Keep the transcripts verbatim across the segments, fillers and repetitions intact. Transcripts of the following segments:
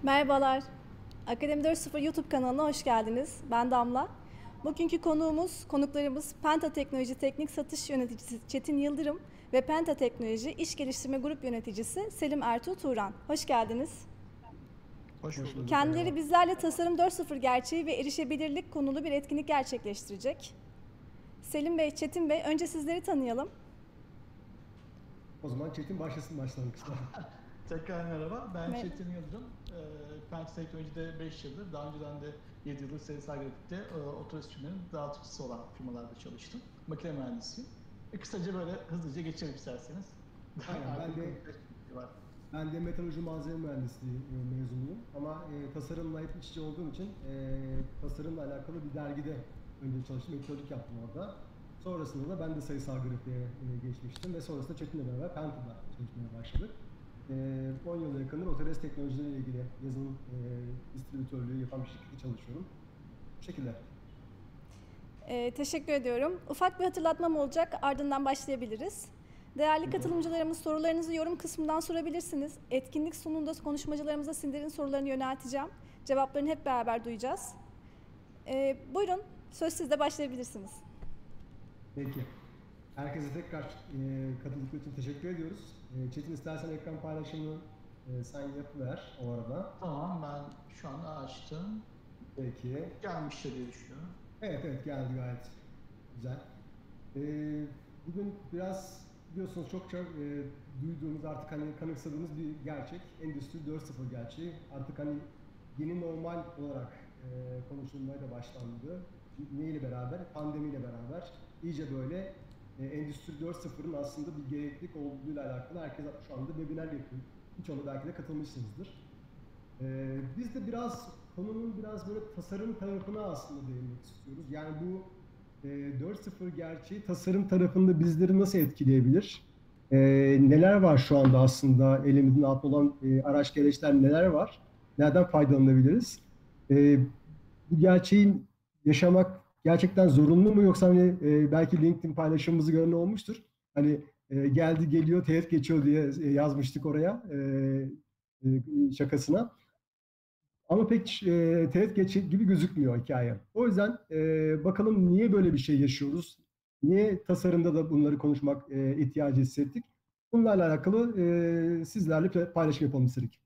Merhabalar. Akademi dört nokta sıfır YouTube kanalına hoş geldiniz. Ben Damla. Bugünkü konuğumuz, konuklarımız Penta Teknoloji Teknik Satış Yöneticisi Çetin Yıldırım ve Penta Teknoloji İş Geliştirme Grup Yöneticisi Selim Ertuğ Turan. Hoş geldiniz. Hoş Hoş bulduk. bulduk, Kendileri merhaba. bizlerle Tasarım dört nokta sıfır gerçeği ve erişebilirlik konulu bir etkinlik gerçekleştirecek. Selim Bey, Çetin Bey, önce sizleri tanıyalım. O zaman Çetin başlasın başlangıçta. Tekrar merhaba. Ben Merhaba. Çetin Yıldırım. E, Penta Teknoloji'de beş yıldır, daha önceden de yedi yıldır sayısal grafikte e, otomasyonların dağıtıcısı olan firmalarda çalıştım. Makine mühendisiyim. E, kısaca böyle hızlıca geçelim isterseniz. Aynen, ben Artık de konuşmak var. ben de metalurji malzeme mühendisliği e, mezunuyum. Ama e, tasarımla hep iç içe olduğum için e, tasarımla alakalı bir dergide önce çalıştım, editörlük yaptım orada. Sonrasında da ben de sayısal grafiğe e, geçmiştim ve sonrasında Çetin'le beraber Penta'da çalışmaya başladık. E, on yıla yakındır Autodesk teknolojileriyle ilgili yazılım e, distribütörlüğü yapan bir şirkette çalışıyorum. Bu şekilde. Ee, teşekkür ediyorum. Ufak bir hatırlatmam olacak, ardından başlayabiliriz. Değerli katılımcılarımız, sorularınızı yorum kısmından sorabilirsiniz. Etkinlik sonunda konuşmacılarımıza sizlerin sorularını yönelteceğim. Cevaplarını hep beraber duyacağız. Ee, buyurun, söz sizde, başlayabilirsiniz. Peki. Herkese tekrar e, katıldıkları için teşekkür ediyoruz. E, Çetin, istersen ekran paylaşımını e, sen yapıver o arada. Tamam, ben şu an açtım. Peki. Gelmiştir diye düşünüyorum. Evet evet, geldi gayet güzel. E, Bugün biraz biliyorsunuz çokça e, duyduğumuz, artık hani kanıksadığımız bir gerçek. Endüstri dört nokta sıfır gerçeği. Artık hani yeni normal olarak e, konuşulmaya da başlandı. Neyle beraber? Pandemiyle beraber iyice böyle e, Endüstri dört nokta sıfırın aslında bir gereklilik olduğuyla alakalı herkes şu anda webinar yapıyor. Birçoğuna belki de katılmışsınızdır. E, biz de biraz konunun biraz böyle tasarım tarafına aslında değinmek istiyoruz. Yani bu e, dört nokta sıfır gerçeği tasarım tarafında bizleri nasıl etkileyebilir? E, Neler var şu anda aslında elimizin altında olan e, araç gereçler neler var? Nereden faydalanabiliriz? E, Bu gerçeğin yaşamak gerçekten zorunlu mu, yoksa hani e, belki LinkedIn paylaşımımızı gören olmuştur. Hani e, geldi geliyor teğet geçiyor diye e, yazmıştık oraya e, e, şakasına. Ama pek e, teğet geçit gibi gözükmüyor hikaye. O yüzden e, bakalım niye böyle bir şey yaşıyoruz? Niye tasarımda da bunları konuşmak e, ihtiyacı hissettik? Bunlarla alakalı e, sizlerle paylaşım yapalım istedik.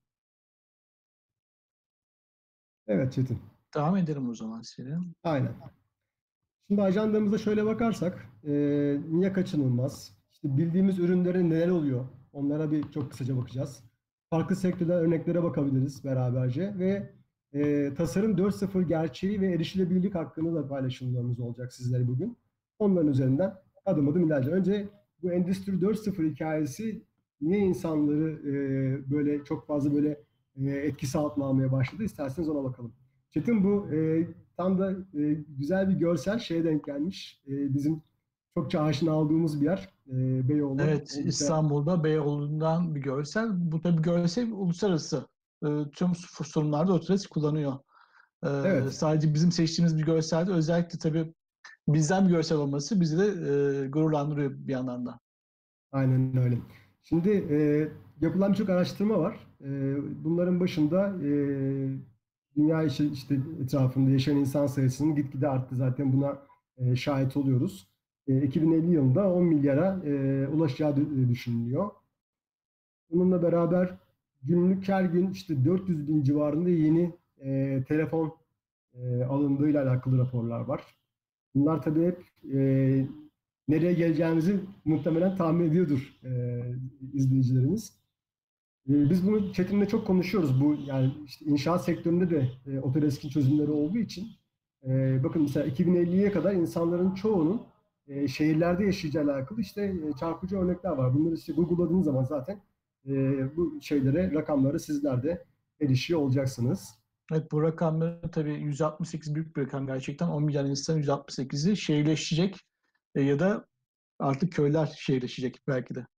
Evet Çetin. Devam edelim o zaman Selim. Aynen. Şimdi ajandamıza şöyle bakarsak, e, niye kaçınılmaz? İşte bildiğimiz ürünlerin neler oluyor? Onlara bir çok kısaca bakacağız. Farklı sektörler örneklere bakabiliriz beraberce ve e, tasarım dört nokta sıfır gerçeği ve erişilebilirlik hakkında da paylaşımlarımız olacak sizlere bugün. Onların üzerinden adım adım ilerleyeceğiz. Önce bu Endüstri dört nokta sıfır hikayesi niye insanları e, böyle çok fazla böyle e, etkisi altına almaya başladı? İsterseniz ona bakalım. Çetin, bu e, tam da e, güzel bir görsel şeye denk gelmiş. E, bizim çokça aşina aldığımız bir yer. E, Beyoğlu. Evet, Oldukça, İstanbul'da Beyoğlu'ndan bir görsel. Bu tabii görsel uluslararası. E, tüm sunumlarda Autodesk kullanıyor. E, evet, sadece bizim seçtiğimiz bir görselde özellikle tabii bizden bir görsel olması bizi de e, gururlandırıyor bir yandan da. aynen öyle. Şimdi e, yapılan birçok araştırma var. E, bunların başında e, dünya işi, işte etrafında yaşayan insan sayısının gitgide arttı. Zaten buna e, şahit oluyoruz. E, iki bin elli yılında on milyara e, ulaşacağı düşünülüyor. Bununla beraber günlük her gün işte dört yüz bin civarında yeni e, telefon e, alındığıyla alakalı raporlar var. Bunlar tabii hep e, nereye geleceğimizi muhtemelen tahmin ediyordur e, izleyicilerimiz. E, biz bunu Çetin'le çok konuşuyoruz. Bu yani işte inşaat sektöründe de e, Autodesk'in çözümleri olduğu için. E, bakın mesela iki bin elliye kadar insanların çoğunun e, şehirlerde yaşayacağı alakalı işte e, çarpıcı örnekler var. Bunları işte Google'ladığınız zaman zaten e, bu şeylere, rakamlara sizler de erişiyor olacaksınız. Evet, bu rakamları tabii yüz altmış sekiz büyük bir rakam gerçekten. on milyon insan yüz altmış sekizi şehirleşecek e, ya da artık köyler şehirleşecek belki de.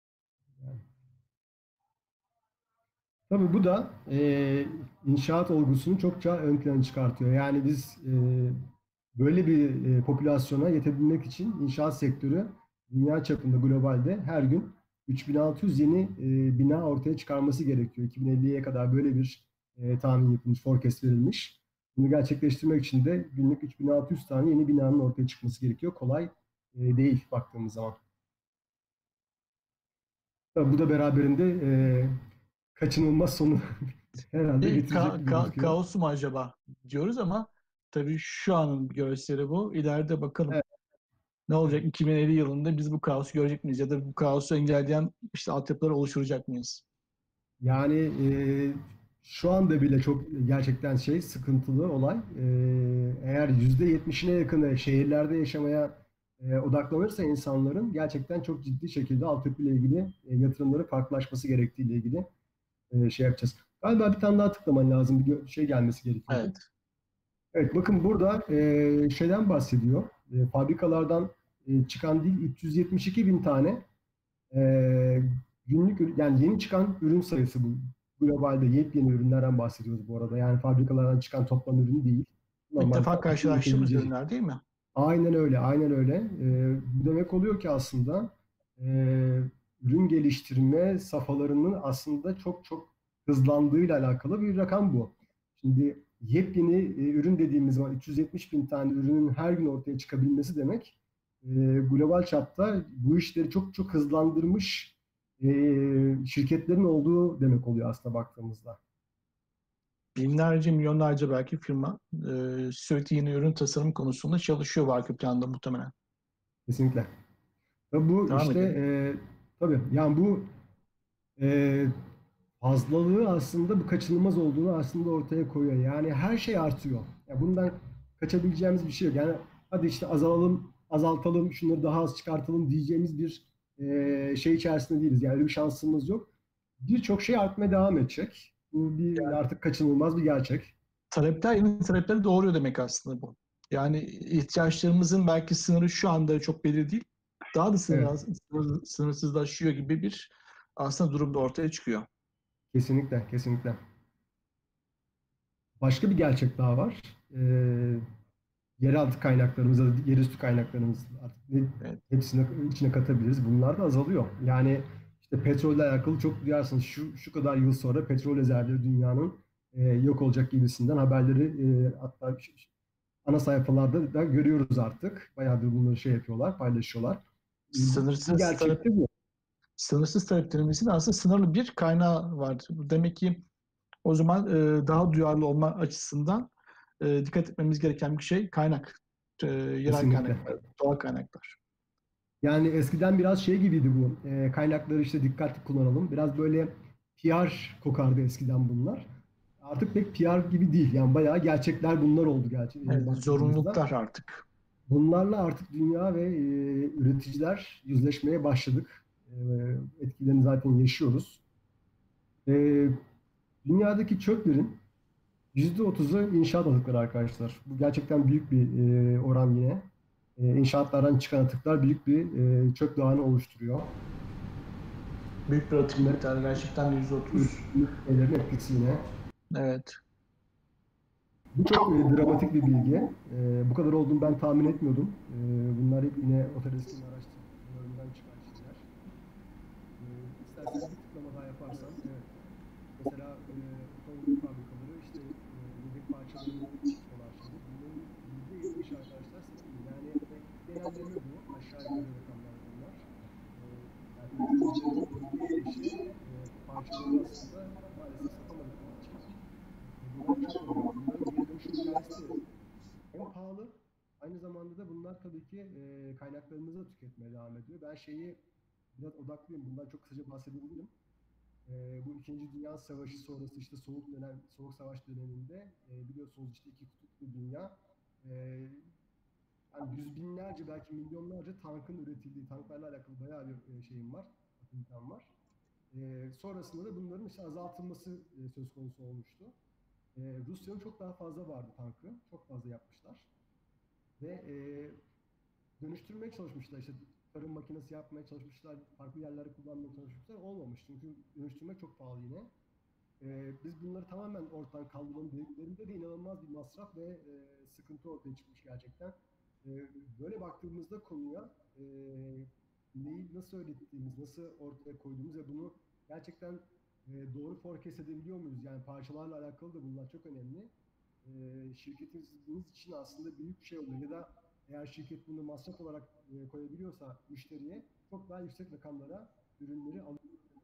Tabii bu da e, inşaat olgusunu çokça ön plana çıkartıyor. Yani biz e, böyle bir e, popülasyona yetebilmek için inşaat sektörü dünya çapında globalde her gün üç bin altı yüz yeni e, bina ortaya çıkarması gerekiyor. iki bin elliye kadar böyle bir e, tahmin yapılmış, forecast verilmiş. Bunu gerçekleştirmek için de günlük üç bin altı yüz tane yeni binanın ortaya çıkması gerekiyor. Kolay e, değil baktığımız zaman. Tabii bu da beraberinde e, kaçınılmaz sonu herhalde Bir getirecek ka- gibi ka- gözüküyor. kaos mu acaba diyoruz ama tabii şu anın gösteri bu. İleride bakalım Evet, ne olacak, evet. iki bin elli yılında biz bu kaosu görecek miyiz ya da bu kaosu engelleyen işte altyapıları oluşturacak mıyız? Yani e, şu anda bile çok gerçekten şey sıkıntılı olay. E, eğer yüzde yetmişine yakını şehirlerde yaşamaya e, odaklanırsa insanların gerçekten çok ciddi şekilde altyapı ile ilgili e, yatırımları farklılaşması gerektiği ile ilgili e, şey yapacağız. Galiba bir tane daha tıklaman lazım. Bir gö- şey gelmesi gerekiyordu. Evet. Evet, bakın burada e, şeyden bahsediyor. E, fabrikalardan e, çıkan değil üç yüz yetmiş iki bin tane e, günlük ür- yani yeni çıkan ürün sayısı bu. Globalde yepyeni ürünlerden bahsediyoruz bu arada. Yani fabrikalardan çıkan toplam ürün değil. İlk Normal defa fabrika karşılaştığımız üretebileceği. ürünler değil mi? Aynen öyle, aynen öyle. Ee, bu demek oluyor ki aslında e, ürün geliştirme safhalarının aslında çok çok hızlandığıyla alakalı bir rakam bu. Şimdi yepyeni e, ürün dediğimiz zaman üç yüz yetmiş bin tane ürünün her gün ortaya çıkabilmesi demek e, global çapta bu işleri çok çok hızlandırmış e, şirketlerin olduğu demek oluyor aslında baktığımızda. Binlerce, milyonlarca belki firma e, sürekli yeni ürün tasarım konusunda çalışıyor arka planda muhtemelen. Kesinlikle. Ve bu Devam işte edelim. e, tabii yani bu e, fazlalığı aslında bu kaçınılmaz olduğunu aslında ortaya koyuyor. Yani her şey artıyor. Ya bundan kaçabileceğimiz bir şey yok. Yani hadi işte azalalım, azaltalım, şunları daha az çıkartalım diyeceğimiz bir e, şey içerisinde değiliz. Yani öyle bir şansımız yok. Birçok şey artmaya devam edecek. Bu bir Yani artık kaçınılmaz bir gerçek. talepler yeni talepleri doğuruyor demek aslında bu. Yani ihtiyaçlarımızın belki sınırı şu anda çok belirli değil. Daha da Evet, sınır, sınır- sınırsızlaşıyor gibi bir aslında durumda ortaya çıkıyor. kesinlikle, kesinlikle. Başka bir gerçek daha var. Ee, yeraltı kaynaklarımız, ya da yerüstü kaynaklarımız artık ne, Evet. hepsini içine katabiliriz. Bunlar da azalıyor. Yani işte petrolle alakalı çok duyarsınız. Şu, şu kadar yıl sonra petrol rezervleri dünyanın e, yok olacak gibisinden haberleri e, hatta ana sayfalarda da görüyoruz artık. Bayağıdır bunları şey yapıyorlar, paylaşıyorlar. E, bir Sınırsız talep, gerçekte bu. sınırsız taleplerimizin aslında sınırlı bir kaynağı var. Demek ki o zaman e, daha duyarlı olma açısından e, dikkat etmemiz gereken bir şey kaynak. E, yerel Kesinlikle. kaynaklar, doğal kaynaklar. Yani eskiden biraz şey gibiydi bu. E, kaynakları işte dikkatli kullanalım. Biraz böyle P R kokardı eskiden bunlar. Artık pek P R gibi değil. Yani bayağı gerçekler bunlar oldu gerçi e, Evet, baktığımızda. zorunluluklar artık. Bunlarla artık dünya ve e, üreticiler yüzleşmeye başladık. E, etkilerini zaten yaşıyoruz. E, dünyadaki çöplerin yüzde otuzu inşaat atıkları arkadaşlar. Bu gerçekten büyük bir e, oran yine. E, inşaatlardan çıkan atıklar büyük bir e, çöp dağını oluşturuyor. Büyük bir atık Bunların miktarı gerçekten yüzde otuz. ülkelerin etkisi yine. Evet. Bu çok e, dramatik bir bilgi. E, bu kadar olduğunu ben tahmin etmiyordum. E, bunlar hep yine Otodeski'nin araştırmalarından çıkan şeyler. E, isterseniz bir tıklama daha yaparsam, evet. Mesela e, otomobil fabrikaları işte e, yedek parçalarını üretiyorlar şimdi. Bunların yüzde yetmiş arkadaşlar satılıyor. Yani genelleme bu. Aşağı yukarı rakamlar bunlar. E, yani üreticilerin yüzde yetmişi e, parçalarını aslında maalesef satamadıkları için bunlar çöp oluyor. Bunların geri dönüşüm hikayesi de hem pahalı, aynı zamanda da bunlar tabii ki e, kaynaklarımızı da tüketmeye devam ediyor. Ben şeyi biraz odaklıyım. Bundan çok kısaca bahsedebilirim. E, bu İkinci Dünya Savaşı sonrası işte soğuk dönem, soğuk savaş döneminde e, biliyorsunuz işte iki kutuplu dünya e, yani yüz binlerce belki milyonlarca tankın üretildiği, tanklarla alakalı bayağı bir e, şeyim var, akıntım var. E, sonrasında da bunların işte azaltılması e, söz konusu olmuştu. E, Rusya'nın çok daha fazla vardı tankı. Çok fazla yapmışlar. Ve e, dönüştürmeye çalışmışlar. İşte tarım makinesi yapmaya çalışmışlar. Farklı yerlerde kullanmaya çalışmışlar. Olmamış. Çünkü dönüştürmek çok pahalı yine. E, biz bunları tamamen ortadan kaldıralım dediklerinde de inanılmaz bir masraf ve e, sıkıntı ortaya çıkmış gerçekten. E, böyle baktığımızda konuya e, neyi nasıl öğrettiğimiz, nasıl ortaya koyduğumuz ve bunu gerçekten e, doğru forecast edebiliyor muyuz? Yani parçalarla alakalı da bunlar çok önemli. E, şirketiniz için aslında büyük bir şey oluyor. Ya da eğer şirket bunu masraf olarak e, koyabiliyorsa müşteriye çok daha yüksek rakamlara ürünleri alıyor.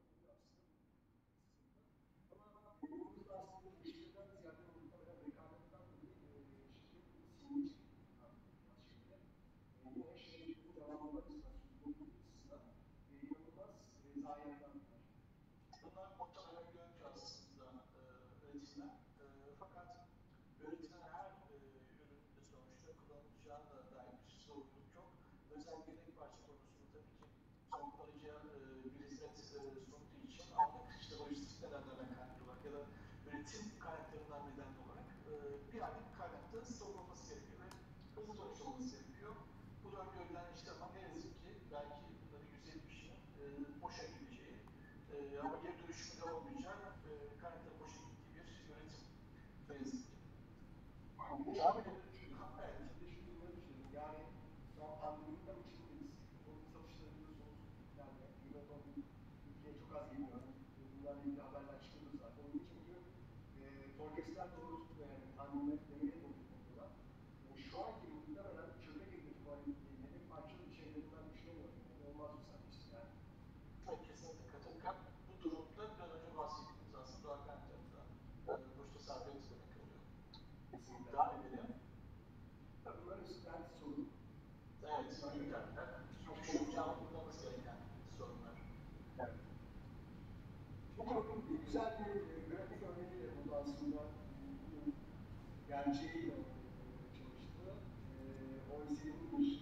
Bunun da aslında müşteriden ziyade muhtemelen rekabetten dolayı e, şirket sinmiş şekilde. E, yine şirketin devamlı açısından, sürdürülebilirlik açısından e, inanılmaz e, zayiatlar var. Bunlar muhtemelen görünüyor aslında e, üretimden. E, fakat üretilen her e, ürünün de sonuçta kullanılacağına dair bir zorunluluk yok. Özellikle yedek parça konusunda tabii ki son kullanıcıya e, bir hizmet e, sunduğu için anlık işte lojistik nedenlerden kaynaklı olarak ya da üretim kaynaklarından nedenli olarak e, bir aylık kaynakta stok olması gerekiyor ve hızlı dönüş olması gerekiyor. Bu da öngörülen işte ama ne yazık ki belki bunların yüzde yetmişinin e, boşa gideceği e, ama geri dönüşümde olmayacak e, kaynakların boşa gittiği bir yönetim ne yazık ki. Devam edelim. Evet, şimdi şunu dinlemek istiyorum. Yani şu an pandemiden içindeyiz. Onun satışları biliyorsunuz. Yani Yunan'dan Türkiye'ye çok az geliyor. Bunlarla ilgili haberler çıkıyor zaten. Onun için bugün e, forecastler doğru tutmuyor. Yani pandemiden demeye doğru tutmuyorlar. E, şu anki muhtemelen çöpe girdiği tuvaletleri parçalı bir şeylerinden düşünemiyorum. Yani olmaz mı sanmışsın yani? Çok kesinlikle katılıyorum. Bu durumda biraz önce bahsettiğimiz aslında doğal kaynaklarında e, boşta sarf etmemek oluyor. Kesinlikle. Devam edelim. Bunlar üstünden sorun. Evet, ürünler. Çok cevaplanması gereken sorunlar. Evet. Çok güzel bir grafik örneğiyle burada aslında gerçeğiyle çalıştı. O E C D'nin bir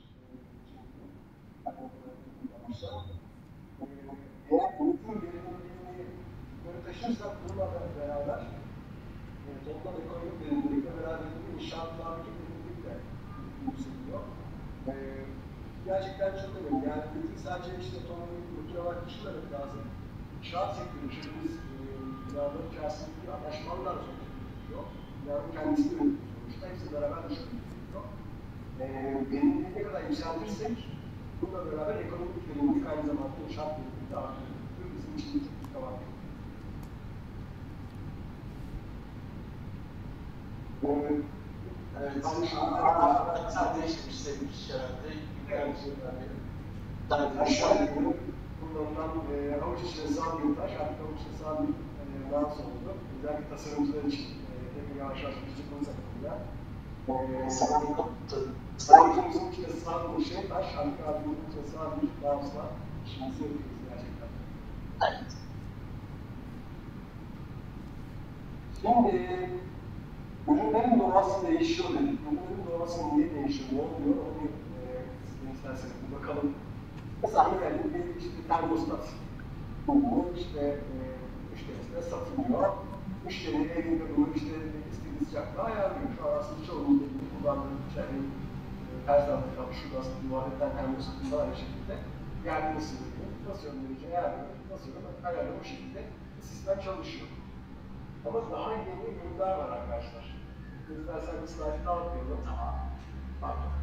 yapmışlar. Eğer üretim verimliliğini böyle taşırsak bununla beraber toplam ekonomik verimlilikle beraber inşaatlardaki verimlilik de yükseliyor. Gerçekten çok önemli. Yani üretim sadece işte otomobil, makine olarak düşünmemek lazım. İnşaat sektörü için biz binaların içerisindeki anlaşmalar sonuç üretiyor. Binanın kendisi de üretiyor sonuçta. Hepsi beraber düşünülüyor. Verimliliği ne kadar yükseltirsek bununla beraber ekonomik verimlilik aynı zamanda inşaat verimliliği de artıyor. Bizim için çok büyük avantaj. Evet, sen değiştirmiş, sevmiş herhalde. Evet. Ben aşağı yukarı kullanılan e, avuç içine sağ bir taş, artık avuç içine sağ bir e, dans oldu. Özellikle tasarımcılar için e, yavaş yavaş bir çıkmanız hakkında. Sağlıkımızın içine sağ bir şey taş, artık abimizin içine sağ bir dansla işimizi yapıyoruz gerçekten. Evet. Şimdi ürünlerin doğası değişiyor dedik. Ürünlerin doğası niye değişiyor, ne oluyor? Onu e, isterseniz bir bakalım. Mesela yani bir işte termostat. Bu işte e, müşterisine satılıyor. Müşteri evinde bunu işte istediği sıcaklığı ayarlıyor. Şu an aslında çoğunun dediğini kullandığımız şey her zaman tabii şurada aslında duvardan termosatında aynı şekilde yerli ısınıyor. Nasıl yönleneceği ayarlıyor. Nasıl ayarlıyor bu şekilde sistem çalışıyor. Ama daha yeni ürünler var arkadaşlar. İstersen bir slide daha atlayalım. Tamam. Pardon.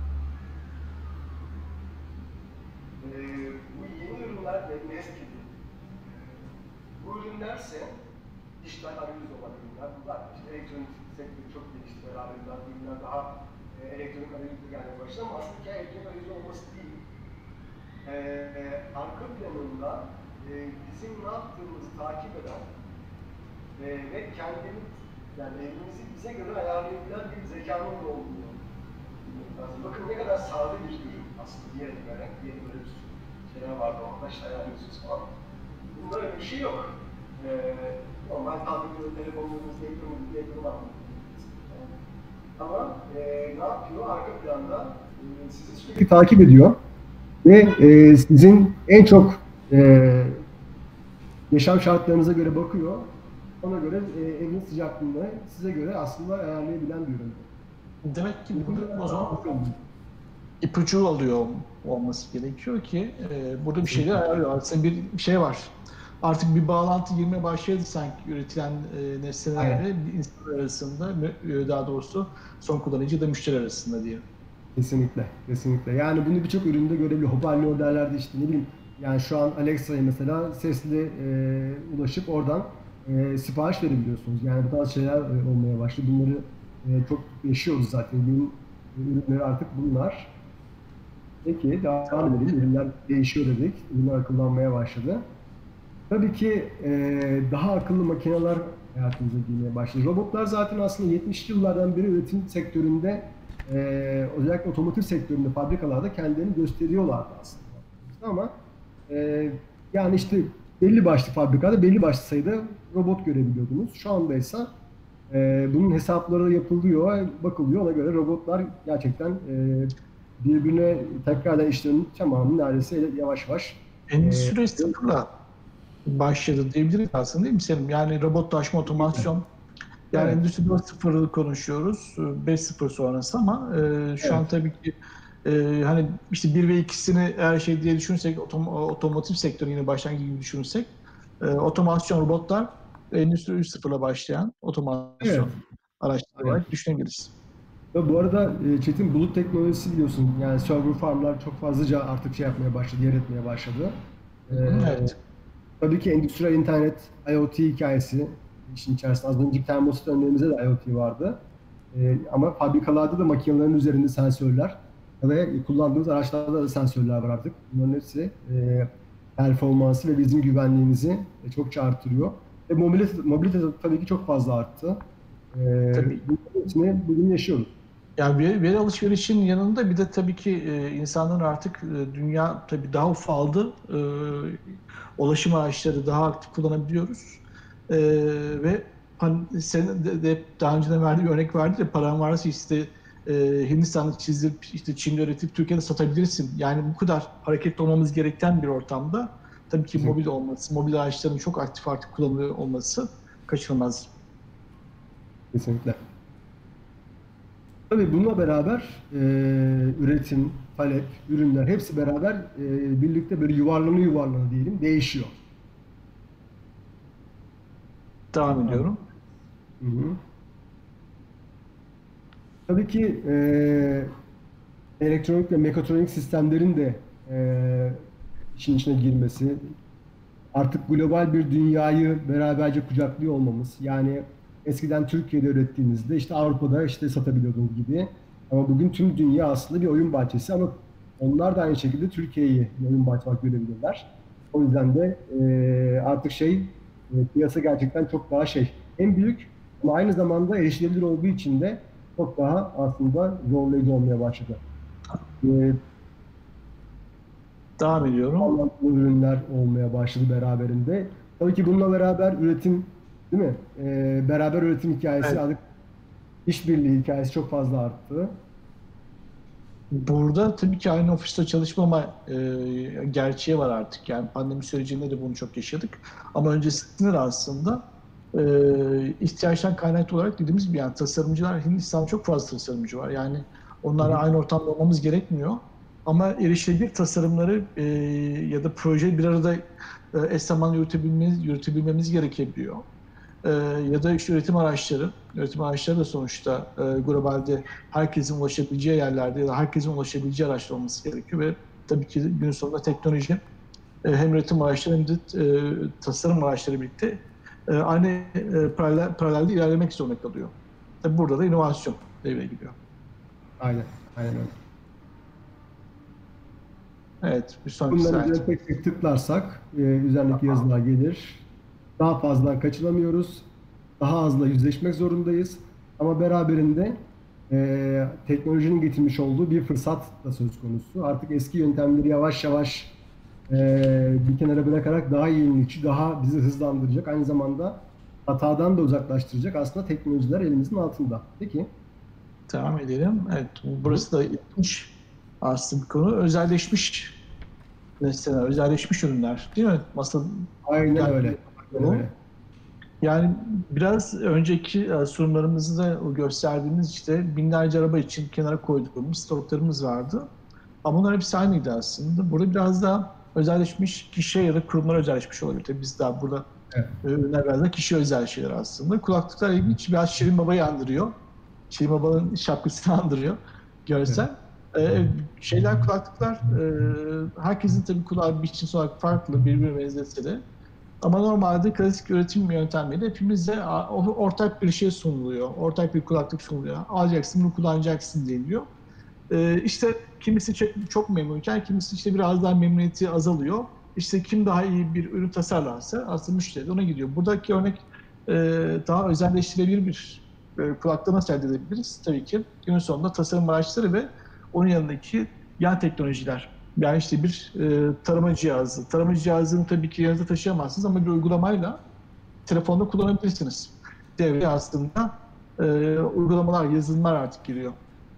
Ee, bu yeni ürünler ve ne eski? Bu ürünlerse dijital arayüz olan ürünler. Bunlar işte elektronik sektörü çok gelişti beraber. Bu ürünler daha e, elektronik arayüzle gelmeye başladı ama aslında elektronik arayüz olması değil. Ee, e, arka planında e, bizim ne yaptığımızı takip eden e, ve kendimiz yani evimizi bize göre ayarlayabilen bir zekanın da olduğunu lazım. Bakın ne kadar sade bir ürün aslında diğerine göre. Yeni böyle bir şeyler vardı orada işte ayarlıyorsunuz falan. Bunda öyle bir şey yok. Ee, normal tablomuzda, telefonlarımızda ekranımızda ekranı var. Ama e, ne yapıyor? Arka planda e, sizi sürekli takip ediyor. Ve e, sizin en çok e, yaşam şartlarınıza göre bakıyor. Ona göre e, evin sıcaklığını size göre aslında ayarlayabilen bir ürün. Demek ki burada o zaman ipucu alıyor olması gerekiyor ki e, burada bir şeyler ayarlıyor. Aslında bir şey var. Artık bir bağlantı girmeye başladı sanki üretilen e, nesnelerle insanlar arasında, daha doğrusu son kullanıcı da müşteri arasında diye. Kesinlikle, kesinlikle. Yani bunu birçok üründe görebiliyor. Hoparlörlerde işte ne bileyim, yani şu an Alexa'ya mesela sesli e, ulaşıp oradan e, sipariş verebiliyorsunuz. Yani bu tarz şeyler e, olmaya başladı. Bunları e, çok yaşıyoruz zaten. Günün ürünleri artık bunlar. Peki devam edelim. Ürünler değişiyor dedik. Ürünler akıllanmaya başladı. Tabii ki e, daha akıllı makineler hayatımıza girmeye başladı. Robotlar zaten aslında yetmişli yıllardan beri üretim sektöründe, e, özellikle otomotiv sektöründe, fabrikalarda kendilerini gösteriyorlardı aslında. Ama e, yani işte belli başlı fabrikada belli başlı sayıda robot görebiliyordunuz. Şu anda ise e, bunun hesapları yapılıyor, bakılıyor. Ona göre robotlar gerçekten e, birbirine tekrardan işlerinin tamamını neredeyse yavaş yavaş e, Endüstri sıfırla başladı diyebiliriz aslında, değil mi Selim? Yani robotlaşma, otomasyon. Yani Evet. Endüstri dört nokta sıfırı konuşuyoruz, beş nokta sıfır sonrası, ama e, şu Evet. an tabii ki e, hani işte bir ve ikisini her şey diye düşünürsek, otom otomotiv sektörü yine başlangıç gibi düşünürsek, e, otomasyon, robotlar, Endüstri üç nokta sıfırla başlayan otomasyon Evet. araçları Evet. olarak düşünebiliriz. Ya bu arada e, Çetin, bulut teknolojisi biliyorsun. Yani server farmlar çok fazlaca artık şey yapmaya başladı, yer etmeye başladı. Hı Ee, hı, evet. tabii ki endüstriyel internet, IoT hikayesi işin içerisinde. Az önceki termosit örneğimizde de IoT vardı. Ee, ama fabrikalarda da makinelerin üzerinde sensörler ya da kullandığımız araçlarda da sensörler var artık. Bunların hepsi e, performansı ve bizim güvenliğimizi e, çokça artırıyor. Ve mobilite, mobilite de tabii ki çok fazla arttı. Ee, Tabii. bunların hepsini bugün yaşıyoruz. Yani veri, veri alışverişinin yanında bir de tabii ki e, insanların artık e, dünya tabii daha ufaldı. E, ulaşım araçları daha aktif kullanabiliyoruz. E, ve pan, senin de, de daha önceden verdiği bir örnek verdi de, paran varsa işte e, Hindistan'da çizdirip işte Çin'de üretip Türkiye'de satabilirsin. Yani bu kadar hareketli olmamız gereken bir ortamda tabii ki mobil Kesinlikle. olması, mobil araçların çok aktif artık kullanılıyor olması kaçınılmaz. Kesinlikle. Tabii bununla beraber e, üretim, talep, ürünler hepsi beraber e, birlikte böyle yuvarlanı yuvarlanı diyelim değişiyor. Devam ediyorum. Hı hı. Tabii ki e, elektronik ve mekatronik sistemlerin de e, işin içine girmesi, artık global bir dünyayı beraberce kucaklıyor olmamız. Yani eskiden Türkiye'de ürettiğinizde işte Avrupa'da işte satabiliyordunuz gibi. Ama bugün tüm dünya aslında bir oyun bahçesi, ama onlar da aynı şekilde Türkiye'yi bir oyun bahçesi olarak görebilirler. O yüzden de e, artık şey e, piyasa gerçekten çok daha şey hem büyük, ama aynı zamanda erişilebilir olduğu için de çok daha aslında zorlayıcı olmaya başladı. E, Devam ediyorum. Anlamlı ürünler olmaya başladı beraberinde. Tabii ki bununla beraber üretim, değil mi? Ee, beraber üretim hikayesi, Evet. artık işbirliği hikayesi çok fazla arttı. Burada tabii ki aynı ofiste çalışmama e, gerçeği var artık. Yani pandemi sürecinde de bunu çok yaşadık. Ama öncesinde de aslında e, ihtiyaçtan kaynaklı olarak dediğimiz gibi, yani tasarımcılar, Hindistan'da çok fazla tasarımcı var. Yani Hı onlarla hı. aynı ortamda olmamız gerekmiyor. Ama erişilebilir tasarımları e, ya da projeyi bir arada e, eş zamanlı yürütebilmemiz, yürütebilmemiz gerekebiliyor. Ee, ya da işte üretim araçları, üretim araçları da sonuçta e, globalde herkesin ulaşabileceği yerlerde ya da herkesin ulaşabileceği araçlar olması gerekiyor ve tabii ki günün sonunda teknoloji e, hem üretim araçları hem de e, tasarım araçları birlikte e, aynı e, paralel, paralelde ilerlemek zorunda kalıyor. Tabii burada da inovasyon devreye giriyor. Aynen, aynen öyle. Evet, bir sonraki Bunları slide. üzerine tek tek tıklarsak e, üzerindeki yazılar gelir. Daha fazladan kaçınamıyoruz. Daha azla yüzleşmek zorundayız. Ama beraberinde e, teknolojinin getirmiş olduğu bir fırsat da söz konusu. Artık eski yöntemleri yavaş yavaş e, bir kenara bırakarak daha yenilikçi, daha bizi hızlandıracak, aynı zamanda hatadan da uzaklaştıracak aslında teknolojiler elimizin altında. Peki. Devam edelim. Evet, Hı hı. burası da ilginç aslında bir konu. Özelleşmiş nesneler, özelleşmiş ürünler, değil mi? Masa Aynen öyle. geldi Aynen bu. öyle. Yani biraz önceki e, sunumlarımızda gösterdiğimiz işte binlerce araba için kenara koyduğumuz stoklarımız vardı. Ama bunlar hepsi aynıydı aslında. Burada biraz daha özelleşmiş kişiye ya da kurumlara özelleşmiş olabilir. Tabii biz daha burada Evet. e, ürünler biraz da kişiye özel şeyler aslında. Kulaklıklar ilginç, biraz Şirin Baba'yı andırıyor. Şirin Baba'nın şapkasını andırıyor Evet. görsel. E, şeyler, kulaklıklar, e, herkesin tabii kulağı biçimsel olarak farklı, birbirine benzese de. Ama normalde klasik üretim yöntemiyle hepimize ortak bir şey sunuluyor. Ortak bir kulaklık sunuluyor. Alacaksın, bunu kullanacaksın deniliyor. Ee, işte kimisi çok, çok memnunken kimisi işte biraz daha memnuniyeti azalıyor. İşte kim daha iyi bir ürün tasarlarsa aslında müşteri de ona gidiyor. Buradaki örnek e, daha özelleştirilebilir bir e, kulaklığı nasıl elde edebiliriz? Tabii ki günün sonunda tasarım araçları ve onun yanındaki yan teknolojiler. Yani işte bir e, tarama cihazı. Tarama cihazını tabii ki yanınızda taşıyamazsınız ama bir uygulamayla telefonda kullanabilirsiniz. Devreye aslında e, uygulamalar, yazılımlar artık giriyor.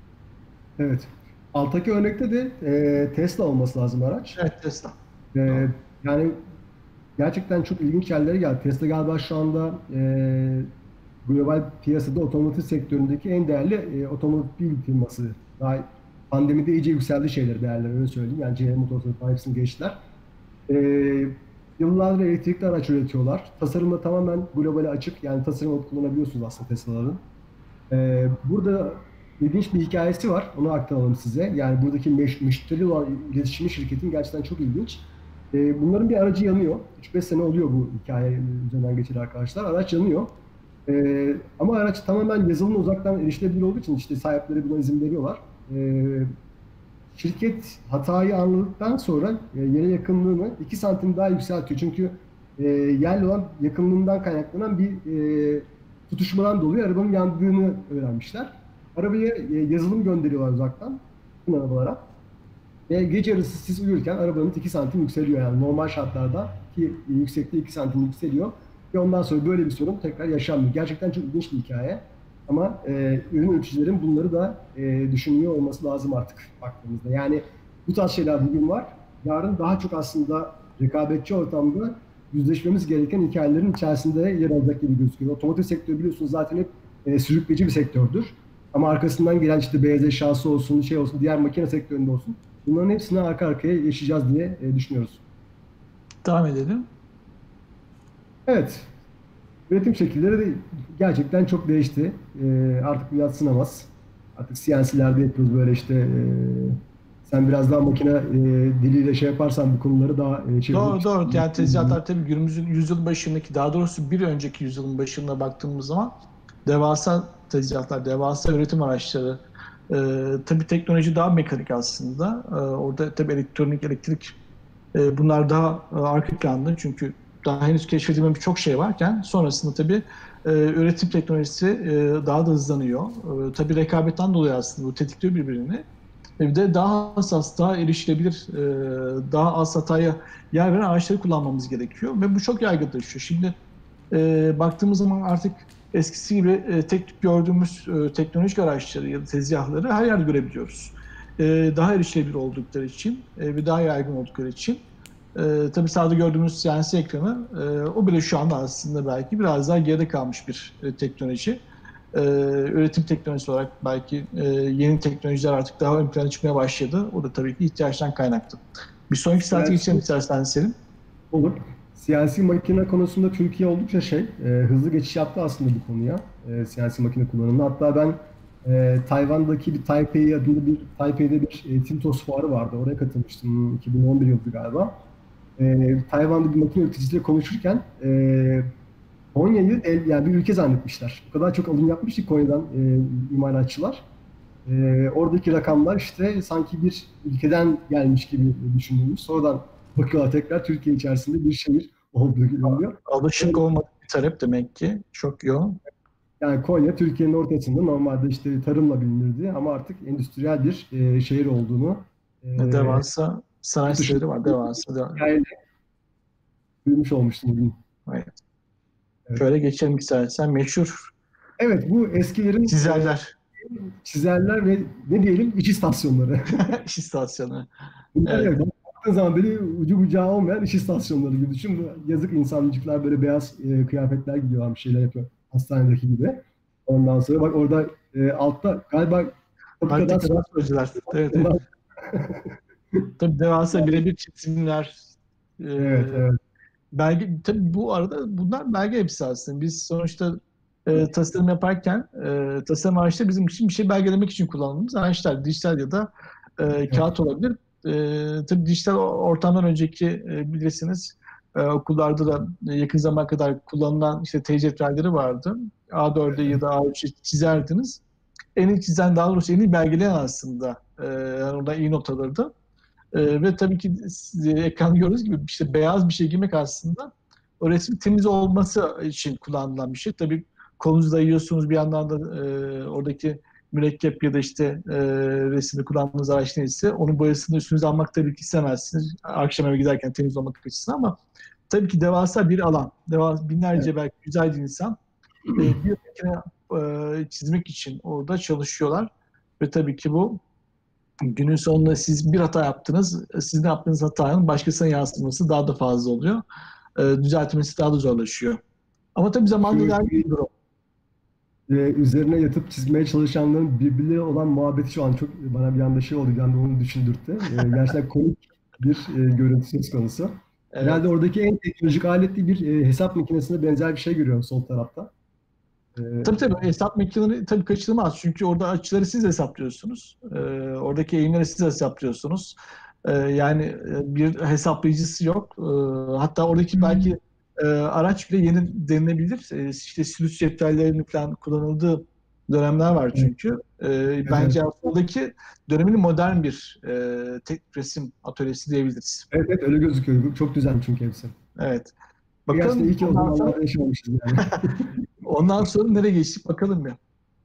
Evet. Alttaki örnekte de e, Tesla olması lazım araç. Evet, Tesla. E, yani gerçekten çok ilginç yerlere geldi. Tesla galiba şu anda e, global piyasada otomotiv sektöründeki en değerli e, otomobil firması. Daha pandemide iyice yükseldi şeyler, değerler, öyle söyleyeyim. Yani G M Motors'un hepsini geçtiler. E, yıllardır elektrikli araç üretiyorlar. Tasarımı tamamen globale açık. Yani tasarım alıp kullanabiliyorsunuz aslında Tesla'ların. E, burada ilginç bir hikayesi var. Onu aktaralım size. Yani buradaki meş- müşteri olan iletişimi şirketin gerçekten çok ilginç. E, bunların bir aracı yanıyor. üç beş sene oluyor bu hikaye üzerinden geçir arkadaşlar. Araç yanıyor. E, ama araç tamamen yazılımla uzaktan erişilebilir olduğu için işte sahipleri buna izin veriyorlar. E, şirket hatayı anladıktan sonra e, yere yakınlığını iki santim daha yükseltiyor. Çünkü e, yerle olan yakınlığından kaynaklanan bir e, tutuşmadan dolayı arabanın yandığını öğrenmişler. Arabaya e, yazılım gönderiyorlar uzaktan bütün arabalara. Ve gece yarısı siz uyurken arabanın iki santim yükseliyor, yani normal şartlarda ki yüksekliği iki santim yükseliyor. Ve ondan sonra böyle bir sorun tekrar yaşanmıyor. Gerçekten çok ilginç bir hikaye. Ama e, ürün üreticilerin bunları da e, düşünüyor olması lazım artık baktığımızda. Yani bu tarz şeyler bugün var. Yarın daha çok aslında rekabetçi ortamda yüzleşmemiz gereken hikayelerin içerisinde yer alacak gibi gözüküyor. Otomotiv sektörü biliyorsunuz zaten hep e, sürükleyici bir sektördür. Ama arkasından gelen işte beyaz eşyası olsun, şey olsun, diğer makine sektöründe olsun. Bunların hepsini arka arkaya yaşayacağız diye e, düşünüyoruz. Devam edelim. Evet. Üretim şekilleri de gerçekten çok değişti. E, artık bu yadsınamaz. Artık C N C'lerde yapıyoruz böyle işte. E, sen biraz daha makine e, diliyle şey yaparsan bu konuları daha e, şey Doğru, olur. doğru. Yani tezgahlar tabii günümüzün yüzyılın başındaki, daha doğrusu bir önceki yüzyılın başına baktığımız zaman devasa tezgahlar, devasa üretim araçları. Ee, tabii teknoloji daha mekanik aslında. Ee, orada tabii elektronik, elektrik e, bunlar daha e, arka planda, çünkü daha henüz keşfedilmemiş çok şey varken sonrasında tabii e, üretim teknolojisi e, daha da hızlanıyor. E, tabii rekabetten dolayı aslında bu tetikliyor birbirini. E, bir de daha hassas, daha erişilebilir, e, daha az hataya yer veren araçları kullanmamız gerekiyor ve bu çok yaygınlaşıyor. Şimdi e, baktığımız zaman artık eskisi gibi e, tek tip gördüğümüz e, teknolojik araçları ya da tezgahları her yerde görebiliyoruz. E, daha erişilebilir oldukları için e, ve daha yaygın oldukları için. E, tabii sağda gördüğümüz C N C ekranı, e, o bile şu anda aslında belki biraz daha geride kalmış bir e, teknoloji. E, üretim teknolojisi olarak belki e, yeni teknolojiler artık daha ön plana çıkmaya başladı. O da tabii ki ihtiyaçtan kaynaklı. Bir sonraki saate Evet. geçelim istersen Selim. Olur. C N C makine konusunda Türkiye oldukça şey, e, hızlı geçiş yaptı aslında bu konuya. E, C N C makine kullanımında. Hatta ben e, Tayvan'daki bir Taipei adında bir Taipei'de bir e, Tiltos fuarı vardı. Oraya katılmıştım. iki bin on bir yılıydı galiba. E, Tayvan'da bir makine üreticisiyle konuşurken e, Konya'yı el, yani bir ülke zannetmişler. O kadar çok alım yapmış ki Konya'dan e, imalatçılar. E, oradaki rakamlar işte sanki bir ülkeden gelmiş gibi düşünülmüş. Sonradan bakıyorlar tekrar Türkiye içerisinde bir şehir olduğu görülüyor. Alışık olmadık bir talep demek ki. Çok yoğun. Yani Konya Türkiye'nin ortasında normalde işte tarımla bilinirdi ama artık endüstriyel bir e, şehir olduğunu e, Devasa sanayi siteleri var. Devasa. Devasa. hikayeyle duymuş olmuştum bugün. Evet. Evet. Şöyle geçelim istersen. Meşhur Evet, bu eskilerin çizerler. e, çizerler ve ne diyelim iş istasyonları. İş istasyonu. Bunlar Evet. evet. Baktığın zaman böyle ucu bucağı olmayan iş istasyonları gibi düşün. Bu yazık insancıklar böyle beyaz e, kıyafetler giyiyorlar, bir şeyler yapıyor. Hastanedeki gibi. Ondan sonra bak orada e, altta galiba Antika kadar sözcüler. Evet, evet. Tabii devasa birebir çizimler. Ee, evet, evet. belge, tabii bu arada bunlar belge hepsi aslında. Biz sonuçta e, tasarım yaparken e, tasarım araçları bizim için bir şey belgelemek için kullandığımız araçlar. Dijital ya da e, kağıt olabilir. E, tabii dijital ortamdan önceki e, bilirsiniz e, okullarda da yakın zamana kadar kullanılan işte T cetvelleri vardı. A dörde ya da A üçe çizerdiniz. En iyi çizen, daha doğrusu en iyi belgeleyen aslında e, yani orada iyi not alırdı. E, ve tabii ki ekranda gördüğünüz gibi işte beyaz bir şey giymek aslında o resmin temiz olması için kullanılan bir şey. Tabii kolunuzu dayıyorsunuz bir yandan da e, oradaki mürekkep ya da işte e, resimde kullandığınız araç neyse onun boyasını üstünüze almak tabii ki istemezsiniz. Akşam eve giderken temiz olmak açısından ama tabii ki devasa bir alan. Devasa, binlerce Evet. belki yüzlerce insan e, bir makine e, çizmek için orada çalışıyorlar. Ve tabii ki bu günün sonunda siz bir hata yaptınız. Sizin yaptığınız hatanın başkasına yansıması daha da fazla oluyor. E, düzeltmesi daha da zorlaşıyor. Ama tabii zamanla Şu da bir durum. e, üzerine yatıp çizmeye çalışanların birbirleriyle olan muhabbeti şu an çok bana bir anda şey oldu, bir anda onu düşündürttü. E, gerçekten komik bir e, görüntü söz konusu. Evet. Herhalde oradaki en teknolojik aletli bir e, hesap makinesine benzer bir şey görüyorum sol tarafta. E, Tabii tabii hesap makineleri tabii kaçınılmaz. Çünkü orada açıları siz hesaplıyorsunuz. Ee, oradaki eğimleri siz hesaplıyorsunuz. Ee, yani e, bir hesaplayıcısı yok. Ee, hatta oradaki belki e, araç bile yeni denilebilir. Ee, işte sinüs cetvellerinin falan kullanıldığı dönemler var evet, çünkü. Ee, evet. bence oradaki dönemin modern bir e, teknik resim atölyesi diyebiliriz. Evet, evet, öyle gözüküyor. Çok düzenli çünkü hepsi. Evet. Gerçekten Bakalım iyi ki o ondan sonra, zamanlarda yaşamamışız yani. ondan sonra nereye geçtik bakalım ya.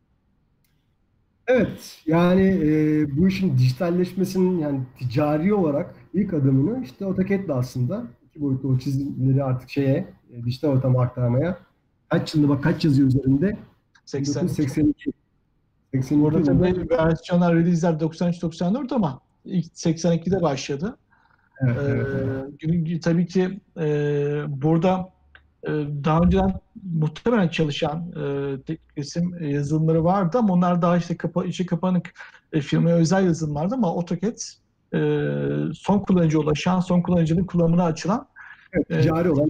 Evet, yani e, bu işin dijitalleşmesinin yani ticari olarak ilk adımını işte AutoCAD'le aslında iki boyutlu o çizimleri artık şeye e, dijital ortama aktarmaya kaç yılında bak kaç yazıyor üzerinde seksen iki. bin dokuz yüz seksen iki seksen iki Burada yılında tabii versiyonlar, release'ler doksan üç doksan dört ama ilk seksen ikide başladı. evet, Ee, evet, evet. günün- tabii ki e, burada e, daha önceden muhtemelen çalışan e, teknik resim yazılımları vardı ama onlar daha işte kapa, içi kapanık e, firmaya özel yazılımlardı ama AutoCAD e, son kullanıcıya ulaşan, son kullanıcının kullanımına açılan Evet, e, ticari olan.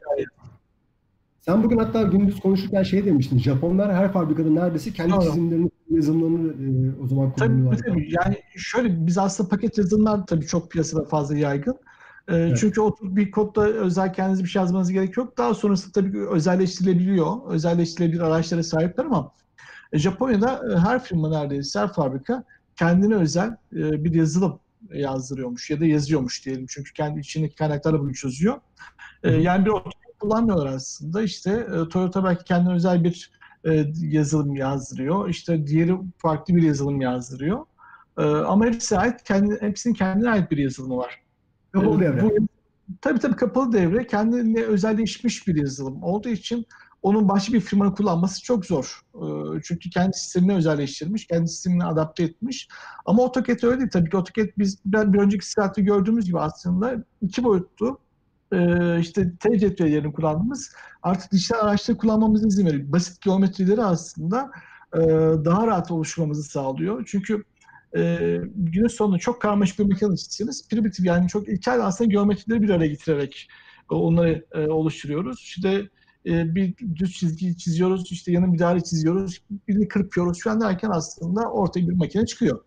Sen bugün hatta gündüz konuşurken şey demiştin. Japonlar her fabrikada neredeyse kendi Doğru. çizimlerini, yazılımlarını e, o zaman Tabii kullanıyorlar. tabii. Yani şöyle biz aslında paket yazılımlar tabii çok piyasada fazla yaygın. Ee, Evet. çünkü o bir kodda özel kendiniz bir şey yazmanız gerek yok. Daha sonrasında tabii özelleştirilebiliyor. Özelleştirilebilir araçlara sahipler ama e, Japonya'da e, her firma neredeyse her fabrika kendine özel e, bir yazılım yazdırıyormuş ya da yazıyormuş diyelim. Çünkü kendi içindeki kaynaklarla bunu çözüyor. Hı E, hı. yani bir otomatik kullanmıyorlar aslında. İşte e, Toyota belki kendine özel bir e, yazılım yazdırıyor. İşte diğeri farklı bir yazılım yazdırıyor. E, ama hepsi ait, kendi, hepsinin kendine ait bir yazılımı var. E, Kapalı devre. bu tabii tabii kapalı devre, kendine özelleşmiş bir yazılım olduğu için onun başka bir firmanın kullanması çok zor. E, çünkü kendi sistemine özelleştirmiş, kendi sistemine adapte etmiş. Ama AutoCAD öyle değil. Tabii ki AutoCAD biz ben bir önceki slaytta gördüğümüz gibi aslında iki boyutlu e, işte T cetvellerini kullandığımız artık dijital araçları kullanmamıza izin veriyor. Basit geometrileri aslında e, daha rahat oluşturmamızı sağlıyor. Çünkü e, günün sonunda çok karmaşık bir makine çizseniz primitif yani çok ilkel aslında geometrileri bir araya getirerek e, onları e, oluşturuyoruz. İşte e, bir düz çizgi çiziyoruz, işte yanı bir daire çiziyoruz, birini kırpıyoruz şu an derken aslında ortaya bir makine çıkıyor.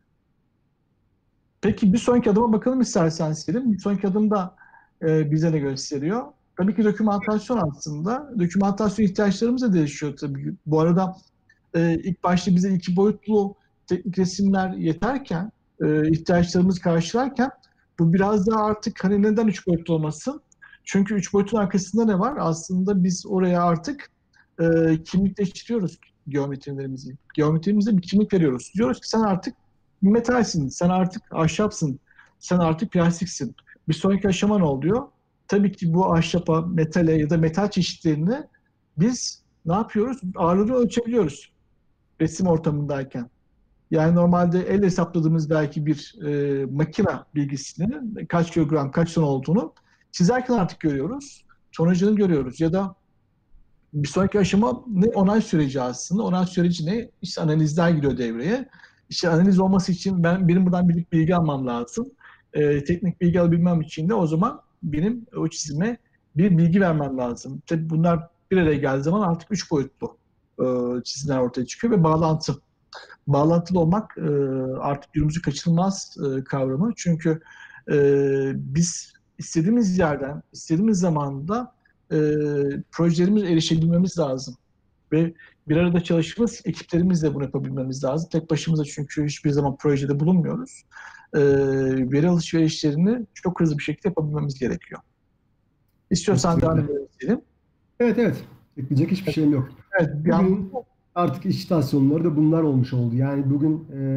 Peki bir sonraki adıma bakalım istersen Selim. Bir sonraki adım da e, bize ne gösteriyor? Tabii ki dokümantasyon aslında. Dokümantasyon ihtiyaçlarımız da değişiyor tabii. Bu arada e, ilk başta bize iki boyutlu teknik resimler yeterken, e, ihtiyaçlarımızı karşılarken bu biraz daha artık hani neden üç boyutlu olmasın? Çünkü üç boyutun arkasında ne var? Aslında biz oraya artık e, kimlikleştiriyoruz geometrilerimizi. Geometrimize bir kimlik veriyoruz. Diyoruz ki sen artık metalsin, sen artık ahşapsın, sen artık plastiksin. Bir sonraki aşama ne oluyor? Tabii ki bu ahşapa, metale ya da metal çeşitlerini biz ne yapıyoruz? Ağırlığını ölçebiliyoruz resim ortamındayken. Yani normalde el hesapladığımız belki bir e, makina bilgisini kaç kilogram, kaç ton olduğunu çizerken artık görüyoruz. Sonucunu görüyoruz. Ya da bir sonraki aşama ne? Onay süreci aslında. Onay süreci ne? İşte analizler giriyor devreye. İşte analiz olması için ben benim buradan bir bilgi almam lazım. Ee, teknik bilgi alabilmem için de o zaman benim o çizime bir bilgi vermem lazım. Tabii bunlar bir araya geldiği zaman artık üç boyutlu e, çizimler ortaya çıkıyor ve bağlantı. Bağlantılı olmak e, artık günümüzün kaçınılmaz e, kavramı. Çünkü e, biz istediğimiz yerden, istediğimiz zamanda e, projelerimize erişebilmemiz lazım. Ve bir arada çalıştığımız ekiplerimizle bunu yapabilmemiz lazım. Tek başımıza çünkü hiçbir zaman projede bulunmuyoruz. E, veri alışverişlerini çok hızlı bir şekilde yapabilmemiz gerekiyor. İstiyorsan devam edelim. Evet evet. Ekleyecek hiçbir şeyim yok. Evet, bugün artık iş istasyonları da bunlar olmuş oldu. Yani bugün e,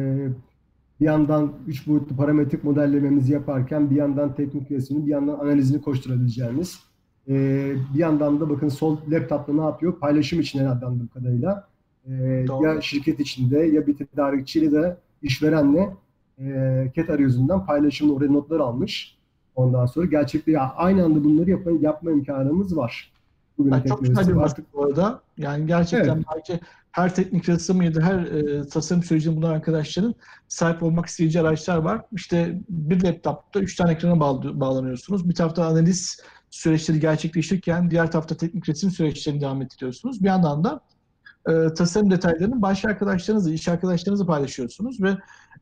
bir yandan üç boyutlu parametrik modellememizi yaparken bir yandan teknik resmini, bir yandan analizini koşturabileceğiniz, e, bir yandan da bakın sol laptop'ta ne yapıyor? Paylaşım için herhalde anladığım kadarıyla. E, ya şirket içinde ya bir tedarikçiyle de işverenle e, C A T arayüzünden paylaşımını oraya notlar almış. Ondan sonra gerçekten ya aynı anda bunları yapma, yapma imkanımız var. Bugün yani çok güzel bir artık bu arada. Yani gerçekten evet. Belki her teknik resim ya da her e, tasarım sürecinde bulunan arkadaşların sahip olmak isteyeceği araçlar var. İşte bir laptopta üç tane ekrana bağlı, bağlanıyorsunuz. Bir tarafta analiz süreçleri gerçekleştirirken diğer tarafta teknik resim süreçlerini devam ettiriyorsunuz. Bir yandan da e, tasarım detaylarını başka arkadaşlarınızla, iş arkadaşlarınızla paylaşıyorsunuz ve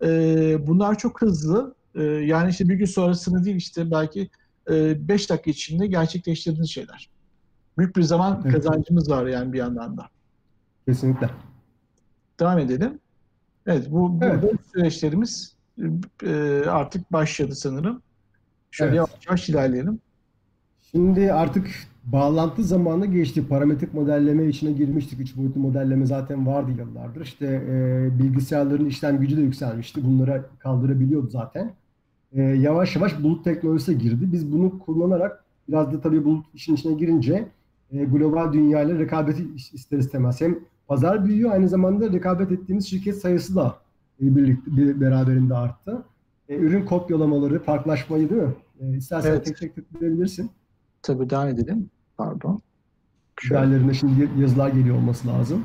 e, bunlar çok hızlı. E, yani işte bir gün sonrasını değil işte belki beş e, dakika içinde gerçekleştirdiğiniz şeyler. Büyük bir zaman evet. kazancımız var yani bir yandan da. Kesinlikle. Devam edelim. Evet, bu, bu, evet. bu süreçlerimiz e, artık başladı sanırım. Şöyle evet. yavaş yavaş ilerleyelim. Şimdi artık bağlantı zamanı geçti. Parametrik modelleme içine girmiştik. Üç boyutlu modelleme zaten vardı yıllardır. İşte e, bilgisayarların işlem gücü de yükselmişti. Bunları kaldırabiliyordu zaten. E, yavaş yavaş bulut teknolojisi girdi. Biz bunu kullanarak biraz da tabii bulut işin içine girince e, global dünyayla rekabeti ister istemez. Hem pazar büyüyor, aynı zamanda rekabet ettiğimiz şirket sayısı da e, birlikte bir, beraberinde arttı. E, ürün kopyalamaları, farklılaşmayı değil mi? E, istersen evet. tek tek tıklayabilirsin. Tabii devam edelim. Pardon. Değerlerinde şimdi yazılar geliyor olması lazım.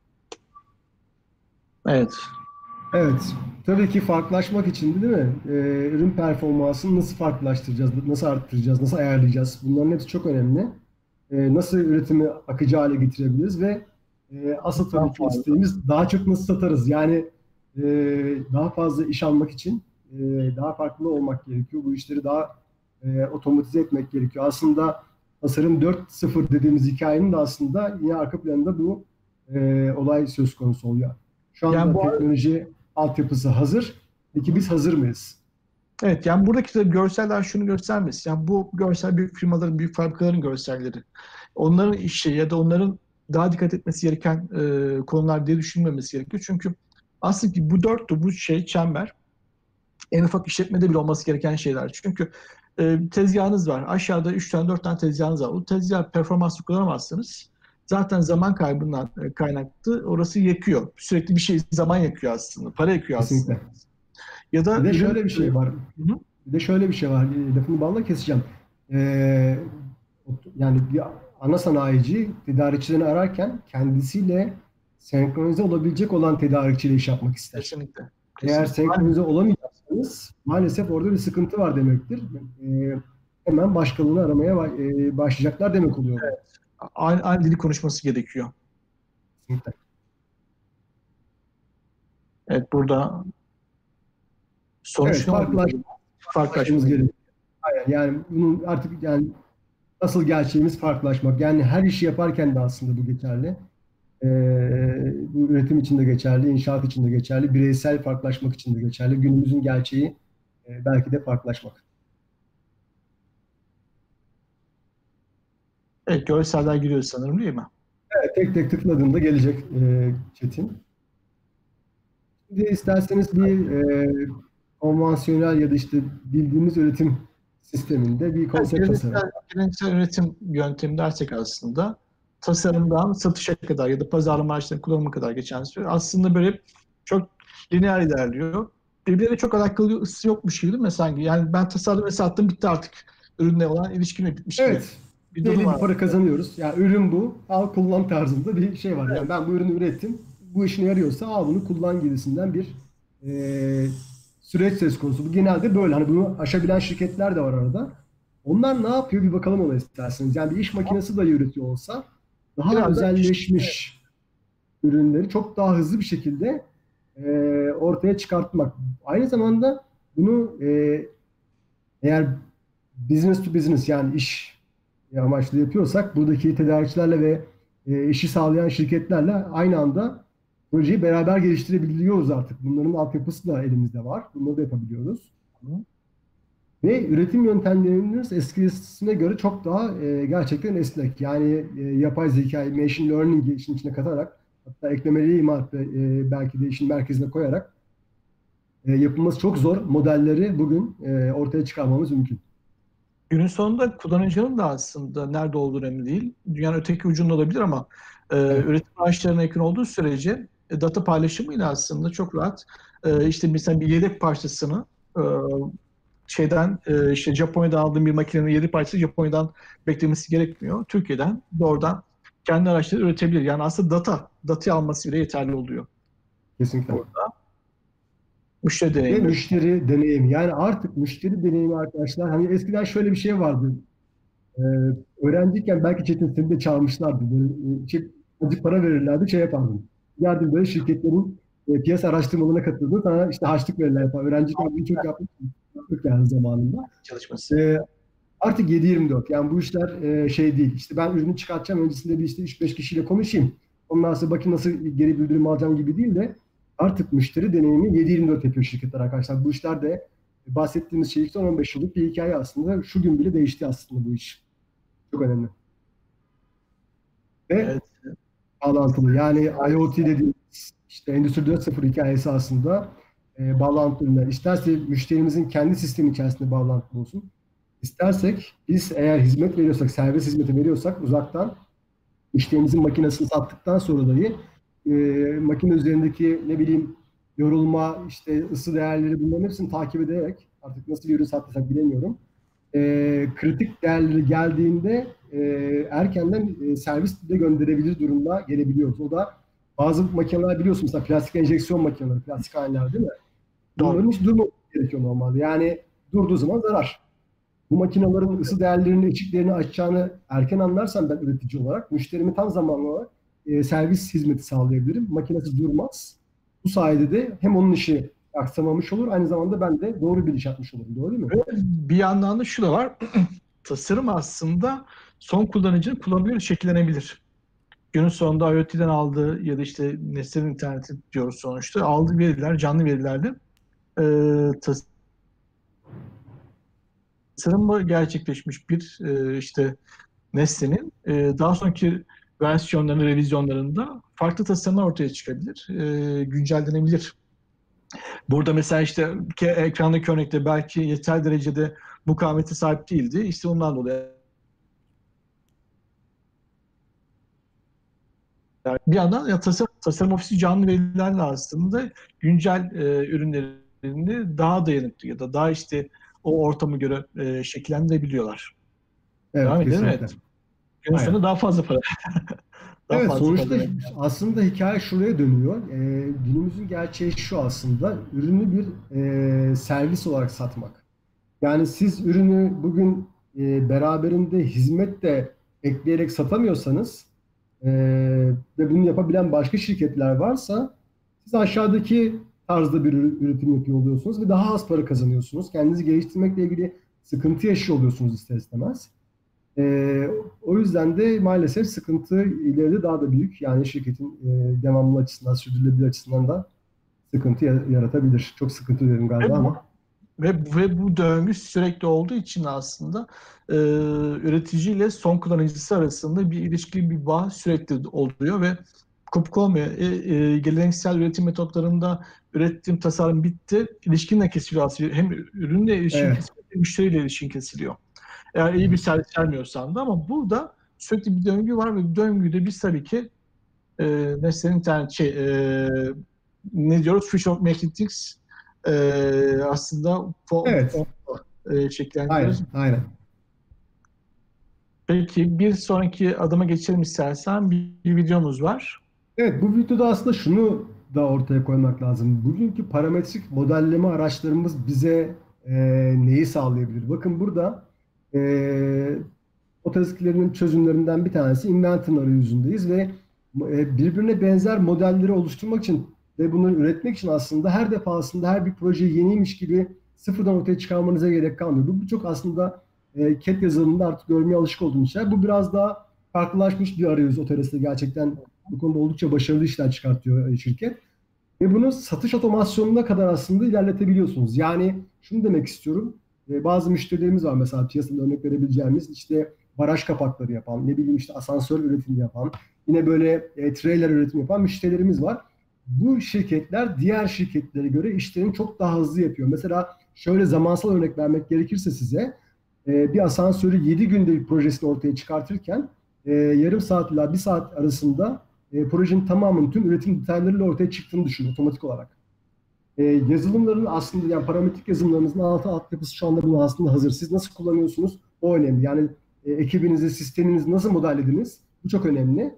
Evet. Evet. Tabii ki farklılaşmak için değil mi? Ee, ürün performansını nasıl farklılaştıracağız, nasıl arttıracağız, nasıl ayarlayacağız? Bunların hepsi çok önemli. Ee, nasıl üretimi akıcı hale getirebiliriz ve e, asıl tabii ki isteğimiz daha çok nasıl satarız? Yani e, daha fazla iş almak için e, daha farklı olmak gerekiyor. Bu işleri daha e, otomatize etmek gerekiyor. Aslında tasarım dört nokta sıfır dediğimiz hikayenin de aslında yine arka planında bu e, olay söz konusu oluyor. Şu anda yani bu teknoloji altyapısı hazır. Peki biz hazır mıyız? Evet, yani buradaki de görseller şunu göstermez. Yani bu görsel büyük firmaların, büyük fabrikaların görselleri. Onların işi ya da onların daha dikkat etmesi gereken e, konular diye düşünmemesi gerekiyor. Çünkü aslında bu dörtlü, bu şey çember en ufak işletmede bile olması gereken şeyler. Çünkü e, tezgahınız var. Aşağıda üç tane, dört tane tezgahınız var. O tezgah performanslı kullanamazsınız. Zaten zaman kaybından kaynaklı orası yakıyor. Sürekli bir şey zaman yakıyor aslında. Para yakıyor aslında. Kesinlikle. Ya da bir de şöyle bir şey var. Hı-hı. Bir de şöyle bir şey var. Lafını balla keseceğim. Ee, yani bir ana sanayici tedarikçilerini ararken kendisiyle senkronize olabilecek olan tedarikçiyle iş yapmak ister. Kesinlikle. Kesinlikle. Eğer senkronize olamayacaksanız maalesef orada bir sıkıntı var demektir. Ee, hemen başkalarını aramaya başlayacaklar demek oluyor. Evet. Aynı, aynı dili konuşması gerekiyor. Kesinlikle. Evet, burada sonuç evet, farklılaş, farklılaşmamız gerekiyor. Aynen, yani bunun artık yani asıl gerçeğimiz farklılaşmak. Yani her işi yaparken de aslında bu geçerli. Ee, bu üretim için de geçerli, inşaat için de geçerli, bireysel farklılaşmak için de geçerli. Günümüzün gerçeği e, belki de farklılaşmak. Evet, görseller giriyor sanırım değil mi? Evet, tek tek tıkladığında gelecek e, Çetin. Şimdi isterseniz bir e, konvansiyonel ya da işte bildiğimiz üretim sisteminde bir konsept tasarım. Geleneksel üretim yöntemi dersek aslında tasarımdan satışa kadar ya da pazarlama araçlarının kullanımı kadar geçen süre aslında böyle çok lineer ilerliyor. Birbirine çok alakalısı yokmuş gibi değil mi sanki? Yani ben tasarladım ve sattım, bitti artık. Ürünle olan ilişkim bitmiş gibi. Evet. Bir belli bir para kazanıyoruz. Yani ürün bu. Al kullan tarzında bir şey var. Evet. Yani ben bu ürünü ürettim. Bu işine yarıyorsa al bunu kullan gibisinden bir e, süreç söz konusu. Bu genelde böyle. Hani bunu aşabilen şirketler de var arada. Onlar ne yapıyor bir bakalım ona isterseniz. Yani bir iş makinesi dahi üretiyor olsa daha biraz özelleşmiş evet. ürünleri çok daha hızlı bir şekilde e, ortaya çıkartmak. Aynı zamanda bunu e, eğer business to business yani iş amaçlı yapıyorsak buradaki tedarikçilerle ve e, işi sağlayan şirketlerle aynı anda projeyi beraber geliştirebiliyoruz artık. Bunların altyapısı da elimizde var. Bunları da yapabiliyoruz. Ve üretim yöntemlerimiz eskisine göre çok daha e, gerçekten esnek. Yani e, yapay zeka, machine learning'i işin içine katarak, hatta eklemeli imalatı e, belki de işin merkezine koyarak e, yapılması çok zor modelleri bugün e, ortaya çıkarmamız mümkün. Günün sonunda kullanıcının da aslında nerede olduğu önemli değil. Dünyanın öteki ucunda olabilir ama e, Evet. üretim araçlarına yakın olduğu sürece e, data paylaşımıyla aslında çok rahat e, işte mesela bir yedek parçasını e, şeyden e, işte Japonya'da aldığım bir makinenin yedek parçası Japonya'dan beklemesi gerekmiyor. Türkiye'den doğrudan kendi araçları üretebilir. Yani aslında data, datayı alması bile yeterli oluyor. Kesinlikle. Orada müşteri Ve deneyimi. müşteri deneyimi. Yani artık müşteri deneyimi arkadaşlar. Hani eskiden şöyle bir şey vardı. Ee, öğrenciyken belki Çetin seni de çalmışlardı. Böyle e, şey, azıcık para verirlerdi, şey yapardın. Yardım böyle şirketlerin e, piyasa araştırmalarına katıldın. Sana işte harçlık verirler falan. Öğrenciyken bunu çok yapmıştık yani zamanında. Çalışması. Ee, artık yedi yirmi dört. Yani bu işler e, şey değil. İşte ben ürünü çıkartacağım. Öncesinde bir işte üç beş kişiyle konuşayım. Ondan sonra bakayım nasıl geri bildirim alacağım gibi değil de artık müşteri deneyimi yedi yirmi dört yapıyor şirketler arkadaşlar. Bu işler de bahsettiğimiz şey son on beş yıllık bir hikaye aslında. Şu gün bile değişti aslında bu iş. Çok önemli. Ve Evet. bağlantılı. Yani IoT dediğimiz işte Endüstri dört nokta sıfır hikayesi aslında e, bağlantılı ürünler. İsterse müşterimizin kendi sistemi içerisinde bağlantılı olsun. İstersek biz eğer hizmet veriyorsak, servis hizmeti veriyorsak uzaktan müşterimizin makinesini sattıktan sonra dahi e, makine üzerindeki ne bileyim yorulma, işte ısı değerleri bunların hepsini takip ederek artık nasıl bir ürün sattıysak bilemiyorum. E, kritik değerleri geldiğinde e, erkenden e, servis de gönderebilir durumda gelebiliyoruz. O da bazı makineler biliyorsunuz mesela plastik enjeksiyon makineleri, plastik haneler değil mi? Bunların hiç durmaması gerekiyor normalde. Yani durduğu zaman zarar. Bu makinelerin ısı değerlerini, eşiklerini açacağını erken anlarsam ben üretici olarak müşterime tam zamanlı e, servis hizmeti sağlayabilirim. Makinesi durmaz. Bu sayede de hem onun işi aksamamış olur, aynı zamanda ben de doğru bir iş yapmış olurum. Doğru değil mi? Ve bir yandan da şu da var. Tasarım aslında son kullanıcının kullanımıyla şekillenebilir. Günün sonunda IoT'den aldığı ya da işte nesnenin interneti diyoruz sonuçta. Aldığı veriler, canlı verilerdi. Ee, tasarımla gerçekleşmiş bir e, işte nesnenin e, daha sonraki versiyonlarında, revizyonlarında farklı tasarımlar ortaya çıkabilir, e, güncellenebilir. Burada mesela işte ekrandaki örnekte belki yeter derecede mukavemete sahip değildi. İşte ondan dolayı yani bir yandan ya tasarım, tasarım ofisi canlı verilerle aslında güncel e, ürünlerini daha dayanıklı ya da daha işte o ortamı göre e, şekillendirebiliyorlar. Evet, Devam edelim, kesinlikle. evet. Günün Aynen. sonunda daha fazla para. daha Evet, fazla sonuçta para. aslında hikaye şuraya dönüyor. Ee, günümüzün gerçeği şu aslında, ürünü bir e, servis olarak satmak. Yani siz ürünü bugün e, beraberinde hizmet de ekleyerek satamıyorsanız e, ve bunu yapabilen başka şirketler varsa siz aşağıdaki tarzda bir ür- üretim yapıyor oluyorsunuz ve daha az para kazanıyorsunuz. Kendinizi geliştirmekle ilgili sıkıntı yaşıyor oluyorsunuz ister istemez. E, o yüzden de maalesef sıkıntı ileride daha da büyük. Yani şirketin e, devamlı açısından, sürdürülebilir açısından da sıkıntı ya- yaratabilir. Çok sıkıntı dedim Ve galiba bu, ama. ve, ve bu döngü sürekli olduğu için aslında e, üreticiyle son kullanıcısı arasında bir ilişki, bir bağ sürekli oluyor ve kopuk olmuyor. E, e, geleneksel üretim metotlarında ürettiğim tasarım bitti, ilişkin de kesiliyor aslında. Hem ürünle ilişkin Evet. kesiliyor, hem müşteriyle ilişkin kesiliyor. Eğer iyi bir servis vermiyorsan da, ama burada sürekli bir döngü var ve bu döngüde biz tabii ki e, nesnenin internet şey e, ne diyoruz? Future of Making Things e, aslında fo, Evet. fo, e, Aynen. şeklendiriyoruz. Aynen. Peki bir sonraki adıma geçelim istersen. Bir, bir videomuz var. Evet, bu videoda aslında şunu da ortaya koymak lazım. Bugünkü parametrik modelleme araçlarımız bize e, neyi sağlayabilir? Bakın burada e, otomatiklerinin çözümlerinden bir tanesi Inventor'ın arayüzündeyiz ve e, birbirine benzer modelleri oluşturmak için ve bunu üretmek için aslında her defasında her bir proje yeniymiş gibi sıfırdan ortaya çıkarmanıza gerek kalmıyor. Bu, bu çok aslında e, C A D yazılımında artık görmeye alışık olduğumuz şeyler. Bu biraz daha farklılaşmış bir arayüz Otoles'te. Gerçekten bu konuda oldukça başarılı işler çıkartıyor e, şirket. Ve bunu satış otomasyonuna kadar aslında ilerletebiliyorsunuz. Yani şunu demek istiyorum. E, bazı müşterilerimiz var mesela piyasada örnek verebileceğimiz, işte baraj kapakları yapan, ne bileyim işte asansör üretimi yapan, yine böyle e, trailer üretimi yapan müşterilerimiz var. Bu şirketler diğer şirketlere göre işlerini çok daha hızlı yapıyor. Mesela şöyle zamansal örnek vermek gerekirse size, e, bir asansörü yedi günde bir projesini ortaya çıkartırken e, yarım saat ila bir saat arasında e, projenin tamamının tüm üretim detaylarıyla ortaya çıktığını düşünün otomatik olarak. E, yazılımların aslında, yani parametrik yazılımlarınızın altı altyapısı şu anda bunun aslında hazır. Siz nasıl kullanıyorsunuz? O önemli. Yani e, ekibinizi, sisteminizi nasıl modellediniz? Bu çok önemli.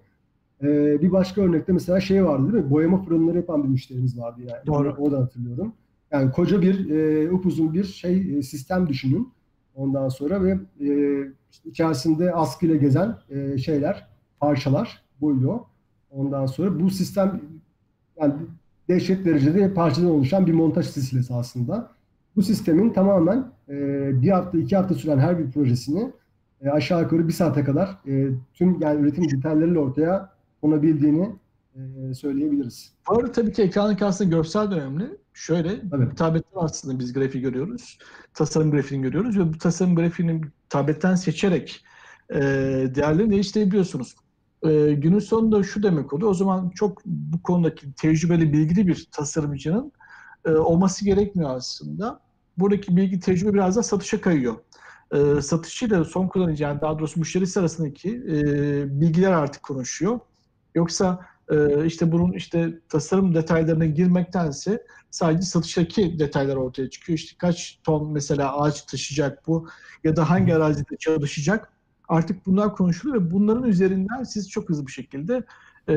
E, bir başka örnekte mesela şey vardı değil mi? Boyama fırınları yapan bir müşterimiz vardı yani. Doğru. O da hatırlıyorum. Yani koca bir, e, upuzun bir şey e, sistem düşünün. Ondan sonra ve e, işte içerisinde askıyla gezen e, şeyler, parçalar boyuyor. Ondan sonra bu sistem yani dehşet derecede parçadan oluşan bir montaj silsilesi aslında. Bu sistemin tamamen e, bir hafta, iki hafta süren her bir projesini e, aşağı yukarı bir saate kadar e, tüm yani üretim detaylarıyla ortaya konabildiğini e, söyleyebiliriz. Bu arada tabii ki ekranlık aslında görsel de önemli. Şöyle, Evet. tabletten aslında biz grafiği görüyoruz. Tasarım grafiğini görüyoruz ve bu tasarım grafiğini tabletten seçerek e, değerlerini değiştirebiliyorsunuz. E, günün sonunda şu demek oluyor. O zaman çok bu konudaki tecrübeli, bilgili bir tasarımcının e, olması gerekmiyor aslında. Buradaki bilgi, tecrübe biraz da satışa kayıyor. E, satışçıyla son kullanıcı, yani daha doğrusu müşterisi arasındaki e, bilgiler artık konuşuyor. Yoksa e, işte bunun işte tasarım detaylarına girmektense sadece satıştaki detaylar ortaya çıkıyor. İşte kaç ton mesela ağaç taşıyacak bu ya da hangi arazide çalışacak. Artık bunlar konuşuluyor ve bunların üzerinden siz çok hızlı bir şekilde e,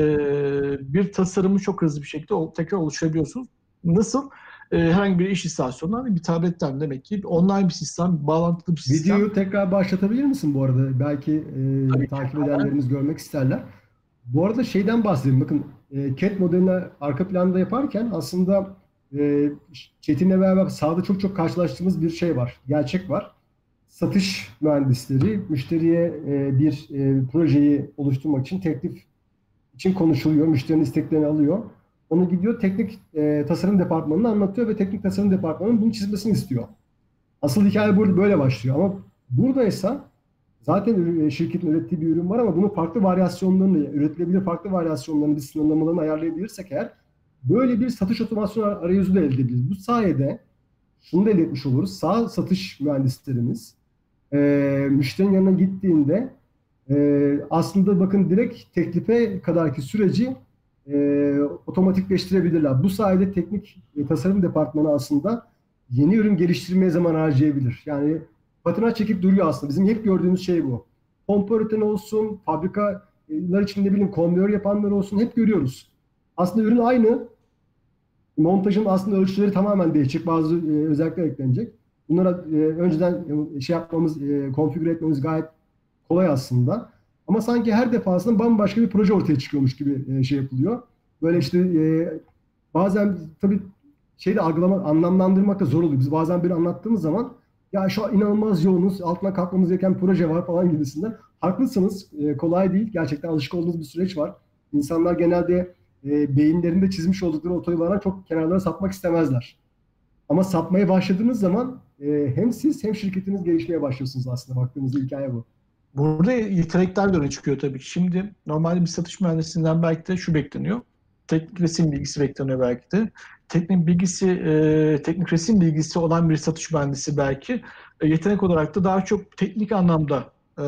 bir tasarımı çok hızlı bir şekilde tekrar oluşturabiliyorsunuz. Nasıl? E, herhangi bir iş istasyonundan bir tabletten, demek ki online bir sistem, bağlantılı bir sistem. Videoyu tekrar başlatabilir misin bu arada? Belki e, Tabii takip ki. edenlerimiz görmek isterler. Bu arada şeyden bahsedeyim. Bakın e, C A D modelini arka planda yaparken aslında e, Çetin'le beraber sahada çok çok karşılaştığımız bir şey var. Gerçek var. Satış mühendisleri müşteriye e, bir e, projeyi oluşturmak için teklif için konuşuluyor. Müşterinin isteklerini alıyor. Onu gidiyor teknik e, tasarım departmanına anlatıyor ve teknik tasarım departmanının bunu çizmesini istiyor. Asıl hikaye burada böyle başlıyor ama buradaysa zaten ürün, şirketin ürettiği bir ürün var ama bunun farklı varyasyonlarını, üretilebilir farklı varyasyonlarını, bir sınırlamalarını ayarlayabilirsek eğer böyle bir satış otomasyon arayüzü de elde edebiliriz. Bu sayede şunu da elde etmiş oluruz. Sağ satış mühendislerimiz e, müşterinin yanına gittiğinde e, aslında bakın direkt teklife kadarki süreci e, otomatikleştirebilirler. Bu sayede teknik e, tasarım departmanı aslında yeni ürün geliştirmeye zaman harcayabilir. Yani patina çekip duruyor aslında. Bizim hep gördüğümüz şey bu. Pompa üreten olsun, fabrikalar için ne bileyim konveyör yapanlar olsun hep görüyoruz. Aslında ürün aynı. Montajın aslında ölçüleri tamamen değişecek. Bazı e, özellikler eklenecek. Bunlara e, önceden e, şey yapmamız, e, konfigüre etmemiz gayet kolay aslında. Ama sanki her defasında bambaşka bir proje ortaya çıkıyormuş gibi e, şey yapılıyor. Böyle işte e, bazen tabii şeyde algılamak, anlamlandırmak da zor oluyor. Biz bazen bir anlattığımız zaman ya şu an inanılmaz yoğunuz, altına kalkmamız gereken proje var falan gibisinden. Haklısınız, e, kolay değil. Gerçekten alışık olduğunuz bir süreç var. İnsanlar genelde e, beyinlerinde çizmiş oldukları otoyollardan çok kenarlara sapmak istemezler. Ama sapmaya başladığınız zaman e, hem siz hem şirketiniz gelişmeye başlıyorsunuz aslında. Baktığımızda hikaye bu. Burada yetenekler de öne çıkıyor tabii ki. Şimdi normalde bir satış mühendisinden belki de şu bekleniyor. Teknik resim bilgisi bekleniyor belki de. Teknik bilgisi, e, teknik resim bilgisi olan bir satış mühendisi belki e, yetenek olarak da daha çok teknik anlamda e,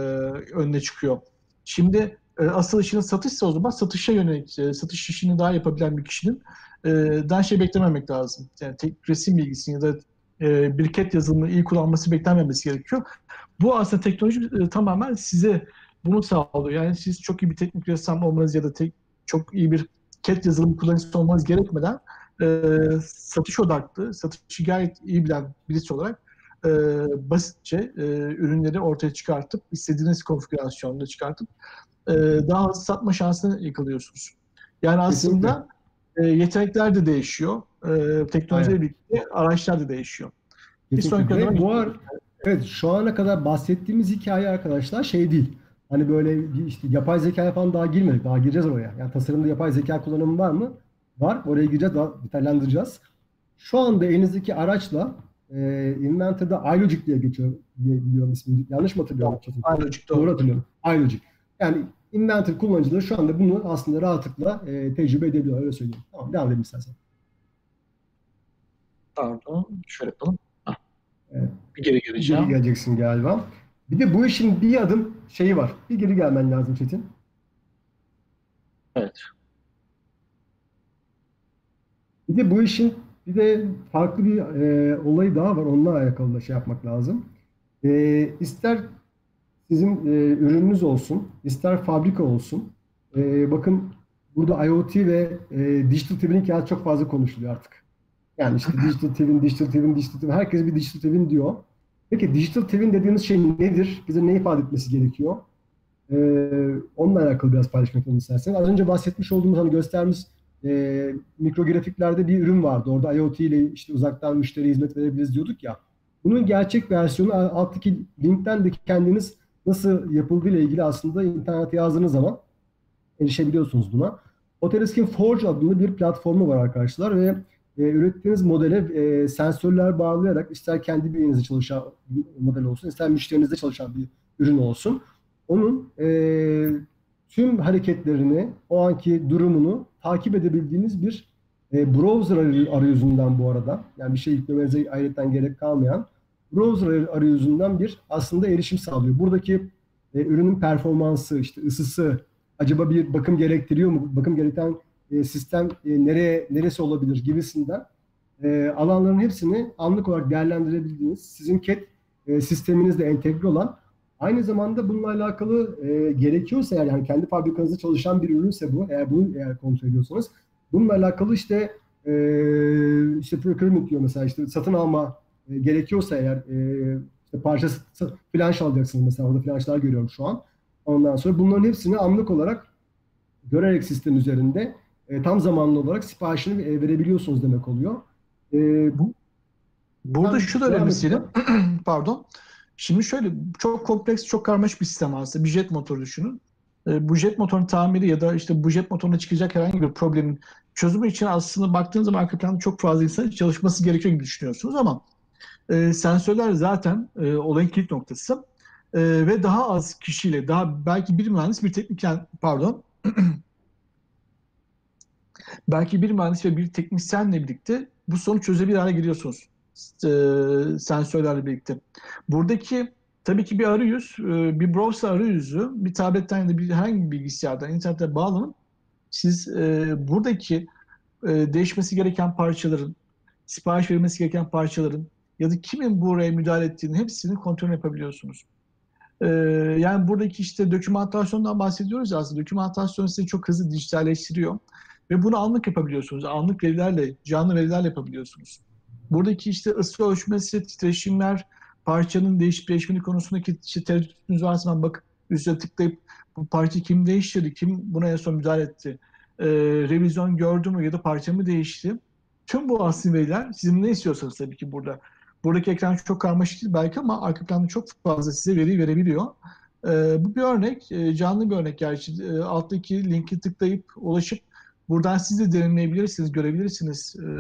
önüne çıkıyor. Şimdi e, asıl işinin satışsa o zaman satışa yönelik, e, satış işini daha yapabilen bir kişinin e, daha şey beklememek lazım. Yani teknik resim bilgisini ya da e, bir C A D yazılımını iyi kullanması beklenmemesi gerekiyor. Bu aslında teknoloji e, tamamen size bunu sağlıyor. Yani siz çok iyi bir teknik ressam olmanız ya da tek, çok iyi bir C A D yazılımı kullanıcısı olmanız gerekmeden e, satış odaklı, satışı gayet iyi bilen birisi olarak e, basitçe e, ürünleri ortaya çıkartıp, istediğiniz konfigürasyonda çıkartıp e, daha hızlı satma şansını yakalıyorsunuz. Yani aslında e, yetenekler de değişiyor. E, teknolojiyle birlikte araçlar da değişiyor. Bir sonraki Kesinlikle. adıma Bu, ar Evet, şu ana kadar bahsettiğimiz hikaye arkadaşlar şey değil. Hani böyle bir işte yapay zeka falan daha girmedik. Daha gireceğiz oraya. Yani tasarımda yapay zeka kullanımı var mı? Var. Oraya gireceğiz. Daha detaylandıracağız. Şu anda elinizdeki araçla e, Inventor'da iLogic diye geçiyor diye biliyorum ismini. Yanlış mı hatırlıyorum? Çetin? Aynı logic Doğru doğru. hatırlıyorum. iLogic. Yani Inventor kullanıcıları şu anda bunu aslında rahatlıkla e, tecrübe edebiliyor. Öyle söyleyeyim. Tamam, devam edelim istersen. Pardon. Şöyle yapalım. Hah, Evet. bir geri Bir geri geleceğim. geleceksin galiba. Bir de bu işin bir adım şeyi var. Bir geri gelmen lazım Çetin. Evet. Bir de bu işin bir de farklı bir e, olayı daha var. Onunla alakalı da şey yapmak lazım. E, ister sizin e, ürününüz olsun, ister fabrika olsun. E, bakın burada IoT ve e, Digital Twinning ya çok fazla konuşuluyor artık. Yani işte Digital Twin, Digital Twin, Digital Twin. Herkes bir Digital Twin diyor. Peki Digital Twin dediğimiz şey nedir? Bize ne ifade etmesi gerekiyor? Ee, onunla alakalı biraz paylaşmak istedim isterseniz. Az önce bahsetmiş olduğumuz hani göstermiş e, mikrografiklerde bir ürün vardı. Orada IoT ile işte uzaktan müşteriye hizmet verebiliriz diyorduk ya. Bunun gerçek versiyonu alttaki linkten de kendiniz nasıl yapıldığı ile ilgili aslında internete yazdığınız zaman erişebiliyorsunuz buna. Oteliskin Forge adında bir platformu var arkadaşlar ve e, ürettiğiniz modele e, sensörler bağlayarak ister kendi bünyenizde çalışan bir model olsun, ister müşterinizde çalışan bir ürün olsun. Onun e, tüm hareketlerini, o anki durumunu takip edebildiğiniz bir e, browser arayüzünden bu arada, yani bir şey yüklemenize ayrıca gerek kalmayan browser arayüzünden bir aslında erişim sağlıyor. Buradaki e, ürünün performansı, işte ısısı, acaba bir bakım gerektiriyor mu? Bakım gereken e, sistem e, nereye neresi olabilir gibisinden e, alanların hepsini anlık olarak değerlendirebildiğiniz, sizin C A D e, sisteminizle entegre olan, aynı zamanda bununla alakalı e, gerekiyorsa eğer yani kendi fabrikanızda çalışan bir ürünse bu, eğer bunu eğer kontrol ediyorsanız, bununla alakalı işte e, işte procurement diyor mesela, işte satın alma e, gerekiyorsa eğer e, işte parça flanş alacaksınız mesela, orada flanşlar görüyorum şu an. Ondan sonra bunların hepsini anlık olarak görerek sistem üzerinde e, tam zamanlı olarak siparişini e, verebiliyorsunuz demek oluyor. E, Bu, burada Sen şu da devam önemli et Selim. lütfen. Pardon. Şimdi şöyle çok kompleks, çok karmaşık bir sistem aslında. Bir jet motoru düşünün. E, bu jet motorun tamiri ya da işte bu jet motoruna çıkacak herhangi bir problemin çözümü için aslında baktığınız zaman arka planda çok fazla insan çalışması gerekiyor gibi düşünüyorsunuz ama e, sensörler zaten e, olayın kilit noktası. E, ve daha az kişiyle, daha belki bir mühendis, bir tekniken, pardon, belki bir mühendis ve bir teknisyenle birlikte bu sorunu çözebilir hale geliyorsunuz. E, sensörlerle birlikte. Buradaki tabii ki bir arayüz, e, bir browser arayüzü, bir tabletten ya da bir herhangi bir bilgisayardan internete bağlanıp siz e, buradaki e, değişmesi gereken parçaların, sipariş verilmesi gereken parçaların ya da kimin buraya müdahale ettiğini hepsini kontrol yapabiliyorsunuz. Ee, yani buradaki işte dokümantasyondan bahsediyoruz ya, aslında dokümantasyon sizi çok hızlı dijitalleştiriyor ve bunu anlık yapabiliyorsunuz. Anlık verilerle, canlı verilerle yapabiliyorsunuz. Buradaki işte ısı ölçmesi, titreşimler, parçanın değişip değişmediği konusundaki işte tereddütünüz varsa ben bakıp üstüne tıklayıp bu parça kim değiştirdi, kim buna en son müdahale etti, ee, revizyon gördü mü ya da parça mı değişti. Tüm bu aslında veriler sizin ne istiyorsanız tabii ki burada. Buradaki ekran çok karmaşık değil belki ama arka planda çok fazla size veri verebiliyor. Ee, bu bir örnek, e, canlı bir örnek gerçi. E, alttaki linki tıklayıp ulaşıp buradan siz de deneyimleyebilirsiniz, görebilirsiniz e,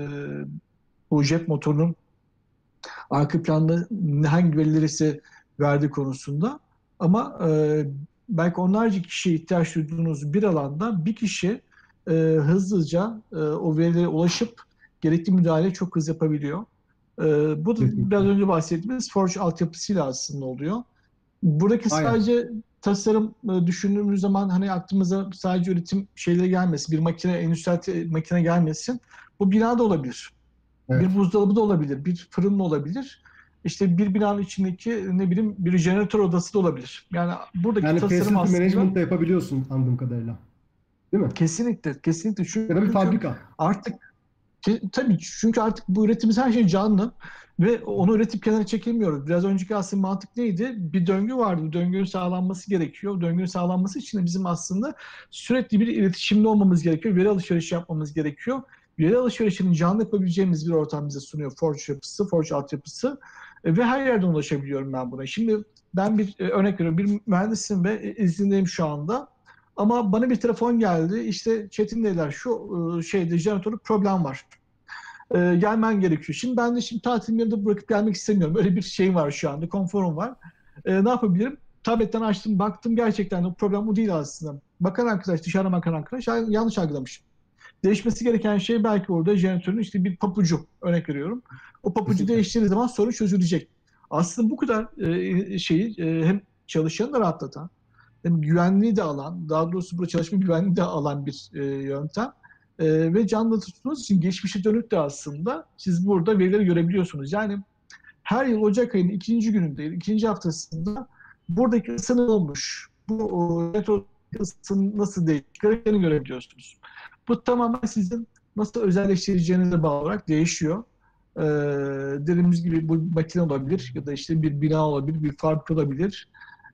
bu jet motorunun arka planda hangi verileri size verdiği konusunda. Ama e, belki onlarca kişiye ihtiyaç duyduğunuz bir alanda bir kişi e, hızlıca e, o verilere ulaşıp gerekli müdahale çok hızlı yapabiliyor. E, bu da biraz Kesinlikle. önce bahsettiğimiz Forge altyapısıyla aslında oluyor. Buradaki Aynen. sadece tasarım e, düşündüğümüz zaman hani aklımıza sadece üretim şeyleri gelmesin, bir makine, endüstriyel te- makine gelmesin. Bu binada olabilir. Evet. Bir buzdolabı da olabilir, bir fırın da olabilir. İşte bir binanın içindeki ne bileyim bir jeneratör odası da olabilir. Yani buradaki Yani tasarım facility aslında management da yapabiliyorsun anladığım kadarıyla. Değil mi? kesinlikle, kesinlikle Ya da bir çünkü fabrika. artık Ki, tabii çünkü artık bu ürettiğimiz her şey canlı ve onu üretip kenara çekemiyoruz. Biraz önceki aslında mantık neydi? Bir döngü vardı. Bu döngünün sağlanması gerekiyor. Döngünün sağlanması için de bizim aslında sürekli bir iletişimde olmamız gerekiyor. Veri alışverişi yapmamız gerekiyor. Veri alışverişinin canlı yapabileceğimiz bir ortam bize sunuyor Forge yapısı, Forge altyapısı. E, ve her yerden ulaşabiliyorum ben buna. Şimdi ben bir e, örnek veriyorum. Bir mühendisim ve e, izindeyim şu anda. Ama bana bir telefon geldi. İşte Çetin dediler şu e, şeyde jeneratörde problem var. E, gelmen gerekiyor. Şimdi ben de şimdi tatilimi yarıda bırakıp gelmek istemiyorum. Öyle bir şey var şu anda. Konforum var. E, ne yapabilirim? Tabletten açtım, baktım gerçekten de problem o değil aslında. Bakan arkadaş, dışarıdan bakan arkadaş yanlış algılamış. Değişmesi gereken şey belki orada jeneratörün işte bir papucu, örnek veriyorum. O papucu Kesinlikle. değiştiği zaman sorun çözülecek. Aslında bu kadar e, şeyi e, hem çalışanı da rahatlatan, hem güvenliği de alan, daha doğrusu burada çalışma güvenliği de alan bir e, yöntem. E, ve canlı tuttuğunuz için geçmişe dönük de aslında siz burada verileri görebiliyorsunuz. Yani her yıl Ocak ayının ikinci gününde, ikinci haftasında buradaki ısınma olmuş. Bu metro ısının nasıl değiştiklerini görebiliyorsunuz. Bu tamamen sizin nasıl özelleştireceğinize bağlı olarak değişiyor. Ee, dediğimiz gibi bu makine olabilir ya da işte bir bina olabilir, bir fabrika olabilir.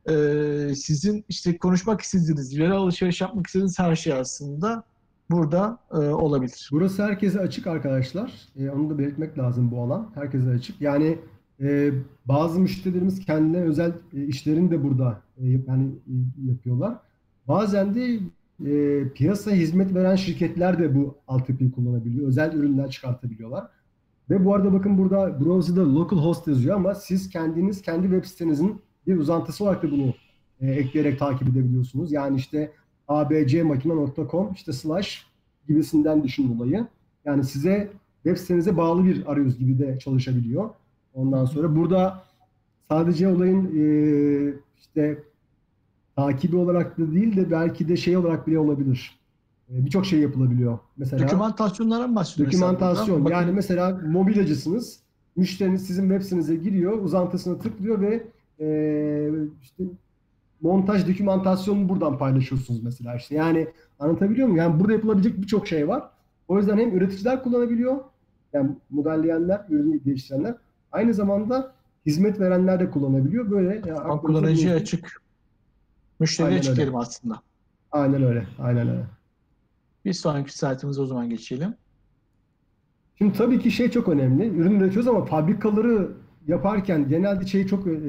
Ee, sizin işte konuşmak istediğiniz, veri alışveriş yapmak istediğiniz her şey aslında burada e, olabilir. Burası herkese açık arkadaşlar. E, onu da belirtmek lazım bu alan. Herkese açık. Yani e, bazı müşterilerimiz kendine özel e, işlerini de burada e, yani e, yapıyorlar. Bazen de e, piyasaya hizmet veren şirketler de bu altyapıyı kullanabiliyor. Özel ürünler çıkartabiliyorlar. Ve bu arada bakın burada browser'da localhost yazıyor ama siz kendiniz kendi web sitenizin bir uzantısı olarak da bunu e, ekleyerek takip edebiliyorsunuz. Yani işte a b c makina nokta com işte slash gibisinden düşün olayı. Yani size web sitenize bağlı bir arayüz gibi de çalışabiliyor. Ondan sonra burada sadece olayın e, işte takibi olarak da değil de belki de şey olarak bile olabilir. E, birçok şey yapılabiliyor. Mesela Dokümantasyonlara mı bahsediyorsunuz? dokümantasyon. Bakın. Yani mesela mobilyacısınız. Müşteriniz sizin web sitenize giriyor, uzantısına tıklıyor ve e, işte montaj dokümantasyonunu buradan paylaşıyorsunuz mesela işte. Yani anlatabiliyor muyum? Yani burada yapılabilecek birçok şey var. O yüzden hem üreticiler kullanabiliyor, yani modelleyenler, ürünü geliştirenler, aynı zamanda hizmet verenler de kullanabiliyor. Böyle yani Ama kullanıcıya açık, müşteriye Aynen açık öyle. diyelim aslında. Aynen öyle, aynen öyle. Bir sonraki saatimize o zaman geçelim. Şimdi tabii ki şey çok önemli. Ürün üretiyoruz ama fabrikaları yaparken genelde şey çok e,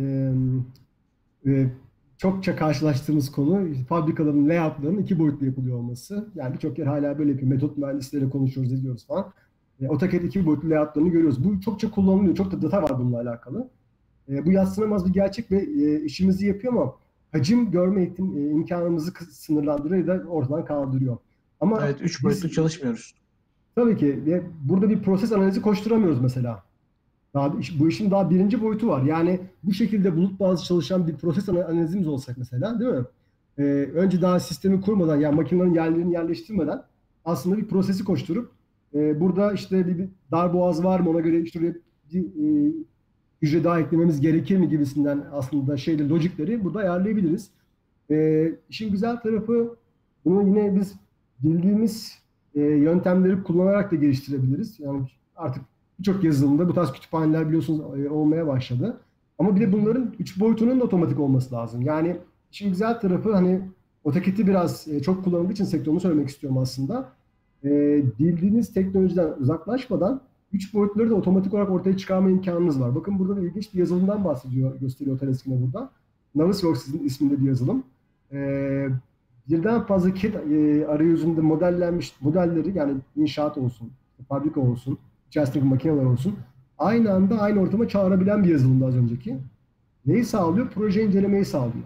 e, çokça karşılaştığımız konu fabrikaların layoutlarının iki boyutlu yapılıyor olması. Yani birçok yer hala böyle yapıyor. Metot mühendisleriyle konuşuyoruz, ediyoruz falan. E, AutoCAD iki boyutlu layoutlarını görüyoruz. Bu çokça kullanılıyor. Çok da data var bununla alakalı. E, bu yadsınamaz bir gerçek ve e, işimizi yapıyor ama hacim görme ihtim, e, imkanımızı sınırlandırıyor ya da ortadan kaldırıyor. Ama Evet, üç boyutlu biz, çalışmıyoruz. tabii ki ve burada bir proses analizi koşturamıyoruz mesela. Daha, bu işin daha birinci boyutu var. Yani bu şekilde bulut bazlı çalışan bir proses analizimiz olsak mesela, değil mi? Ee, önce daha sistemi kurmadan, yani makinelerin yerlerini yerleştirmeden aslında bir prosesi koşturup e, burada işte bir, bir dar boğaz var mı, ona göre işte bir e, hücre daha eklememiz gerekir mi gibisinden aslında şeyle logikleri burada ayarlayabiliriz. E, işin güzel tarafı bunu yine biz bildiğimiz e, yöntemleri kullanarak da geliştirebiliriz. Yani artık birçok yazılımda bu tarz kütüphaneler biliyorsunuz olmaya başladı. Ama bir de bunların üç boyutunun da otomatik olması lazım. Yani işin güzel tarafı hani AutoCAD'i biraz çok kullanıldığı için sektörünü söylemek istiyorum aslında. E, bildiğiniz teknolojiden uzaklaşmadan üç boyutları da otomatik olarak ortaya çıkarma imkanınız var. Bakın burada da ilginç bir yazılımdan bahsediyor, gösteriyor Oteleskine burada. Navisworks isminde bir yazılım. E, birden fazla C A D e, arayüzünde modellenmiş modelleri, yani inşaat olsun, fabrika olsun, içerisindeki makineler olsun, aynı anda aynı ortama çağırabilen bir yazılımda az önceki. Neyi sağlıyor? Proje incelemeyi sağlıyor.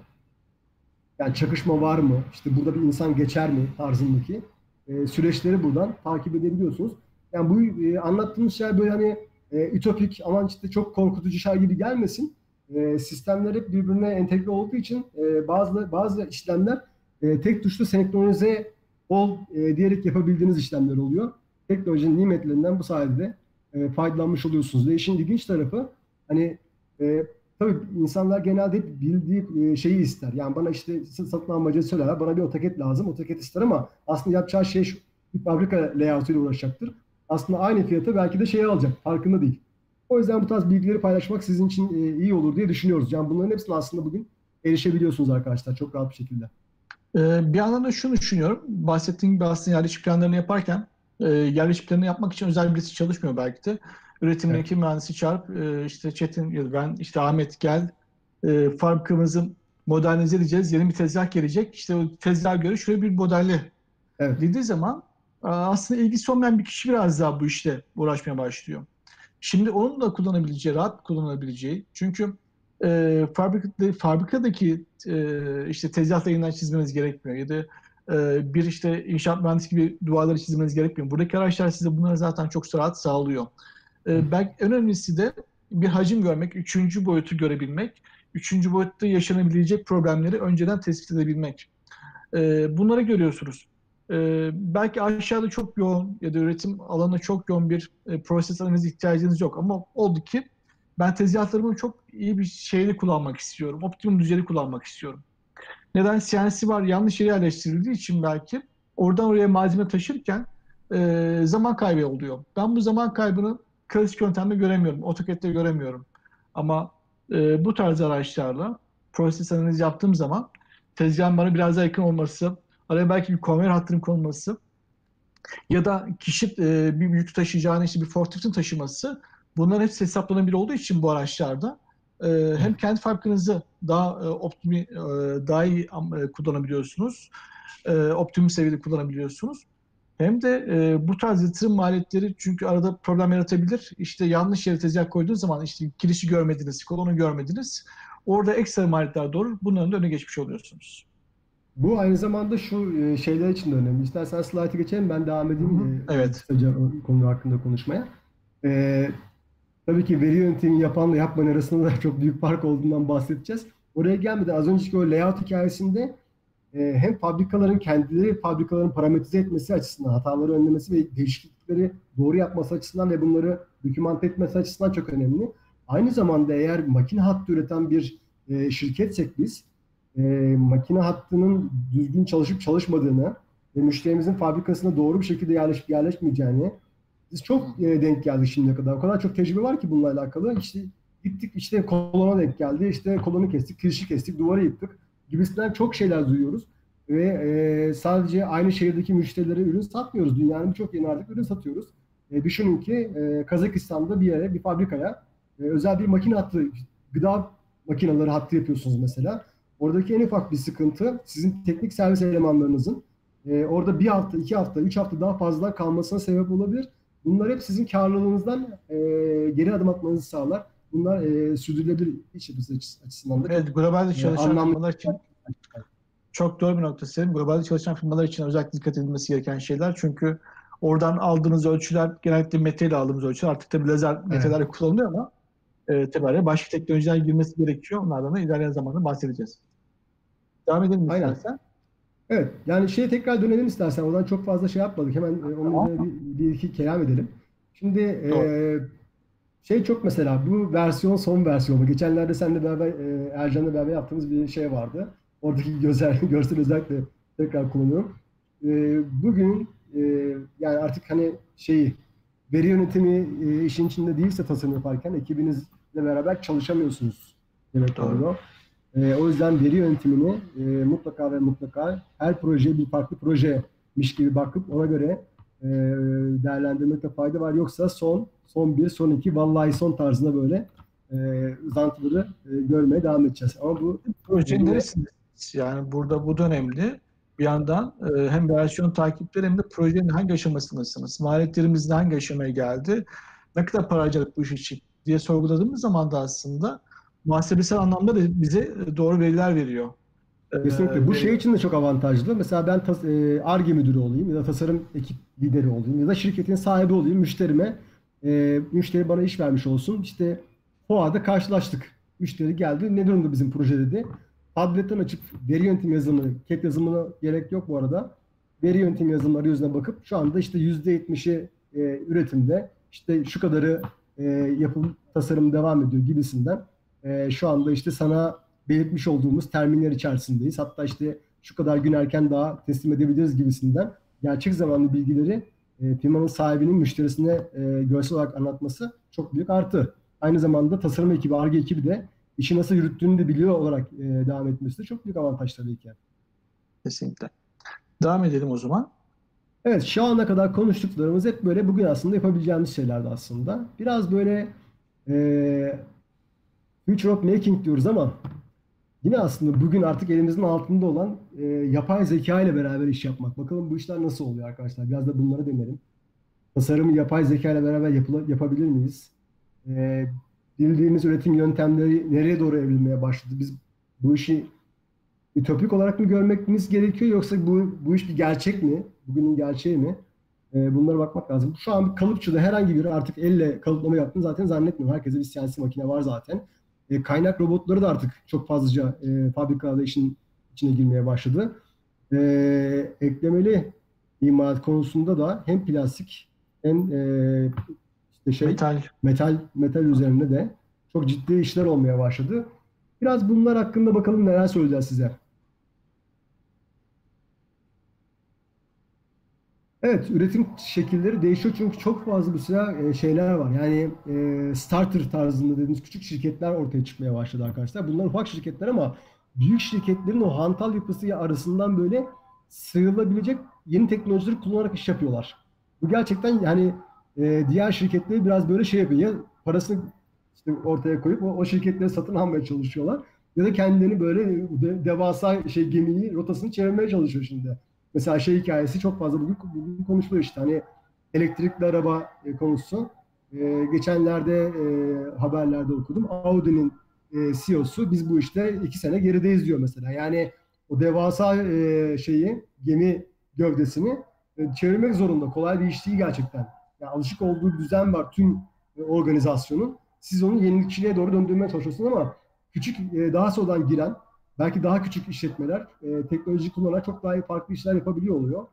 Yani çakışma var mı? İşte burada bir insan geçer mi tarzındaki e, süreçleri buradan takip edebiliyorsunuz. Yani bu e, anlattığımız şey böyle hani e, ütopik, aman işte çok korkutucu şey gibi gelmesin. E, sistemler hep birbirine entegre olduğu için e, bazı bazı işlemler e, tek tuşla senkronize ol e, diyerek yapabildiğiniz işlemler oluyor. Teknolojinin nimetlerinden bu sayede e, faydalanmış oluyorsunuz. Ve işin ilginç tarafı hani e, tabii insanlar genelde hep bildiği e, şeyi ister. Yani bana işte satın almacı söylerler, bana bir AutoCAD lazım, AutoCAD ister ama aslında yapacağı şey şu, bir fabrika layoutuyla uğraşacaktır. Aslında aynı fiyata belki de şeyi alacak, farkında değil. O yüzden bu tarz bilgileri paylaşmak sizin için e, iyi olur diye düşünüyoruz. Yani bunların hepsine aslında bugün erişebiliyorsunuz arkadaşlar çok rahat bir şekilde. Ee, bir yandan da şunu düşünüyorum. Bahsettiğim gibi aslında yerleşim planlarını yaparken e, yerleşim planını yapmak için özel birisi çalışmıyor belki de. Üretimdeki evet. mühendisi çağırıp e, işte Çetin ya da ben işte Ahmet gel e, fabrikamızı modernize edeceğiz. Yeni bir tezgah gelecek. İşte o tezgaha göre şöyle bir modelli evet. dediği zaman aslında ilgisi olmayan bir kişi biraz daha bu işle uğraşmaya başlıyor. Şimdi onun da kullanabileceği, rahat kullanabileceği. Çünkü e, fabrikada, fabrikadaki e, işte tezgahla yeniden çizmeniz gerekmiyor. Ya da e, bir işte inşaat mühendisi gibi duvarları çizmeniz gerekmiyor. Buradaki araçlar size bunları zaten çok rahat sağlıyor. E, belki en önemlisi de bir hacim görmek, üçüncü boyutu görebilmek, üçüncü boyutta yaşanabilecek problemleri önceden tespit edebilmek. E, bunları görüyorsunuz. Ee, belki aşağıda çok yoğun ya da üretim alanında çok yoğun bir e, proses analizi ihtiyacınız yok. Ama oldu ki ben tezgahlarımı çok iyi bir şeyle kullanmak istiyorum. Optimum düzeyde kullanmak istiyorum. Neden? C N C var yanlış yere yerleştirildiği için belki oradan oraya malzeme taşırken e, zaman kaybı oluyor. Ben bu zaman kaybını klasik yöntemde göremiyorum. AutoCAD'de göremiyorum. Ama e, bu tarz araçlarla proses analizi yaptığım zaman tezgahın bana biraz daha yakın olması, araya belki bir konveyör hattının konulması ya da kişi e, bir yük taşıyacağını işte bir forkliftin taşıması, bunların hepsi hesaplanabilir olduğu için bu araçlarda e, hem kendi fabrikanızı daha e, optimi, e, daha iyi e, kullanabiliyorsunuz, e, optimum seviyede kullanabiliyorsunuz. Hem de e, bu tarz yatırım maliyetleri çünkü arada problem yaratabilir. İşte yanlış yere tezgah koyduğunuz zaman işte kirişi görmediniz, kolonu görmediniz. Orada ekstra maliyetler doğurur. Bunların da öne geçmiş oluyorsunuz. Bu aynı zamanda şu şeyler için de önemli. İstersen slaytı geçelim, ben devam edeyim. Hı hı. Evet. Kısaca o konu hakkında konuşmaya. Ee, tabii ki veri yönetimi yapanla yapmayan arasında da çok büyük fark olduğundan bahsedeceğiz. Oraya gelmeden az önceki o layout hikayesinde e, hem fabrikaların kendileri fabrikaların parametrize etmesi açısından, hataları önlemesi ve değişiklikleri doğru yapması açısından ve bunları dokümante etmesi açısından çok önemli. Aynı zamanda eğer makine hattı üreten bir e, şirketsek biz, E, makine hattının düzgün çalışıp çalışmadığını ve müşterimizin fabrikasına doğru bir şekilde yerleşip yerleşmeyeceğini biz çok e, denk geldik şimdiye kadar. O kadar çok tecrübe var ki bununla alakalı. İşte gittik işte kolona denk geldi, işte kolonu kestik, kirişi kestik, duvarı yıktık gibisinden çok şeyler duyuyoruz. Ve e, sadece aynı şehirdeki müşterilere ürün satmıyoruz. Dünyanın birçok yerine artık ürün satıyoruz. E, düşünün ki e, Kazakistan'da bir yere, bir fabrikaya e, özel bir makine hattı, gıda makineleri hattı yapıyorsunuz mesela. Oradaki en ufak bir sıkıntı sizin teknik servis elemanlarınızın e, orada bir hafta, iki hafta, üç hafta daha fazla kalmasına sebep olabilir. Bunlar hep sizin karlılığınızdan e, geri adım atmanızı sağlar. Bunlar e, sürdürülebilir iş yapısı açısından da evet, çok globalde çalışan e, firmalar için çok doğru bir nokta senin. Globalde çalışan firmalar için özellikle dikkat edilmesi gereken şeyler. Çünkü oradan aldığınız ölçüler genellikle metreyle aldığımız ölçüler. Artık tabii lazer metelerle evet. kullanılıyor ama e, tabii başka teknolojiler girmesi gerekiyor. Onlardan da ilerleyen zamanda bahsedeceğiz. Devam edelim Aynen. istersen. Evet. Yani şeye tekrar dönelim istersen. Oradan çok fazla şey yapmadık. Hemen e, onun üzerine bir, bir iki kelam edelim. Şimdi e, şey çok mesela bu versiyon son versiyonu. Geçenlerde seninle beraber e, Ercan'la beraber yaptığımız bir şey vardı. Oradaki görsel, görsel özellikle tekrar kullanıyorum. E, bugün e, yani artık hani şeyi veri yönetimi e, işin içinde değilse tasarım yaparken ekibinizle beraber çalışamıyorsunuz demek oluyor. E, o yüzden veri yönetimini e, mutlaka ve mutlaka her proje bir farklı projemiş gibi bakıp ona göre e, değerlendirmekte fayda var. Yoksa son, son bir, son iki, vallahi son tarzında böyle e, uzantıları e, görmeye devam edeceğiz. Ama bu projenin neresinde? Yani burada bu da önemli. Bir yandan e, hem versiyon takipleri hem de projenin hangi aşamasındasınız? Maliyetlerimiz hangi aşamaya geldi? Ne kadar para harcadık bu iş için diye sorguladığımız zaman da aslında muhasebesel anlamda da bize doğru veriler veriyor. Kesinlikle. Ee, bu şey için de çok avantajlı. Mesela ben Ar-Ge müdürü olayım ya da tasarım ekip lideri olayım ya da şirketin sahibi olayım. Müşterime, e, müşteri bana iş vermiş olsun. İşte fuarda karşılaştık. Müşteri geldi. Ne durumda bizim proje dedi. Tabletten açıp veri yönetim yazılımı, C A D yazılımına gerek yok bu arada. Veri yönetim yazılımı arayüzüne bakıp şu anda işte yüzde yetmişi e, üretimde, işte şu kadarı e, yapım tasarım devam ediyor gibisinden. E, şu anda işte sana belirtmiş olduğumuz terminler içerisindeyiz. Hatta işte şu kadar gün erken daha teslim edebiliriz gibisinden gerçek zamanlı bilgileri e, firmanın sahibinin müşterisine e, görsel olarak anlatması çok büyük artı. Aynı zamanda tasarım ekibi, Ar-Ge ekibi de işi nasıl yürüttüğünü de biliyor olarak e, devam etmesi de çok büyük avantaj tabii ki. Kesinlikle. Devam edelim o zaman. Evet, şu ana kadar konuştuklarımız hep böyle bugün aslında yapabileceğimiz şeylerdi aslında. Biraz böyle e, future of making diyoruz ama yine aslında bugün artık elimizin altında olan e, yapay zeka ile beraber iş yapmak. Bakalım bu işler nasıl oluyor arkadaşlar? Biraz da bunlara dönelim. Tasarımı yapay zeka ile beraber yapıla- yapabilir miyiz? E, Bildiğimiz üretim yöntemleri nereye doğru evrilmeye başladı? Biz bu işi ütopik olarak mı görmemiz gerekiyor yoksa bu, bu iş bir gerçek mi? Bugünün gerçeği mi? E, bunlara bakmak lazım. Şu an bir kalıpçıda herhangi biri artık elle kalıplama yaptığını zaten zannetmiyorum. Herkese bir C N C makine var zaten. E, kaynak robotları da artık çok fazlaca e, fabrikalarda işin içine girmeye başladı. E, eklemeli imalat konusunda da hem plastik hem e, işte şey Metal. metal metal üzerinde de çok ciddi işler olmaya başladı. Biraz bunlar hakkında bakalım neler söyleyeceğiz size. Evet, üretim şekilleri değişiyor çünkü çok fazla mesela e, şeyler var. Yani e, starter tarzında dediğimiz küçük şirketler ortaya çıkmaya başladı arkadaşlar. Bunlar ufak şirketler ama büyük şirketlerin o hantal yapısı arasından böyle sıyrılabilecek yeni teknolojileri kullanarak iş yapıyorlar. Bu gerçekten yani e, diğer şirketleri biraz böyle şey yapıyor. Ya parasını işte ortaya koyup o, o şirketleri satın almaya çalışıyorlar. Ya da kendilerini böyle de- devasa şey gemiyi rotasını çevirmeye çalışıyor şimdi. Mesela şey hikayesi çok fazla bugün, bugün konuşuluyor işte hani elektrikli araba e, konusu. E, geçenlerde e, haberlerde okudum. Audi'nin e, C E O'su biz bu işte iki sene gerideyiz diyor mesela. Yani o devasa e, şeyi gemi gövdesini e, çevirmek zorunda. Kolay bir iş değil gerçekten. Yani alışık olduğu düzen var tüm e, organizasyonun. Siz onu yenilikçiliğe doğru döndürmeye çalışıyorsunuz ama küçük e, daha sonradan giren belki daha küçük işletmeler e, teknoloji kullanarak çok daha iyi farklı işler yapabiliyor oluyor.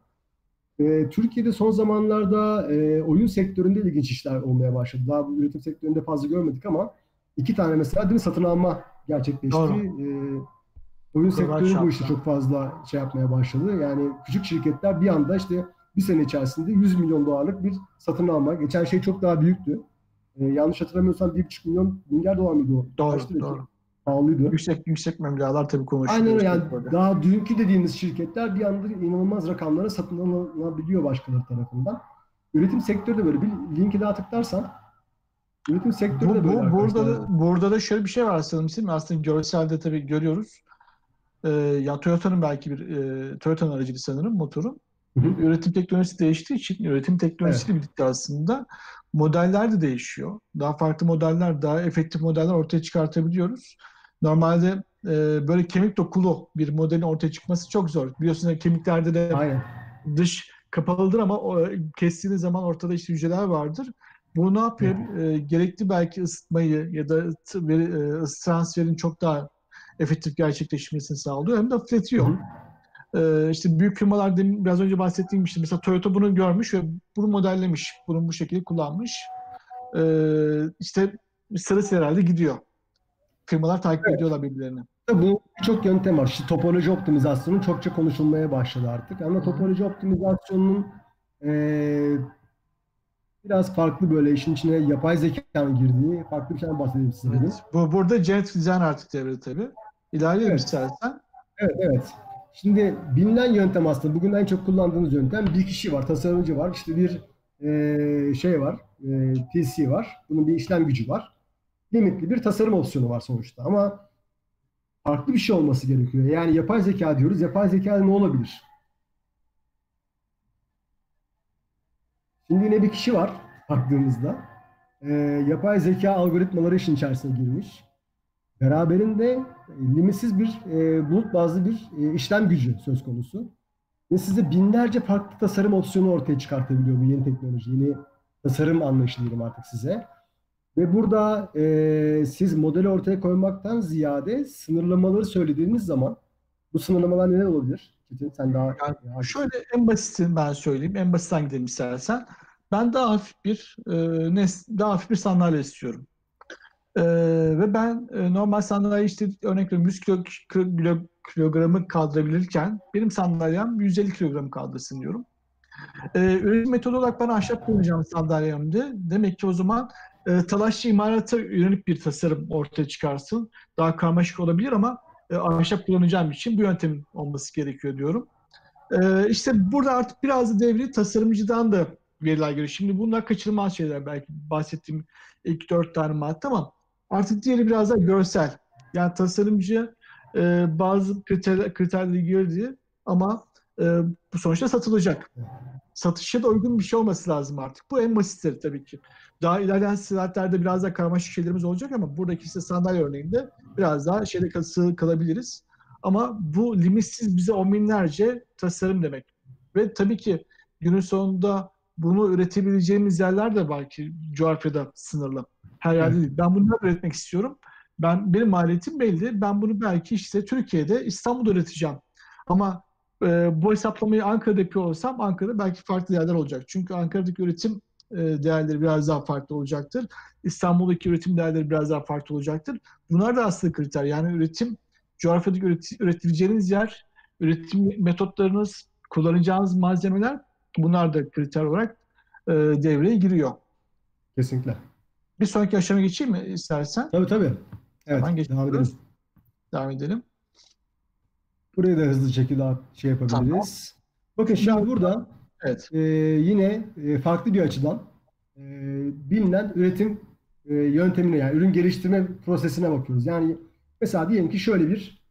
E, Türkiye'de son zamanlarda e, oyun sektöründe ilginç işler olmaya başladı. Daha bu üretim sektöründe fazla görmedik ama iki tane mesela değil mi, satın alma gerçekleşti. Doğru. E, oyun sektörü bu işte Kıvaç çok fazla şey yapmaya başladı. Yani küçük şirketler bir anda işte bir sene içerisinde yüz milyon dolarlık bir satın alma. Geçen şey çok daha büyüktü. E, yanlış hatırlamıyorsam bir buçuk milyon milyar dolar mıydı o? Doğru, Kaçtı? doğru. Pahalıydı. Yüksek yüksek meblağlar tabii Aynen konuşuluyor öyle. Yani sektörde. daha dünkü dediğimiz şirketler bir anda inanılmaz rakamlara satın alınabiliyor başkaları tarafından. Üretim sektörü de böyle. Bir linki daha tıklarsan üretim sektörü de Bu, böyle bu burada arkadaşlar. da, burada da şöyle bir şey var sanırım, değil mi? Aslında görselde tabii görüyoruz. Ee, ya Toyota'nın belki bir e, Toyota'nın aracıydı sanırım motorun. Hı hı. Üretim teknolojisi değiştiği için üretim Evet. teknolojisiyle birlikte aslında modeller de değişiyor. Daha farklı modeller, daha efektif modeller ortaya çıkartabiliyoruz. Normalde e, böyle kemik dokulu bir modelin ortaya çıkması çok zor. Biliyorsunuz kemiklerde de Aynen. dış kapalıdır ama o, kestiğiniz zaman ortada işte hücreler vardır. Bu ne Evet. yapıyor? E, gerekli belki ısıtmayı ya da ısı, veri- e, ısı transferin çok daha efektif gerçekleşmesini sağlıyor. Hem de Hı hafifletiyor. hı. Ee, işte büyük firmalar demin biraz önce bahsettiğim işte mesela Toyota bunu görmüş ve bunu modellemiş. Bunu bu şekilde kullanmış. Ee, işte sırası herhalde gidiyor. Firmalar takip Evet. ediyorlar birbirlerini. Bu birçok yöntem var. İşte topoloji optimizasyonu çokça konuşulmaya başladı artık. Ama Hı hı. topoloji optimizasyonunun eee, biraz farklı böyle işin içine yapay zekanın girdiği farklı bir şeyden bahsedeyim size bugün. Evet. Bu, burada Generative Design artık devrede tabii. İlerleyelim Evet. istersen. Evet, evet. Şimdi bilinen yöntem aslında bugün en çok kullandığımız yöntem bir kişi var, tasarımcı var, işte bir e, şey var, e, P C var, bunun bir işlem gücü var. Limitli bir tasarım opsiyonu var sonuçta ama farklı bir şey olması gerekiyor. Yani yapay zeka diyoruz, yapay zeka ne olabilir? Şimdi yine bir kişi var baktığımızda. E, yapay zeka algoritmaları işin içerisine girmiş. Beraberinde limitsiz bir e, bulut bazlı bir e, işlem gücü söz konusu. Ve size binlerce farklı tasarım opsiyonu ortaya çıkartabiliyor bu yeni teknoloji. Yeni tasarım anlayışı diyelim artık size. Ve burada e, siz modeli ortaya koymaktan ziyade sınırlamaları söylediğiniz zaman bu sınırlamalar neler olabilir? Çetin, sen daha Yani e, hakimsin. şöyle en basitini ben söyleyeyim. En basitten gidelim istersen. Ben daha hafif bir e, nes daha hafif bir sandalye istiyorum. Ee, ve ben e, normal sandalye işte örnek veriyorum yüz kilo, kilo, kilogramı kaldırabilirken benim sandalyem yüz elli kilogramı kaldırsın diyorum. Ee, üretim metodu olarak ben ahşap kullanacağım sandalyemde. Demek ki o zaman e, talaşçı imarata yönelik bir tasarım ortaya çıkarsın. Daha karmaşık olabilir ama e, ahşap kullanacağım için bu yöntemin olması gerekiyor diyorum. Ee, işte burada artık biraz da devri tasarımcıdan da veriler geliyor. Şimdi bunlar kaçırılmaz şeyler, belki bahsettiğim ilk dört tane madde, ama artık diğeri biraz daha görsel. Yani tasarımcı e, bazı kriter, kriterleri girdi ama e, bu sonuçta satılacak. Satışa da uygun bir şey olması lazım artık. Bu en basitleri tabii ki. Daha ilerleyen slaytlarda biraz daha karmaşık şeylerimiz olacak ama buradaki işte sandalye örneğinde biraz daha şeyde kal- kalabiliriz. Ama bu limitsiz bize on binlerce tasarım demek. Ve tabii ki günün sonunda bunu üretebileceğimiz yerler de var ki coğrafyada sınırlı. Her yerde Evet. değil. Ben bunu üretmek istiyorum. Ben, benim maliyetim belli. Ben bunu belki işte Türkiye'de, İstanbul'da üreteceğim. Ama e, bu hesaplamayı Ankara'da yapıyor olsam Ankara'da belki farklı yerler olacak. Çünkü Ankara'daki üretim e, değerleri biraz daha farklı olacaktır. İstanbul'daki üretim değerleri biraz daha farklı olacaktır. Bunlar da aslında kriter. Yani üretim, coğrafyadaki üret, üretileceğiniz yer, üretim metotlarınız, kullanacağınız malzemeler, bunlar da kriter olarak e, devreye giriyor. Kesinlikle. Bir sonraki aşama geçeyim mi istersen? Tabii tabii. Evet, Hemen devam geçiyoruz. edelim. Devam edelim. Burayı da hızlı şekilde şey Tamam. yapabiliriz. Bakın Biraz, şimdi burada evet. e, yine e, farklı bir açıdan e, bilinen üretim e, yöntemine, yani ürün geliştirme prosesine bakıyoruz. Yani mesela diyelim ki şöyle bir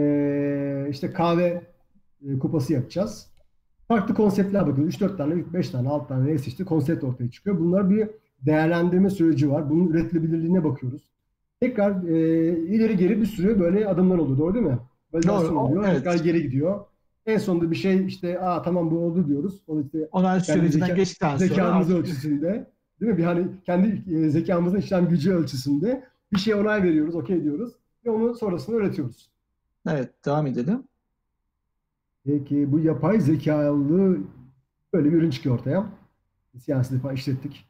e, işte kahve e, kupası yapacağız. Farklı konseptler bakıyoruz. üç dört tane, beş tane, altı tane neyse işte konsept ortaya çıkıyor. Bunlar bir değerlendirme süreci var. Bunun üretilebilirliğine bakıyoruz. Tekrar e, ileri geri bir sürü böyle adımlar oluyor. Doğru değil mi? Doğru. Validasyon O, oluyor. Tekrar evet. geri gidiyor. En sonunda bir şey işte aa tamam bu oldu diyoruz. Onu işte Onay kendi sürecinden zeka, geçtikten sonra zekamız artık ölçüsünde, değil mi? Bir hani kendi e, zekamızın işlem gücü ölçüsünde bir şeye onay veriyoruz, okey diyoruz ve onu sonrasında üretiyoruz. evet, devam edelim. Peki bu yapay zekalı böyle bir ürün çıkıyor ortaya. Siyasi defa işlettik.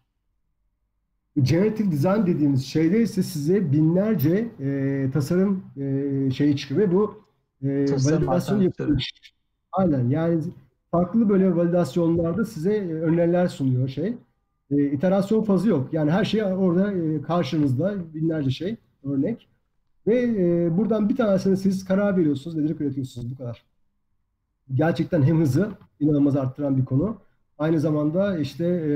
Generative design dediğimiz şeyde ise size binlerce e, tasarım e, şeyi çıkıyor ve bu e, Tasarım validasyonu alternatifleri. yapılmış. Aynen, yani farklı böyle validasyonlarda size e, öneriler sunuyor şey. E, iterasyon fazı yok. Yani her şey orada e, karşınızda, binlerce şey örnek. Ve e, buradan bir tanesini siz karar veriyorsunuz ve direkt üretiyorsunuz. Bu kadar. Gerçekten hem hızı inanılmaz arttıran bir konu. Aynı zamanda işte e,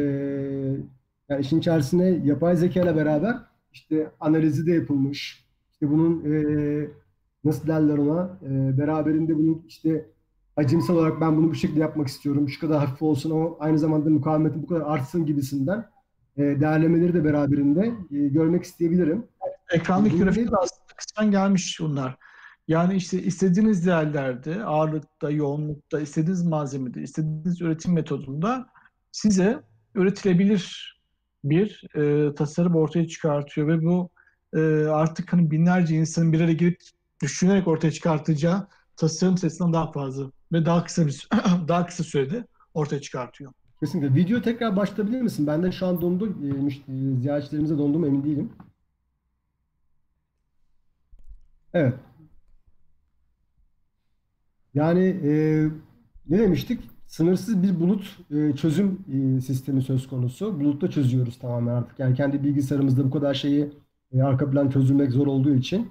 yani işin içerisine yapay zeka ile beraber işte analizi de yapılmış. İşte bunun e, nasıl derler ona e, beraberinde bunun işte hacimsel olarak ben bunu bu şekilde yapmak istiyorum. Şu kadar hafif olsun ama aynı zamanda mukavemetim bu kadar artsın gibisinden e, değerlemeleri de beraberinde e, görmek isteyebilirim. E, Ekrandaki bunun grafikte de ne? aslında kısmen gelmiş bunlar. Yani işte istediğiniz değerlerde, ağırlıkta, yoğunlukta, istediğiniz malzemede, istediğiniz üretim metodunda size üretilebilir bir e, tasarım ortaya çıkartıyor ve bu e, artık hani binlerce insanın bir araya girip düşünerek ortaya çıkartacağı tasarım sesinden daha fazla ve daha kısa bir daha kısa sürede ortaya çıkartıyor. Kesinlikle. Video tekrar başlatabilir misin? Ben de şu an dondu. E, müş- e, ziyaretçilerimize dondu mu emin değilim. Evet. Yani e, ne demiştik? Sınırsız bir bulut e, çözüm e, sistemi söz konusu. Bulutta çözüyoruz tamamen artık. Yani kendi bilgisayarımızda bu kadar şeyi e, arka plan çözülmek zor olduğu için.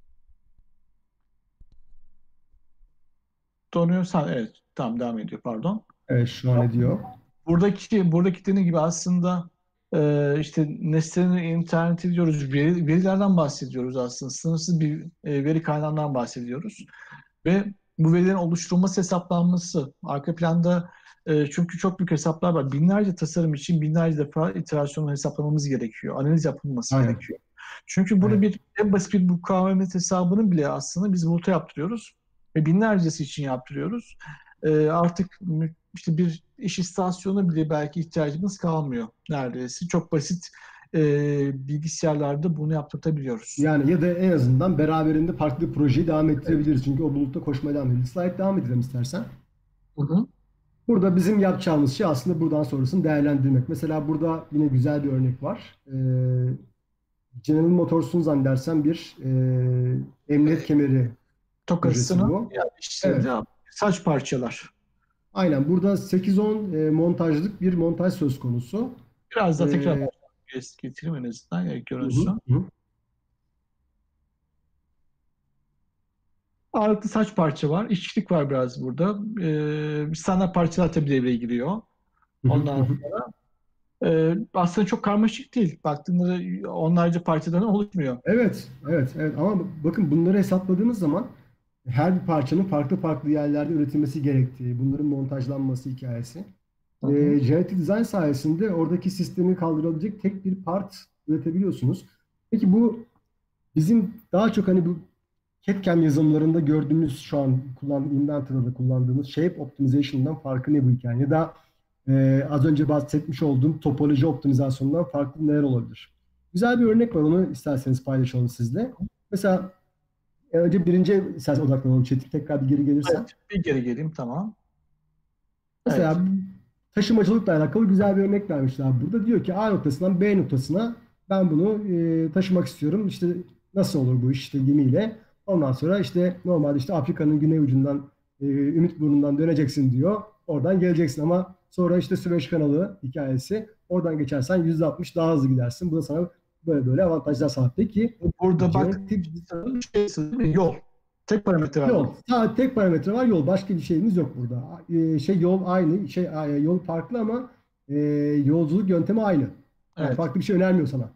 Donuyorsan evet, tamam, devam ediyor, pardon. Evet, şu an ediyor. Buradaki buradaki dediğim gibi aslında e, işte nesnenin interneti diyoruz, veri, verilerden bahsediyoruz aslında. Sınırsız bir e, veri kaynağından bahsediyoruz. Ve bu verilerin oluşturulması, hesaplanması, arka planda e, çünkü çok büyük hesaplar var. Binlerce tasarım için binlerce defa iterasyonu hesaplamamız gerekiyor. Analiz yapılması Aynen. gerekiyor. Çünkü burada Aynen. bir en basit bir mukavemet hesabını bile aslında biz buluta yaptırıyoruz. Ve binlercesi için yaptırıyoruz. E, artık işte bir iş istasyonu bile belki ihtiyacımız kalmıyor neredeyse. Çok basit e, bilgisayarlarda bunu yaptırtabiliyoruz. Yani ya da en azından beraberinde farklı bir projeyi devam ettirebiliriz. Çünkü o bulutta koşmaya devam ediyoruz. Slide devam edelim istersen. Hı hı. Burada bizim yapacağımız şey aslında buradan sonrasını değerlendirmek. Mesela burada yine güzel bir örnek var. Ee, General Motors'un zannedersem bir e, emniyet kemeri projesi Tokasını bu. yerleştirdi. Evet. Saç parçalar. Aynen. Burada sekiz on e, montajlık bir montaj söz konusu. Biraz daha tekrar Ee, getireyim en azından ya, hı hı, görünsün. hı. Ağırlıklı saç parça var. İşçilik var biraz burada. Ee, standart parçalar tabii devreye giriyor. Hı hı, hı Ondan hı. sonra e, aslında çok karmaşık değil. Baktığında da onlarca parçadan oluşmuyor. Evet, evet, evet. Ama bakın bunları hesapladığınız zaman her bir parçanın farklı farklı yerlerde üretilmesi gerektiği, bunların montajlanması hikayesi. Hı E, hı. Generative Design sayesinde oradaki sistemi kaldırabilecek tek bir part üretebiliyorsunuz. Peki bu bizim daha çok hani bu C A D/C A M yazılımlarında gördüğümüz şu an kullan, Inventor'da da kullandığımız Shape Optimization'dan farkı ne bu hikaye? Ya da e, az önce bahsetmiş olduğum topoloji optimizasyonundan farklı neler olabilir? Güzel bir örnek var, onu isterseniz paylaşalım sizle. Mesela e, önce birinci istersen odaklanalım Çetin, tekrar bir geri Evet, gelirsen. bir geri geleyim, tamam. Evet. Mesela taşımacılıkla alakalı güzel bir örnek vermişler. Burada diyor ki A noktasından B noktasına ben bunu e, taşımak istiyorum. İşte nasıl olur bu iş işte gemiyle. Ondan sonra işte normalde işte Afrika'nın güney ucundan e, Ümitburnu'ndan döneceksin diyor. Oradan geleceksin ama sonra işte Süveyş kanalı hikayesi. Oradan geçersen yüzde altmış daha hızlı gidersin. Bu da sana böyle böyle avantajlar sağlar. Peki Burada bak, generatif şey, değil mi? Yol. Tek parametre var yol. burada. Sadece tek parametre var, yol. Başka bir şeyimiz yok burada. Ee, şey yol aynı, şey e, yol farklı ama e, yolculuk yöntemi aynı. Yani Evet. farklı bir şey önermiyor sana.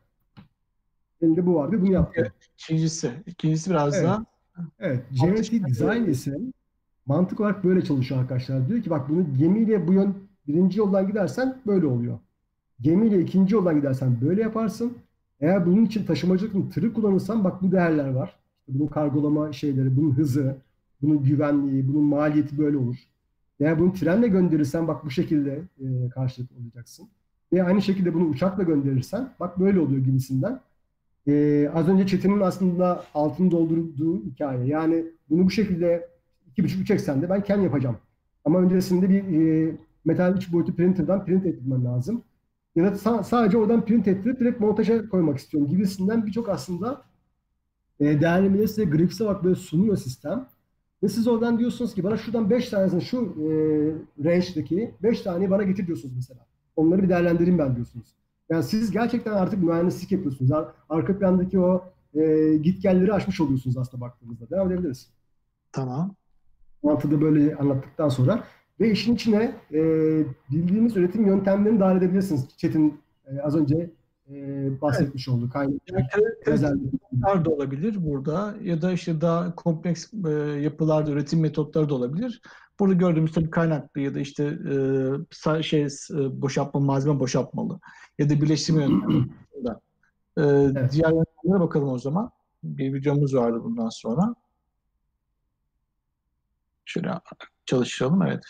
Elinde bu vardı, bunu yaptı. İkincisi. İkincisi biraz Evet, daha evet. altı Generative Design ise mantık olarak böyle çalışıyor arkadaşlar. Diyor ki bak bunu gemiyle bu yön birinci yoldan gidersen böyle oluyor. Gemiyle ikinci yoldan gidersen böyle yaparsın. Eğer bunun için taşımacılık tırı kullanırsan bak bu değerler var. İşte bunun kargolama şeyleri, bunun hızı, bunun güvenliği, bunun maliyeti böyle olur. Eğer bunu trenle gönderirsen bak bu şekilde e, karşılık olacaksın. Ve aynı şekilde bunu uçakla gönderirsen bak böyle oluyor gibisinden. E, az önce Çetin'in aslında altını doldurduğu hikaye. Yani bunu bu şekilde iki buçuk üç eksende ben kendim yapacağım. Ama öncesinde bir e, metal üç boyutlu printer'dan print ettirmem lazım. Ya da sa- sadece oradan print ettirip direkt montaja koymak istiyorum gibisinden birçok aslında e, değerlemeleri size grafiksel olarak böyle sunuyor sistem. Ve siz oradan diyorsunuz ki bana şuradan beş tanesini şu e, range'deki beş taneyi bana getir diyorsunuz mesela. Onları bir değerlendireyim ben diyorsunuz. Yani siz gerçekten artık mühendislik yapıyorsunuz. Ar- Arka plandaki o e, gitgelleri aşmış oluyorsunuz aslında baktığınızda. Devam edebiliriz. tamam. Mantığı da böyle anlattıktan sonra. Ve işin içine e, bildiğimiz üretim yöntemlerini dahil edebilirsiniz. Çetin e, az önce e, Evet. bahsetmiş oldu. Kaynak, Yani kre- kreatif lazer. metotlar da olabilir burada, ya da işte daha kompleks e, yapılarda üretim metotları da olabilir. Burada gördüğümüz tabii kaynaklı ya da işte e, sa- şey e, boşaltma, malzeme boşaltmalı ya da birleştirme yöntemleri. E, Evet. diğer yöntemlere bakalım o zaman. Bir videomuz vardı bundan sonra. Şöyle çalıştıralım. Evet.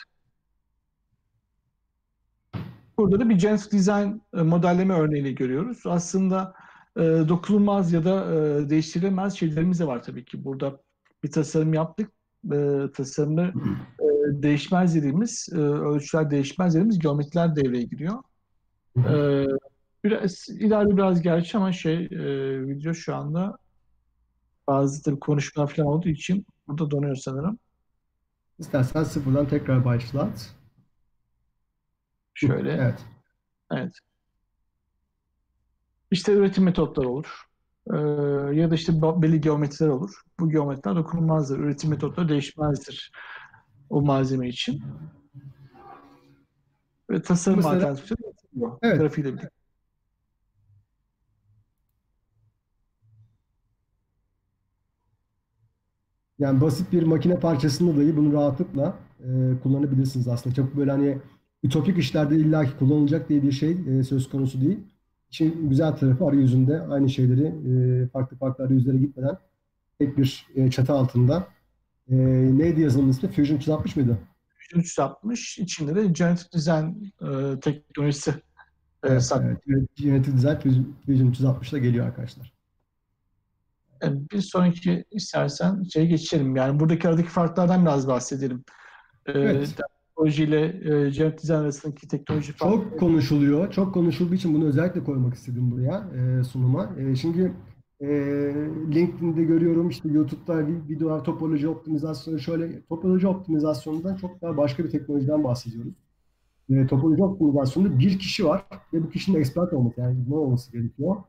Burada da bir Generative Design e, modelleme örneğini görüyoruz. Aslında e, dokunulmaz ya da e, değiştirilemez şeylerimiz de var tabii ki. Burada bir tasarım yaptık. E, tasarımda e, değişmez dediğimiz, e, ölçüler değişmez dediğimiz geometriler devreye giriyor. E, biraz ileride biraz gerçi ama şey e, video şu anda bazı tabii konuşma falan olduğu için burada donuyor sanırım. İstersen sıfırdan tekrar başlat. Şöyle. Evet. Evet. İşte üretim metotları olur. Ee, ya da işte ba- belli geometriler olur. Bu geometriler dokunulmazdır. Üretim metotları değişmezdir o malzeme için. Ve tasarım Mesela alternatifleri yapılıyor evet. grafiğiyle birlikte. Yani basit bir makine parçasında dahi bunu rahatlıkla e, kullanabilirsiniz aslında. Çok böyle hani ütopik işlerde illaki kullanılacak diye bir şey e, söz konusu değil. İşin güzel tarafı arayüzünde aynı şeyleri e, farklı farklı arayüzlere gitmeden tek bir e, çatı altında. E, neydi yazılımın ismi? Fusion üç yüz altmış mıydı? üç yüz altmış içinde de Generative Design e, teknolojisi e, Evet, saklı. evet. Generative Design Fusion Fusion üç yüz altmış ile geliyor arkadaşlar. E, bir sonraki istersen şeye geçelim. Yani buradaki aradaki farklardan biraz bahsedelim. E, Evet. teknolojiyle e, Generative Design arasındaki teknoloji farkı. Çok konuşuluyor. Çok konuşulduğu için bunu özellikle koymak istedim buraya e, sunuma. E, çünkü e, LinkedIn'de görüyorum işte YouTube'da vi- videolar topoloji optimizasyonu şöyle topoloji optimizasyonundan çok daha başka bir teknolojiden bahsediyoruz. E, topoloji optimizasyonunda bir kişi var ve bu kişinin expert olması yani ne olması gerekiyor.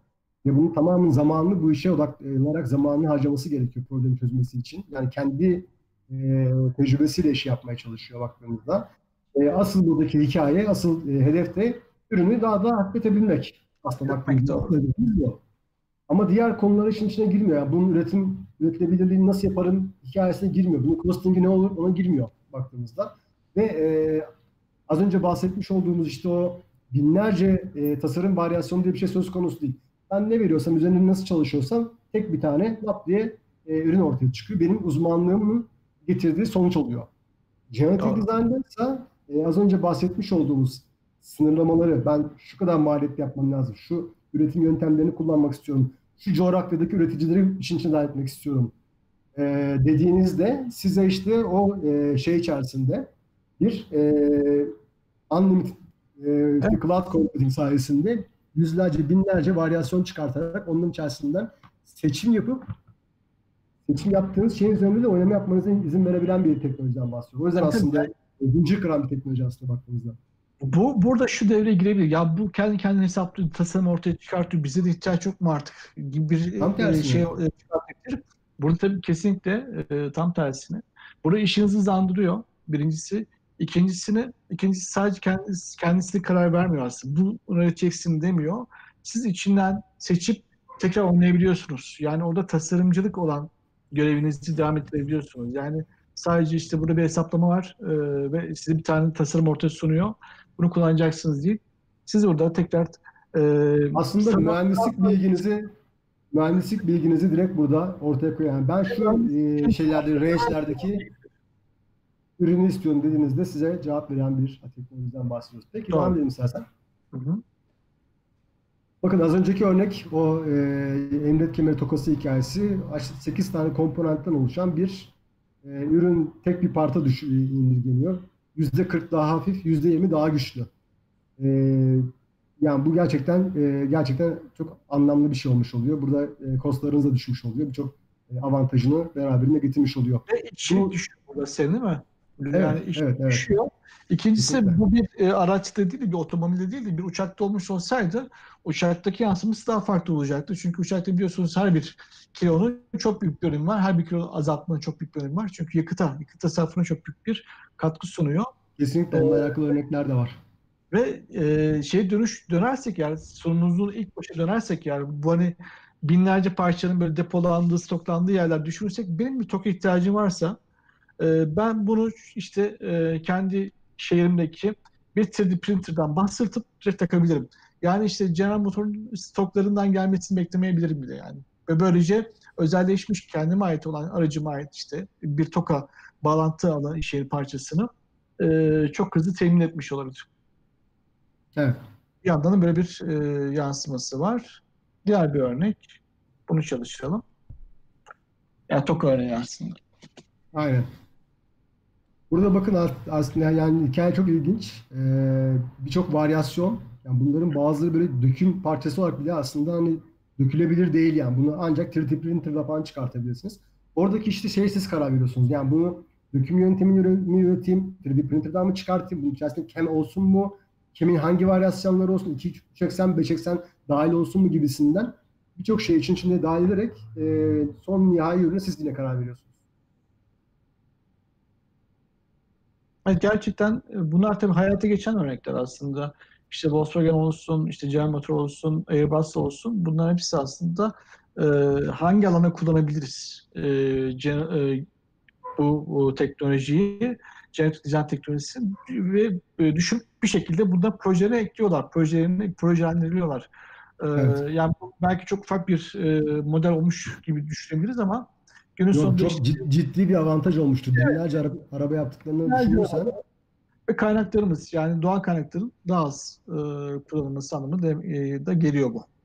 Ve bunun tamamının zamanını bu işe odaklanarak zamanını harcaması gerekiyor problemi çözmesi için. Yani kendi e, tecrübesiyle işi yapmaya çalışıyor baktığımızda. E, asıl buradaki hikaye, asıl e, hedef de ürünü daha da hafifletebilmek. Aslında baktığımızda asıl hedefimiz bu. Ama diğer konular işin içine girmiyor. Yani bunun üretim, üretilebilirliğini nasıl yaparım hikayesine girmiyor. Bunun costing'i ne olur ona girmiyor baktığımızda. Ve e, az önce bahsetmiş olduğumuz işte o binlerce e, tasarım varyasyonu diye bir şey söz konusu değil. Ben ne veriyorsam, üzerinde nasıl çalışıyorsam tek bir tane lap diye e, ürün ortaya çıkıyor. Benim uzmanlığımın getirdiği sonuç oluyor. Generative Design'da ise e, az önce bahsetmiş olduğumuz sınırlamaları, ben şu kadar maliyetli yapmam lazım, şu üretim yöntemlerini kullanmak istiyorum, şu coğrafyadaki üreticileri işin içine dahil etmek istiyorum e, dediğinizde size işte o e, şey içerisinde bir e, unlimited e, cloud computing sayesinde yüzlerce, binlerce varyasyon çıkartarak onun içerisinden seçim yapıp seçim yaptığınız şeyin üzerinde de oynama yapmanıza izin verebilen bir teknolojiden bahsediyor. O yüzden aslında zincir kıran bir teknoloji aslında baktığımızda. Bu burada şu devreye girebilir. Ya bu kendi kendine hesaplıyor, tasarım ortaya çıkartıyor. Bize de ihtiyaç yok mu artık gibi bir Tam e, şey tersine. e, çıkartabilir. Burada tabii kesinlikle e, tam tersine. Burada işi hızlandırıyor. Birincisi. İkincisini, ikincisi sadece kendisi, kendisi karar vermiyor aslında. Bu üreteceksin demiyor. Siz içinden seçip tekrar oynayabiliyorsunuz. Yani orada tasarımcılık olan görevinizi devam ettirebiliyorsunuz. Yani sadece işte burada bir hesaplama var e, ve size bir tane tasarım ortaya sunuyor. Bunu kullanacaksınız değil. Siz burada tekrar e, aslında sanat, mühendislik bilginizi mühendislik bilginizi direkt burada ortaya koyuyor. Yani ben şu e, şeylerde, range'lerdeki ürünü istiyorum dediğinizde size cevap veren bir teknolojiden bahsediyoruz. Peki devam edelim istersen. Hı hı. Bakın az önceki örnek o e, emniyet kemeri tokası hikayesi sekiz tane komponentten oluşan bir e, ürün tek bir parta düş indirgeniyor. yüzde kırk daha hafif, yüzde yirmi daha güçlü. E, yani bu gerçekten e, gerçekten çok anlamlı bir şey olmuş oluyor. Burada e, kostlarınız da düşmüş oluyor. Birçok e, avantajını beraberinde getirmiş oluyor. Ve içi Bu, düşüyor burada senin değil mi? evet, Yani iş evet, evet. düşüyor. İkincisi Kesinlikle. bu bir e, araçta değil, bir otomobilde değil de bir uçakta olmuş olsaydı uçaktaki yansıması daha farklı olacaktı. Çünkü uçakta biliyorsunuz her bir kilonun çok büyük bir önemi var. Her bir kilo azaltmanın çok büyük bir önemi var. Çünkü yakıta, yakıt tasarrufuna çok büyük bir katkı sunuyor. Kesinlikle onunla alakalı örnekler de var. Ve e, şey dönüş dönersek yani sorunumuzun ilk başa dönersek yani bu hani binlerce parçanın böyle depolandığı, stoklandığı yerler düşünürsek benim bir TOK'a ihtiyacım varsa e, ben bunu işte e, kendi şehrimdeki bir üç D printer'dan bastırtıp direkt takabilirim. Yani işte General Motors'un stoklarından gelmesini beklemeyebilirim bile yani. Ve böylece özelleşmiş kendime ait olan aracıma ait işte bir TOK'a bağlantı alan iş yeri parçasını e, çok hızlı temin etmiş olabilir. Evet. Bir yandan da böyle bir e, yansıması var. Diğer bir örnek. Bunu çalıştıralım. Yani TOKA örneği aslında. Aynen. Burada bakın aslında yani hikaye çok ilginç. Ee, birçok varyasyon. Yani bunların bazıları böyle döküm parçası olarak bile aslında hani dökülebilir değil yani. Bunu ancak üç D printer'la falan çıkartabilirsiniz. Oradaki işte şey siz karar veriyorsunuz. Yani bunu döküm yöntemini mi üreteyim, üç D printer'dan mı çıkartayım, bunun içerisinde kem olsun mu, kemin hangi varyasyonları olsun, iki üç eksen, beş eksen dahil olsun mu gibisinden birçok şey için içinde dahil ederek e, son nihai ürüne siz yine karar veriyorsunuz. Yani gerçekten bunlar tabii hayata geçen örnekler aslında. İşte Volkswagen olsun, işte General Motors olsun, Airbus olsun. Bunların hepsi aslında e, hangi alana kullanabiliriz? E, e, bu, bu teknolojiyi, generatif dizayn teknolojisi ve e, düşünüp bir şekilde burada projelere ekliyorlar. Projelerini projelendiriyorlar. E, Evet. Yani belki çok ufak bir e, model olmuş gibi düşünebiliriz ama günün Yok, sonunda çok işte, ciddi bir avantaj olmuştur. Binlerce araba, araba yaptıklarını düşünürsen. ve kaynaklarımız yani doğal kaynakların daha az e, kullanılması anlamında da, e, da geliyor bu.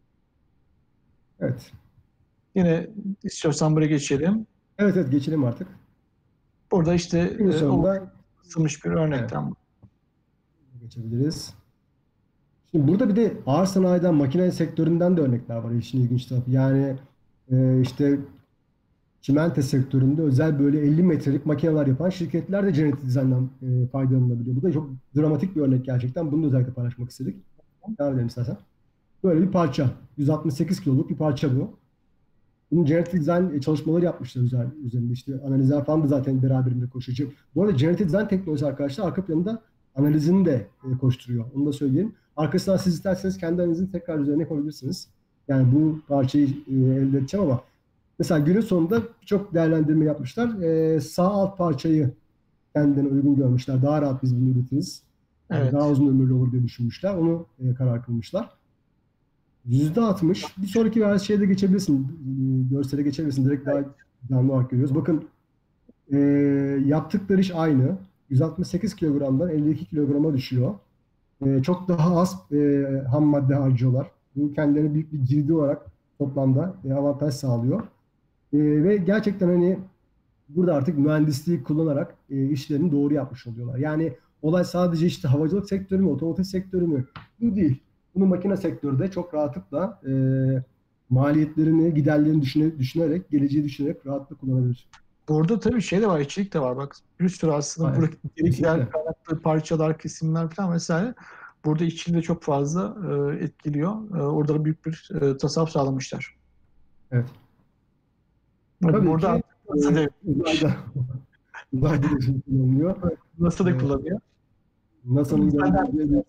Evet. Yine istiyorsan buraya geçelim. Evet evet geçelim artık. Burada işte Günün e, sonunda oluşturulmuş bir örnekten evet, bu. geçebiliriz. Şimdi burada bir de ağır sanayiden, makine sektöründen de örnekler var. İşin ilginç tarafı. Yani e, işte çimento sektöründe özel böyle elli metrelik makineler yapan şirketler de genetik dizayndan e, faydalanabiliyor. Bu da çok dramatik bir örnek gerçekten. Bunu da özellikle paylaşmak istedik. Devam edelim istersen. Böyle bir parça. yüz altmış sekiz kiloluk bir parça bu. Bunun generative design çalışmaları yapmışlar üzerinde. İşte analizler falan da zaten beraberinde koşuyor. Bu arada generative design teknolojisi arkadaşlar arka planında analizini de koşturuyor. Onu da söyleyeyim. Arkasından siz isterseniz kendi analizini tekrar üzerine yapabilirsiniz. Yani bu parçayı elde edeceğim ama mesela günün sonunda birçok değerlendirme yapmışlar. Ee, sağ alt parçayı kendilerine uygun görmüşler. Daha rahat biz bunu üretiriz. Evet. Daha uzun ömürlü olur diye düşünmüşler. Onu e, karar kılmışlar. yüzde altmış. Bir sonraki şeyde geçebilirsin. Görsele geçebilirsin. Direkt daha canlı olarak görüyoruz. Bakın e, yaptıkları iş aynı. yüz altmış sekiz kilogramdan elli iki kilograma düşüyor. E, çok daha az e, ham madde harcıyorlar. Bu kendilerine büyük bir girdi olarak toplamda e, avantaj sağlıyor. E, ve gerçekten hani burada artık mühendisliği kullanarak e, işlerini doğru yapmış oluyorlar. Yani olay sadece işte havacılık sektörü mü, otomotiv sektörü mü? Bu değil. Bunu makine sektörü de çok rahatlıkla e, maliyetlerini, giderlerini düşüne, düşünerek, geleceği düşünerek rahatlıkla kullanabilir. Burada tabii şey de var, içerik de var. Bak bir sürü aslında Aynen. buradaki delikler, kaynaklı parçalar, kesimler falan vesaire. Burada işçiliği de çok fazla e, etkiliyor. E, orada da büyük bir e, tasarruf sağlamışlar. Evet. Evet, Tabii burada ki e, uzayda, uzayda da şimdi kullanılıyor. nasıl da E, kullanıyor? NASA'nın gönderdiği bir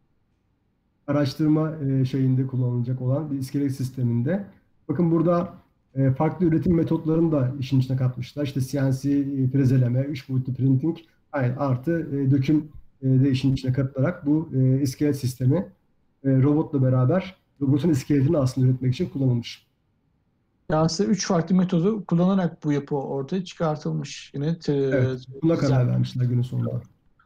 araştırma e, şeyinde kullanılacak olan bir iskelet sisteminde. Bakın burada e, farklı üretim metotlarını da işin içine katmışlar. İşte C N C e, frezeleme, üç boyutlu printing, aynen, artı e, döküm e, de işin içine katılarak bu e, iskelet sistemi e, robotla beraber robotun iskeletini aslında üretmek için kullanılmış. Yani aslında üç farklı metodu kullanarak bu yapı ortaya çıkartılmış. Yine te, Evet, buna karar vermişler günün sonunda.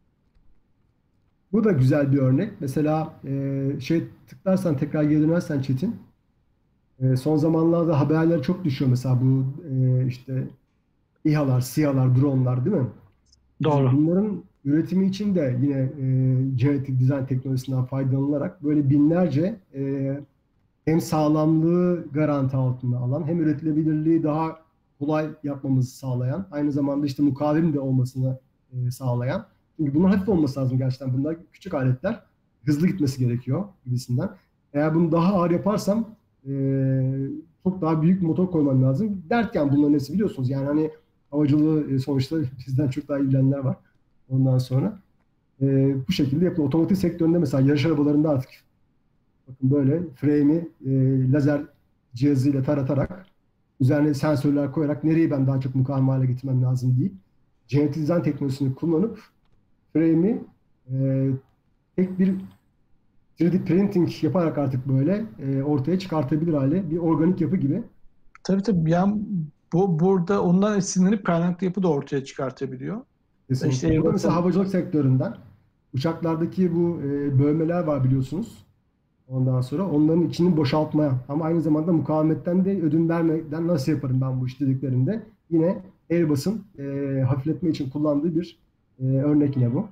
Bu da güzel bir örnek. Mesela e, şey tıklarsan tekrar geri dönersen Çetin. E, son zamanlarda haberler çok düşüyor mesela bu e, işte İHA'lar, SİHA'lar, dronlar değil mi? Doğru. Bunların üretimi için de yine e, generative design teknolojisinden faydalanılarak böyle binlerce e, hem sağlamlığı garanti altına alan hem üretilebilirliği daha kolay yapmamızı sağlayan, aynı zamanda işte mukavim de olmasını e, sağlayan. Çünkü bunun hafif olması lazım gerçekten. Bunlar küçük aletler. Hızlı gitmesi gerekiyor gibisinden. Eğer bunu daha ağır yaparsam e, çok daha büyük motor koymam lazım. Derken bunların hepsi biliyorsunuz. Yani hani havacılığı e, sonuçta bizden çok daha bilenler var. Ondan sonra e, bu şekilde yapılıyor. Otomotiv sektöründe mesela yarış arabalarında artık bakın böyle frame'i e, lazer cihazıyla taratarak üzerine sensörler koyarak nereyi ben daha çok mukavele hale getirmem lazım deyip generative design teknolojisini kullanıp frame'i e, tek bir üç D printing yaparak artık böyle e, ortaya çıkartabilir hale bir organik yapı gibi. Tabii tabii. Yani bu burada ondan esinlenip kaynaklı yapı da ortaya çıkartabiliyor. Kesinlikle. İşte Bu da mesela havacılık sektöründen uçaklardaki bu e, bölmeler var biliyorsunuz. Ondan sonra onların içini boşaltmaya ama aynı zamanda mukavemetten de ödün vermeden nasıl yaparım ben bu iş dediklerinde yine Airbus'un e, hafifletme için kullandığı bir e, örnek yine bu.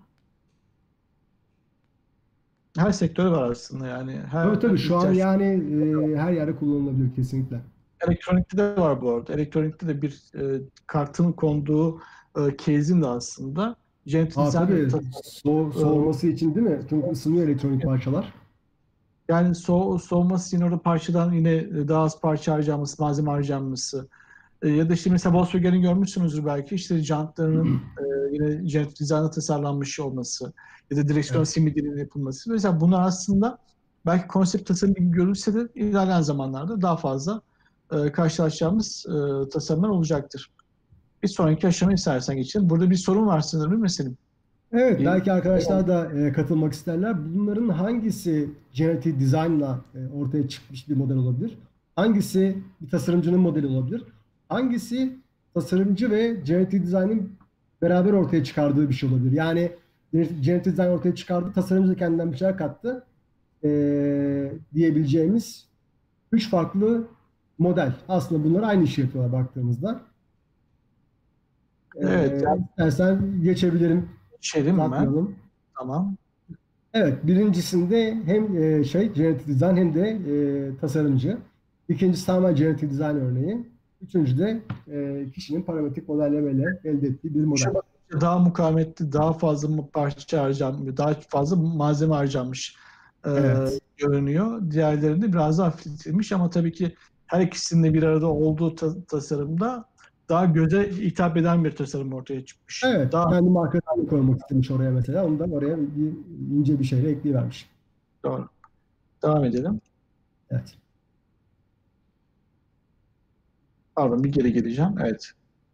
Her sektörü var aslında yani. Her Tabii tabii şu an ihtiyaç- yani e, her yerde kullanılabilir kesinlikle. Elektronikte de var bu arada. Elektronikte de bir e, kartın konduğu e, case'in de aslında generative Aa, design tabii tasarım- so soğuması için değil mi? Çünkü ısınıyor elektronik parçalar. yani so soğuması için orada parçadan yine daha az parça harcanması, malzeme harcanması. E, ya da işte mesela Volkswagen'in görmüşsünüzdür belki işte jantlarının e, yine generative design'da tasarlanmış olması ya da direksiyon Evet. simidinin yapılması. Mesela bunlar aslında belki konsept tasarım gibi görülse de ilerleyen zamanlarda daha fazla e, karşılaşacağımız e, tasarımlar olacaktır. Bir sonraki aşama istersen geçelim. Burada bir sorun var sanırım değil mi Selim? Evet, Bir- belki arkadaşlar da e, katılmak isterler. Bunların hangisi generative design'la e, ortaya çıkmış bir model olabilir? Hangisi bir tasarımcının modeli olabilir? Hangisi tasarımcı ve generative design'in beraber ortaya çıkardığı bir şey olabilir? Yani generative design ortaya çıkardı, tasarımcı da kendinden bir şeyler kattı e, diyebileceğimiz üç farklı model. Aslında bunlar aynı işi yapıyorlar baktığımızda. E, Evet, yani istersen geçebilirim. geçelim hemen. Uzatmayalım. Tamam. Evet, birincisinde hem e, şey generative design hem de e, tasarımcı. İkincisi tamamen generative design örneği. Üçüncü de e, kişinin parametrik modellemeyle elde ettiği bir model. Şu bakınca daha mukavemetli, daha fazla parça harcanmış, daha fazla malzeme harcanmış. Ee, Evet. görünüyor. Diğerlerinde biraz daha hafifletilmiş ama tabii ki her ikisinin de bir arada olduğu ta- tasarımda daha göze hitap eden bir tasarım ortaya çıkmış. Evet, Daha kendi markalarını koymak istemiş oraya mesela. Ondan oraya bir ince bir şeyle ekleyivermiş. doğru. Devam edelim. Evet. Pardon, bir geri geleceğim. Evet.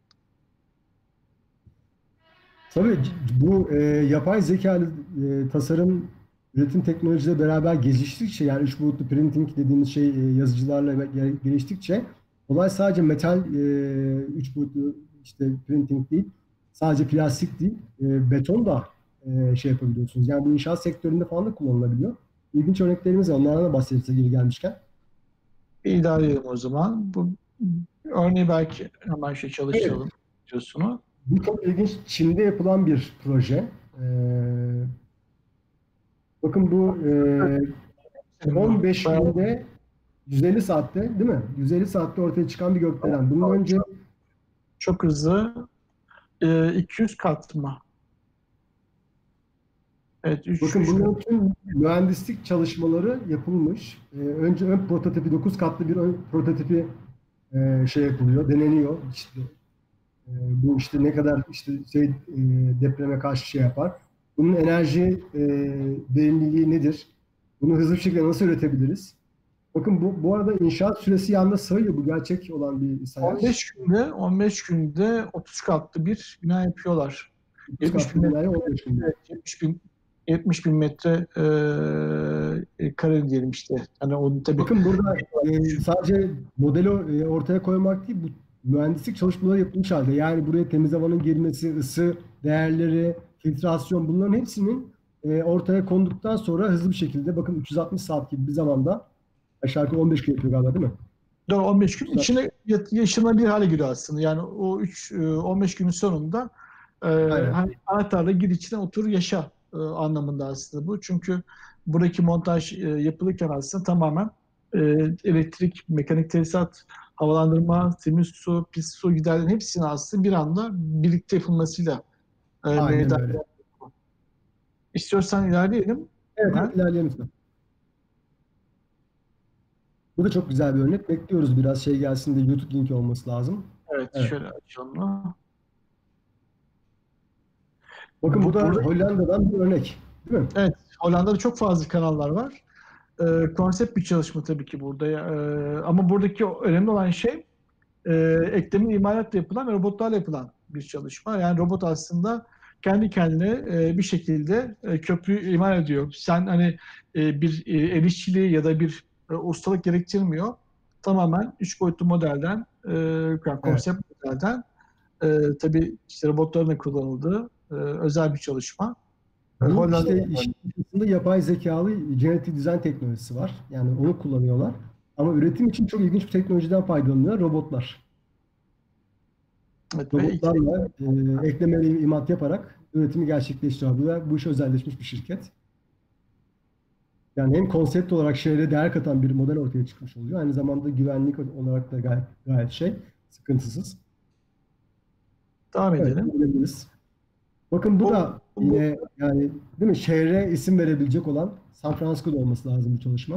Tabii bu e, yapay zeka e, tasarım üretim teknolojiyle beraber geliştikçe, yani üç boyutlu printing dediğimiz şey e, yazıcılarla gel- geliştikçe olay sadece metal e, üç boyutlu işte printing değil, sadece plastik değil, e, beton da e, şey yapabiliyorsunuz. Yani bu inşaat sektöründe falan da kullanılabiliyor. İlginç örneklerimiz var. Onlardan da bahsederiz geri gelmişken. Bir idare edelim o zaman. Bu örneği belki hemen şey Evet. çalıştıralım diyorsunuz. Bu çok ilginç. Çin'de yapılan bir proje. E, bakın bu e, on beş Bayağı günde yüz elli saatte değil mi? yüz elli saatte ortaya çıkan bir gökdelen. Bunun önce çok hızlı. Ee, iki yüz kat mı? Evet, üç, bakın üç bunların tüm mühendislik çalışmaları yapılmış. Ee, önce ön prototipi dokuz katlı bir ön prototipi e, şey yapılıyor, deneniyor. İşte e, bu işte ne kadar işte şey e, depreme karşı şey yapar. Bunun enerji e, verimliliği nedir? Bunu hızlı bir şekilde nasıl üretebiliriz? Bakın bu, bu arada inşaat süresi yalnız sayıyor. Bu gerçek olan bir on sayaç. beş günde on beş günde otuz katlı bir bina yapıyorlar. dokuz yetmiş katlı bin binayı metre, on beş günde. evet, yetmiş bin yetmiş bin metre e, kare diyelim işte. Hani onu tabii Bakın burada e, sadece modeli e, ortaya koymak değil, bu mühendislik çalışmaları yapılmış halde. Yani buraya temiz havanın girmesi, ısı değerleri, filtrasyon, bunların hepsinin e, ortaya konduktan sonra hızlı bir şekilde, bakın üç yüz altmış saat gibi bir zamanda, aşağı yukarı on beş gün yapıyor galiba değil mi? doğru, on beş gün içine yat- yaşanabilir hale giriyor aslında. Yani o üç on beş günün sonunda e, Aynen. hani anahtarla gir içine otur yaşa e, anlamında aslında bu. Çünkü buradaki montaj e, yapılırken aslında tamamen e, elektrik, mekanik tesisat, havalandırma, temiz su, pis su giderlerin hepsini aslında bir anda birlikte yapılmasıyla e, Aynen meydana öyle. geliyor. İstiyorsan ilerleyelim Evet, evet, hemen. ilerleyelim lütfen. Bu da çok güzel bir örnek. Bekliyoruz biraz şey gelsin de YouTube linki olması lazım. Evet, Evet. şöyle açalım. Bakın bu Bu, da burada, Hollanda'dan bir örnek. Değil mi? evet, Hollanda'da çok fazla kanallar var. E, konsept bir çalışma tabii ki burada. E, ama buradaki önemli olan şey e, eklemin imalatla yapılan ve robotlarla yapılan bir çalışma. Yani robot aslında kendi kendine e, bir şekilde e, köprüyü imal ediyor. Sen hani e, bir e, el işçiliği ya da bir e, ustalık gerektirmiyor. Tamamen üç boyutlu modelden, e, yani Evet. konsept modelden e, tabii işte robotların da kullanıldığı e, özel bir çalışma. E, Bu Hollanda'da işte işin içerisinde yapay zekalı genetik dizayn teknolojisi var. Yani onu kullanıyorlar. Ama üretim için çok ilginç bir teknolojiden faydalanıyor robotlar. evet, ve iki, Robotlarla e, eklemeli imat yaparak üretimi gerçekleştiriyor. Bu iş özelleşmiş bir şirket. Yani hem konsept olarak şehre değer katan bir model ortaya çıkmış oluyor. Aynı zamanda güvenlik olarak da gayet, gayet şey, sıkıntısız. devam Evet, edelim. görebiliriz. Bakın bu Bu, da bu yine yani değil mi? Şehre isim verebilecek olan San Francisco'da olması lazım bu çalışma.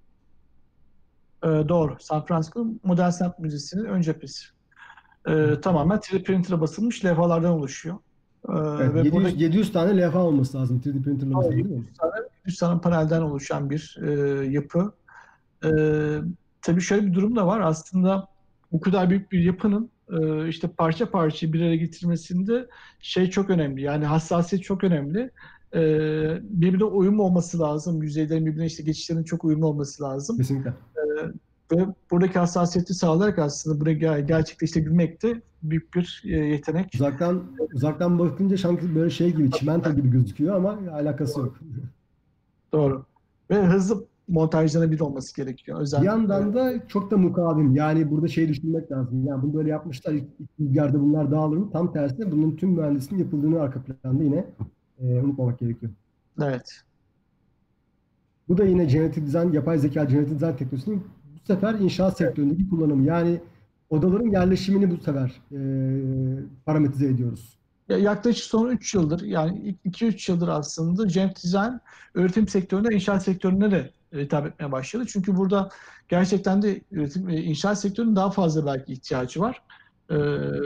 e, doğru. San Francisco Model Sanat Müzesi'nin ön cephesi. E, tamamen üç D printer'a basılmış levhalardan oluşuyor. E, Evet, ve yedi yüz, buradaki yedi yüz tane levha olması lazım üç D printerla basılan değil mi? yedi yüz tane, yedi yüz tane panelden oluşan bir e, yapı. E, tabii şöyle bir durum da var. Aslında bu kadar büyük bir yapının e, işte parça parça bir araya getirmesinde şey çok önemli. Yani hassasiyet çok önemli. E, birbirine uyum olması lazım. Yüzeylerin birbirine işte geçişlerin çok uyumlu olması lazım. Kesinlikle. Ve buradaki hassasiyeti sağlayarak aslında buraya gerçekleştirebilmek de büyük bir e, yetenek. Uzaktan uzaktan bakınca sanki böyle şey gibi, çimento gibi gözüküyor ama alakası yok. Doğru. Ve hızlı montajlanabilir olması gerekiyor. Bir Özel e, yandan da çok da mukavim. Yani burada şey düşünmek lazım. Yani bunu böyle yapmışlar. İlk ilk rüzgarda bunlar dağılır mı? Tam tersine bunun tüm mühendisliğinin yapıldığını arka planda yine e, unutmamak gerekiyor. evet. Bu da yine genetik dizayn, yapay zeka genetik dizayn teknolojisinin bu sefer inşaat sektöründeki kullanımı. Yani odaların yerleşimini bu sefer e, parametrize ediyoruz. Ya yaklaşık son üç yıldır yani iki üç yıldır aslında Cem Design üretim sektöründe inşaat sektörüne de hitap etmeye başladı. Çünkü burada gerçekten de üretim, inşaat sektörünün daha fazla belki ihtiyacı var. E,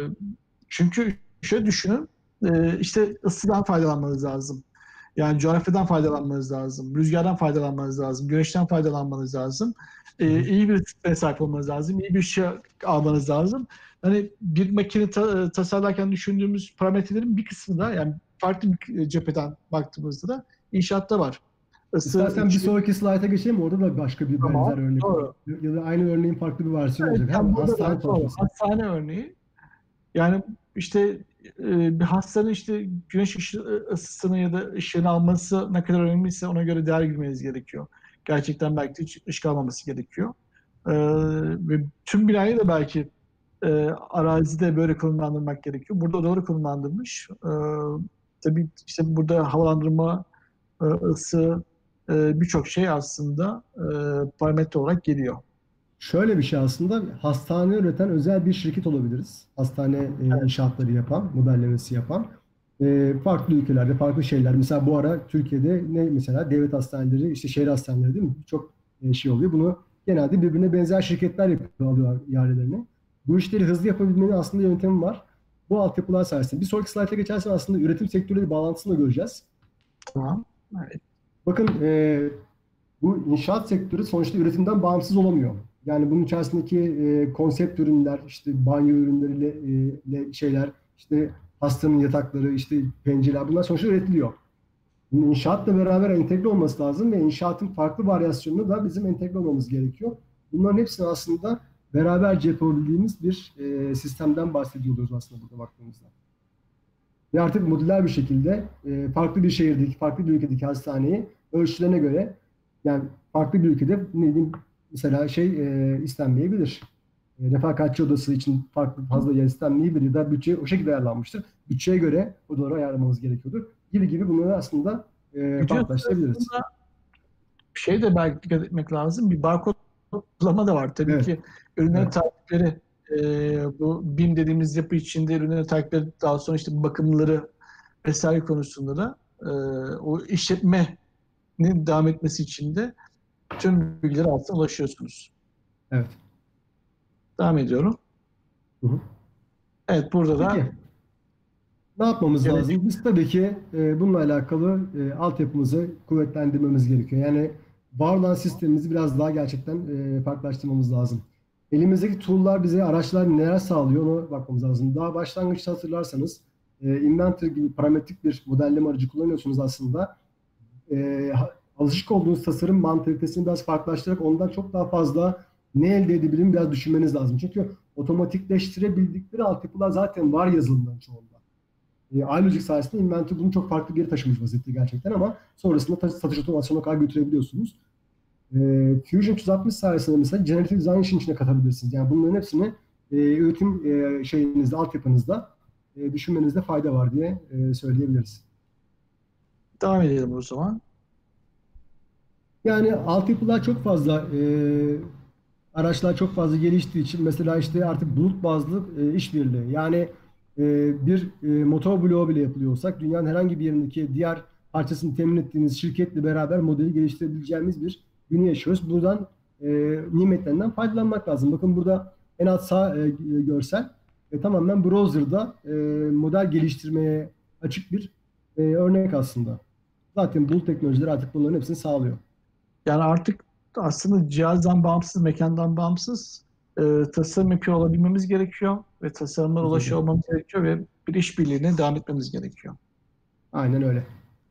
çünkü şöyle düşünün, e, işte ısıdan faydalanmanız lazım. Yani coğrafyadan faydalanmanız lazım, rüzgardan faydalanmanız lazım, güneşten faydalanmanız lazım. Ee, iyi bir sisteme sahip olmanız lazım, iyi bir şey almanız lazım. Hani bir makine ta- tasarlarken düşündüğümüz parametrelerin bir kısmı da, yani farklı bir cepheden baktığımızda da inşaatta var. Isı, İstersen bir içi- sonraki slayta geçelim. Orada da başka bir Tamam, benzer örnek doğru. var. Ya da aynı örneğin farklı bir versiyonu Evet, olacak. tam Hem burada hastane da doğru. çalışması. Hastane örneği. Yani işte e, bir hastanın işte güneş ışı- ısısını ya da ışığını alması ne kadar önemliyse ona göre değer girmeniz gerekiyor. Gerçekten belki de hiç ışık almaması gerekiyor. Ee, ve tüm binayı da belki e, arazide böyle konumlandırmak gerekiyor. Burada odaları konumlandırmış. Ee, tabii işte burada havalandırma, e, ısı, e, birçok şey aslında e, parametre olarak geliyor. Şöyle bir şey aslında, hastane üreten özel bir şirket olabiliriz. Hastane e, inşaatları yapan, modellemesi yapan. E, farklı ülkelerde farklı şeyler. Mesela bu ara Türkiye'de ne mesela devlet hastaneleri, işte şehir hastaneleri değil mi? Çok e, şey oluyor. Bunu genelde birbirine benzer şirketler yapıyor, alıyorlar ihalelerini. Bu işleri hızlı yapabilmenin aslında yöntemi var. Bu altyapılar sayesinde. Bir sonraki slayta geçersen aslında üretim sektörüyle bağlantısını da göreceğiz. Tamam. Evet. Bakın e, bu inşaat sektörü sonuçta üretimden bağımsız olamıyor. Yani bunun içerisindeki e, konsept ürünler, işte banyo ürünleriyle e, le- şeyler, işte hastanın yatakları, işte pencereler, bunlar sonuçta üretiliyor. Bunun inşaatla beraber entegre olması lazım ve inşaatın farklı varyasyonunu da bizim entegre olmamız gerekiyor. Bunların hepsini aslında beraberce yapabildiğimiz bir e, sistemden bahsediyoruz aslında burada baktığımızda. Ve artık modüler bir şekilde e, farklı bir şehirdeki, farklı bir ülkedeki hastaneyi ölçülerine göre, yani farklı bir ülkede ne diyeyim, mesela şey e, istenmeyebilir. E, refakatçi odası için farklı fazla yer istenmeyebilir ya da bütçe o şekilde ayarlanmıştır. Bütçeye göre odaları ayarlamamız gerekiyordur. Gibi gibi bunları aslında e, Bütün farklılaştırabiliriz. aslında şey de belki dikkat etmek lazım. Bir barkod kodlama da var. Tabii Evet. ki ürünlerin Evet. takipleri, e, bu B I M dediğimiz yapı içinde ürünlerin takipleri, daha sonra işte bakımları vesaire konusunda da e, o işletmenin devam etmesi için de tüm bilgiler altına ulaşıyorsunuz. Evet. Devam ediyorum. Hı hı. Evet, burada da Peki. Ne yapmamız Evet. lazım? Biz tabii ki e, bununla alakalı e, altyapımızı kuvvetlendirmemiz gerekiyor. Yani var olan sistemimizi biraz daha gerçekten e, farklılaştırmamız lazım. Elimizdeki tool'lar bize, araçlar neler sağlıyor ona bakmamız lazım. Daha başlangıçta hatırlarsanız e, Inventor gibi parametrik bir modelleme aracı kullanıyorsunuz aslında. E, alışık olduğunuz tasarım mantalitesini biraz farklılaştırarak ondan çok daha fazla ne elde edebilirim biraz düşünmeniz lazım. Çünkü otomatikleştirebildikleri altyapılar zaten var yazılımların çoğunda. E, iLogic sayesinde Inventor bunu çok farklı bir yere taşımış vaziyette gerçekten ama sonrasında satış otomasyonuna kadar götürebiliyorsunuz. E, Fusion üç yüz altmış sayesinde mesela Generative Design işin içine katabilirsiniz. Yani bunların hepsini e, üretim e, şeyinizde, altyapınızda e, düşünmenizde fayda var diye e, söyleyebiliriz. devam edelim o zaman. Yani altyapılar çok fazla, e, araçlar çok fazla geliştiği için mesela işte artık bulut bazlı e, işbirliği. Yani e, bir e, motor bloğu bile yapılıyor olsak dünyanın herhangi bir yerindeki diğer parçasını temin ettiğimiz şirketle beraber modeli geliştirebileceğimiz bir günü yaşıyoruz. Buradan e, nimetlerinden faydalanmak lazım. Bakın burada en alt sağ e, görsel e, tamamen browser'da e, model geliştirmeye açık bir e, örnek aslında. Zaten bulut teknolojileri artık bunların hepsini sağlıyor. Yani artık aslında cihazdan bağımsız, mekandan bağımsız e, tasarım yapıyor olabilmemiz gerekiyor ve tasarımlara ulaşıyor olmamız gerekiyor ve bir işbirliğine devam etmemiz gerekiyor. Aynen öyle.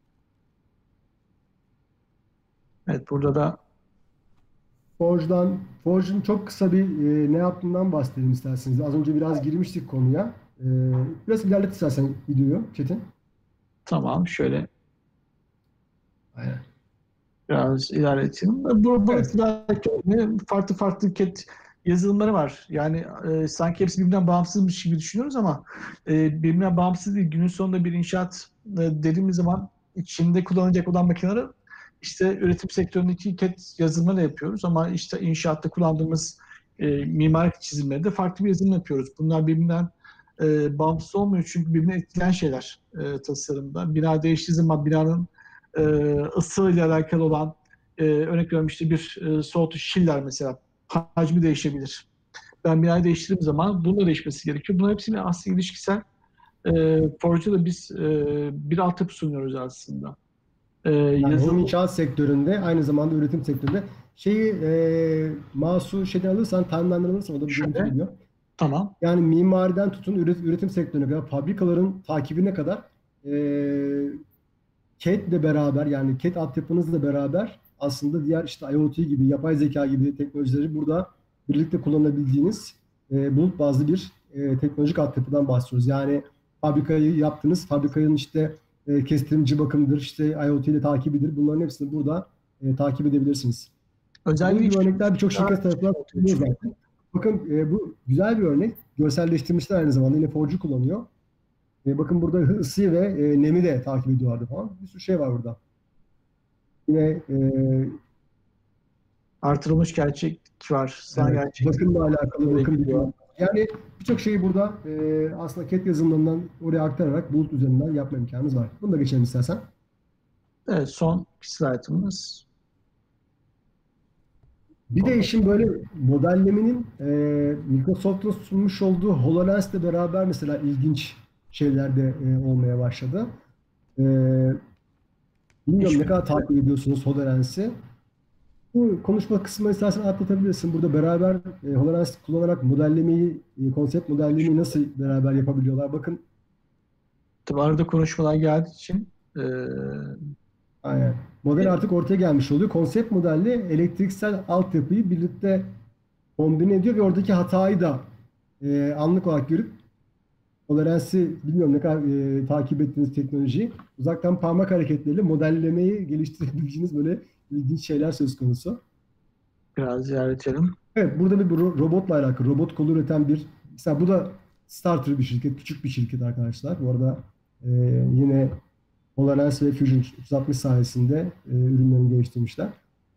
Evet, burada da Forge'dan, Forge'un çok kısa bir e, ne yaptığından bahsedelim isterseniz. Az önce biraz girmiştik konuya. E, biraz ilerlet istersen videoyu Çetin. tamam, şöyle Aynen. biraz ilerletelim. Bu, bu Evet. farklı farklı ket yazılımları var. Yani e, sanki hepsi birbirinden bağımsızmış gibi düşünüyoruz ama e, birbirinden bağımsız değil. Günün sonunda bir inşaat e, dediğimiz zaman içinde kullanılacak olan makineleri işte üretim sektöründeki ket yazılımları yapıyoruz ama işte inşaatta kullandığımız e, mimarik çizimleri de farklı bir yazılım yapıyoruz. Bunlar birbirinden e, bağımsız olmuyor çünkü birbirine etkileyen şeyler e, tasarımda. Bina değiştiği zaman binanın e, ısıyla alakalı olan e, örnek veriyorum işte bir e, soğutucu chiller mesela hacmi değişebilir. Ben binayı değiştirdiğim zaman bunun da değişmesi gerekiyor. Bunların hepsini aslında ilişkisel e, Forge'da biz e, bir altyapı sunuyoruz aslında. E, Yani hem yazılım inşaat sektöründe aynı zamanda üretim sektöründe şeyi e, Masu şeyden alırsan, timeline'dan alırsan o da bir görüntü şöyle, geliyor. tamam. Yani mimariden tutun üret- üretim sektörüne kadar, fabrikaların takibine kadar e, C A D ile beraber yani C A D altyapınızla beraber aslında diğer işte IoT gibi, yapay zeka gibi teknolojileri burada birlikte kullanabildiğiniz e, bulut bazlı bir e, teknolojik altyapıdan bahsediyoruz. Yani fabrikayı yaptınız, fabrikanın işte e, kestirimci bakımıdır, işte IoT ile takibidir. Bunların hepsini burada e, takip edebilirsiniz. Bunun Özelliği gibi hiç örnekler birçok daha şirket tarafından ortaya kullanılıyor çıkıyor. zaten. Bakın e, bu güzel bir örnek. Görselleştirmişler aynı zamanda. Yine Forge kullanıyor. E, bakın burada ısıyı ve e, nemi de takip ediyorlardı falan. Bir sürü şey var burada. Yine e, Artırılmış gerçeklik var. Sanal evet, gerçeklik bakımla alakalı oraya bakım gidiyor. bilgi. Yani birçok şeyi burada e, aslında C A D yazılımlarından oraya aktararak bulut üzerinden yapma imkanınız var. Bunu da geçelim istersen. Evet, son slaytımız. Bir de işin böyle modellemenin e, Microsoft'un sunmuş olduğu HoloLens'le beraber mesela ilginç şeyler de e, olmaya başladı. E, bilmiyorum ne kadar takip ediyorsunuz HoloLens'i. Bu konuşma kısmını istersen atlatabilirsin. Burada beraber e, HoloLens kullanarak modellemeyi, e, konsept modellemeyi nasıl beraber yapabiliyorlar? Bakın, Tabii arada konuşmalar geldiği için e, aynen. Model artık ortaya gelmiş oluyor. Konsept modelle elektriksel altyapıyı birlikte kombine ediyor ve oradaki hatayı da e, anlık olarak görüp HoloLens'i bilmiyorum ne kadar e, takip ettiğiniz teknolojiyi uzaktan parmak hareketleriyle modellemeyi geliştirebileceğiniz böyle ilginç şeyler söz konusu. biraz ziyaret edelim. Evet, burada bir ro- robotla alakalı, robot kolu üreten bir, mesela bu da starter bir şirket, küçük bir şirket arkadaşlar. Bu arada e, yine HoloLens ve Fusion üç yüz altmış sayesinde e, ürünlerini geliştirmişler.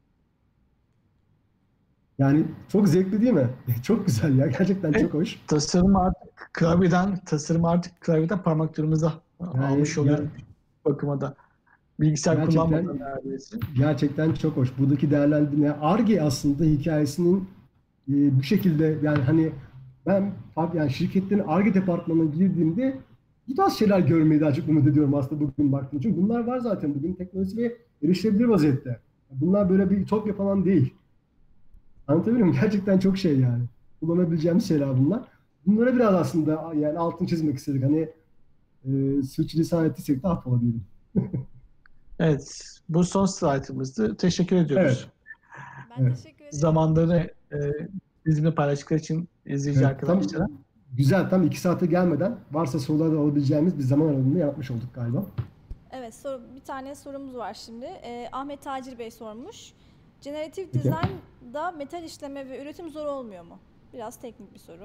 Yani çok zevkli değil mi? Çok güzel ya, gerçekten Evet, çok hoş. tasarım artık klavyeden, tasarım artık klavyeden parmaklarımıza Yani almış ya, oluyoruz bakıma da. Bilgisayar gerçekten kullanmadan neredeyse. gerçekten çok hoş. Buradaki değerlendirme, Ar-Ge aslında hikayesinin e, bu şekilde, yani hani ben yani şirketlerin Ar-Ge departmanına girdiğimde bu tarz şeyler görmeyi daha çok umut ediyorum aslında bugün baktığımda. Çünkü bunlar var zaten bugün teknolojisi ve erişilebilir vaziyette. Bunlar böyle bir ütopya falan değil. Anlatabiliyor muyum? Gerçekten çok şey yani. Kullanabileceğimiz şeyler bunlar. Bunlara biraz aslında yani altın çizmek istedik. Hani e, sürçülisan ettiysek de affola diyelim. Evet, bu son slaytımızdı. Teşekkür Evet. ediyoruz. Ben Evet. teşekkür ederim. Zamanları e, bizimle paylaştıkları için izleyici Evet, tam arkadaşlara. güzel, tam iki saate gelmeden varsa sorular da alabileceğimiz bir zaman aralığında yapmış olduk galiba. Evet, soru, bir tane sorumuz var şimdi. Ee, Ahmet Tacir Bey sormuş. Generatif Peki. Design'da metal işleme ve üretim zor olmuyor mu? Biraz teknik bir soru.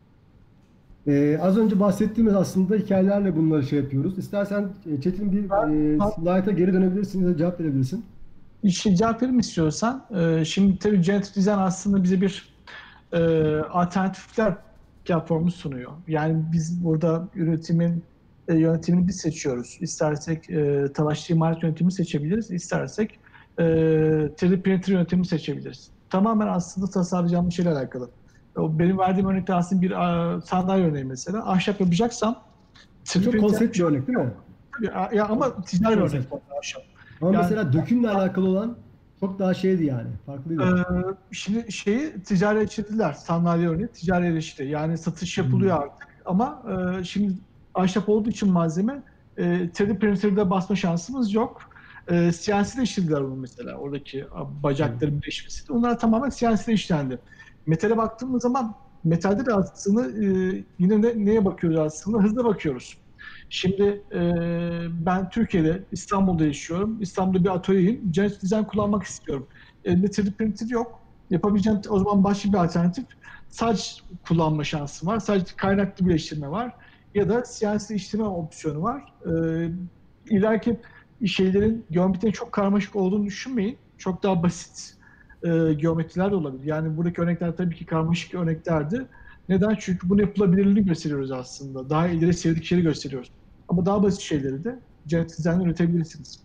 Ee, az önce bahsettiğimiz aslında hikayelerle bunları şey yapıyoruz. İstersen e, Çetin bir e, slide'a geri dönebilirsin ya da cevap verebilirsin. İşte cevap verir istiyorsan? E, şimdi tabii Generative Design aslında bize bir e, alternatifler platformu sunuyor. Yani biz burada üretimin e, yönetimini biz seçiyoruz. İstersek e, talaşlı imalat yönetimini seçebiliriz. İstersek e, üç D printer yönetimini seçebiliriz. Tamamen aslında tasarlayacağımız şeyle alakalı. O benim verdiğim örnekte aslında bir a, sandalye örneği mesela. Ahşap yapacaksam üç D Çok printer konsept bir örnek değil mi? tabii, ya ama ticari bir örnek Konsept. ahşap. Ama Yani mesela dökümle alakalı olan çok daha şeydi yani. Farklıydı. Ee, şimdi şeyi ticarileştirdiler. Sandalye örneği ticarileşti. Yani satış yapılıyor Hmm. artık. Ama e, şimdi ahşap olduğu için malzeme e, üç D printer'da basma şansımız yok. E, C N C'de işlediler onu mesela. Oradaki bacakların birleşmesi. Onlar tamamen C N C'de işlendi. Metale baktığımız zaman metalde de aslında e, yine de neye bakıyoruz aslında? Hızla bakıyoruz. Şimdi e, ben Türkiye'de, İstanbul'da yaşıyorum. İstanbul'da bir atölyeyim. Generative Design kullanmak istiyorum. Elimde üç D printer yok. Yapabileceğim o zaman başka bir alternatif. Saç kullanma şansı var. Sadece kaynaklı birleştirme var. Ya da C N C işleme opsiyonu var. Ee, ileriki şeylerin, geometrinin çok karmaşık olduğunu düşünmeyin. Çok daha basit e, geometriler de olabilir. Yani buradaki örnekler tabii ki karmaşık örneklerdi. Neden? Çünkü bunu yapılabilirliğini gösteriyoruz aslında. Daha ileri sevdikleri gösteriyoruz. Ama daha basit şeyleri de Generative Design'da üretebilirsiniz.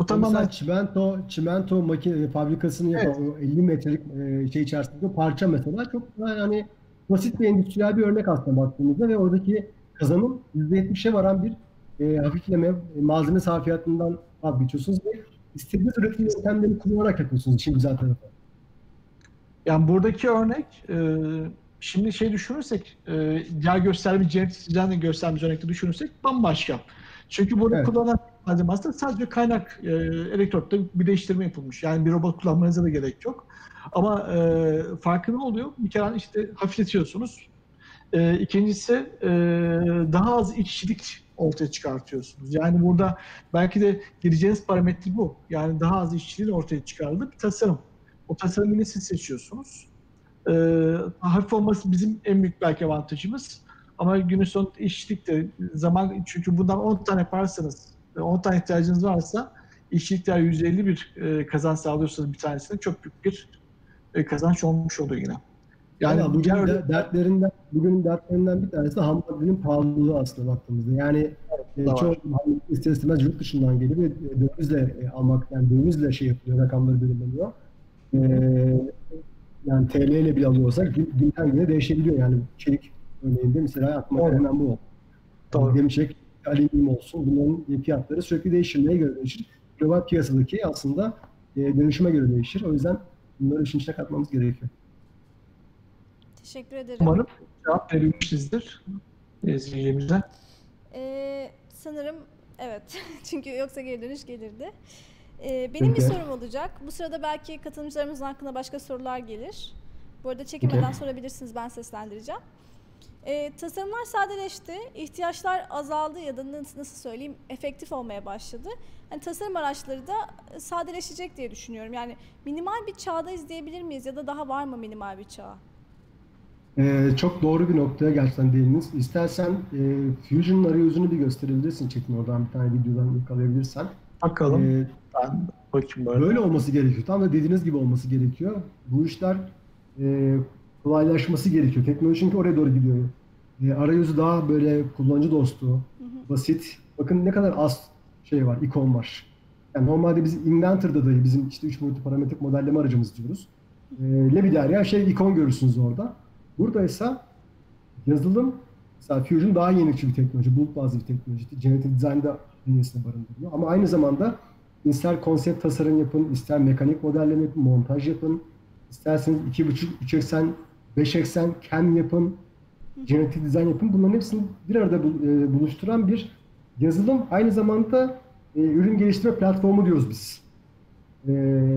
Bu O tamamen mesela çimento, çimento makine fabrikasını evet, yapan o elli metrelik e, şey içerisinde parça mesela çok daha yani basit bir endüstriyel bir örnek aslında baktığımızda ve oradaki kazanım yüzde yetmişe varan bir e, hafifleme, e, malzeme sarfiyatından vazgeçiyorsunuz ve istediğiniz üretim yöntemlerini kullanarak yapıyorsunuz işin güzel tarafı. yani buradaki örnek e, şimdi şey düşünürsek e, yer gösterme genetik düzenle göstermiş örnekte düşünürsek bambaşka. Çünkü burada Evet. kullanılan malzeme aslında sadece kaynak e, elektrotta bir değiştirme yapılmış. Yani bir robot kullanmanıza da gerek yok. Ama e, farkı ne oluyor? Bir kere işte hafifletiyorsunuz. E, ikincisi e, daha az işçilik ortaya çıkartıyorsunuz. Yani burada belki de gireceğiniz parametre bu. Yani daha az işçiliğin ortaya çıkardığı bir tasarım. O tasarımı yine siz seçiyorsunuz. E, Hafif olması bizim en büyük belki avantajımız. Ama günün sonunda işçilik de zaman, çünkü bundan on tane yaparsanız, on tane ihtiyacınız varsa işçilikler yüzde elli bir e, kazanç sağlıyorsanız bir tanesinde çok büyük bir e, kazanç olmuş oluyor yine. Valla Yani diğer bugün de örnekler dertlerinden, bugünün dertlerinden bir tanesi de ham maddenin pahalılığı aslında baktığımızda. Yani e, da çoğu var. ham ister istemez yurt dışından geliyor ve e, dövizle e, almak, yani dövizle şey yapılıyor, rakamları belirleniyor. E, Yani T L ile bile alıyorsak gün- günden güne değişebiliyor. Yani çelik örneğinde mesela aklıma gelen Doğru. hemen bu oldu. Yani Doğru. demir çelik, alüminyum olsun bunların fiyatları sürekli değişir. Neye göre değişir? Global piyasadaki aslında e, dönüşüme göre değişir. O yüzden bunları işin içine katmamız gerekiyor. Teşekkür ederim. Umarım cevap verilmişizdir izleyicilerimize. Ee, sanırım evet. Çünkü yoksa geri dönüş gelirdi. Ee, benim bir Peki. sorum olacak. Bu sırada belki katılımcılarımızın hakkında başka sorular gelir. Bu arada çekinmeden Peki. sorabilirsiniz, ben seslendireceğim. Ee, tasarımlar sadeleşti, ihtiyaçlar azaldı ya da nasıl, nasıl söyleyeyim, efektif olmaya başladı. Yani tasarım araçları da sadeleşecek diye düşünüyorum. Yani minimal bir çağda izleyebilir miyiz ya da daha var mı minimal bir çağ? Ee, çok doğru bir noktaya gerçekten değindiniz. İstersen e, Fusion arayüzünü bir gösterebilirsin Çetin, oradan bir tane videodan yakalayabilirsen. Bakalım. Ee, Ben bakayım böyle. Böyle olması gerekiyor. Tam da dediğiniz gibi olması gerekiyor. Bu işler e, kolaylaşması gerekiyor. Teknoloji çünkü oraya doğru gidiyor. E, arayüzü daha böyle kullanıcı dostu, Hı hı. basit. Bakın ne kadar az şey var, ikon var. Yani normalde biz Inventor'da dahi bizim işte üç boyutlu parametrik modelleme aracımız diyoruz. E, Lebiderya şey ikon görürsünüz orada. Burada ise yazılım, mesela Fusion daha yenilikçi bir teknoloji, bulut bazlı bir teknoloji. Generative Design'da bünyesinde barındırıyor. Ama aynı zamanda ister konsept tasarım yapın, ister mekanik modelleme yapın, montaj yapın, isterseniz iki buçuk, üç eksen, beş eksen, cam yapın, generative design yapın. Bunların hepsini bir arada e, buluşturan bir yazılım. Aynı zamanda e, ürün geliştirme platformu diyoruz biz. E,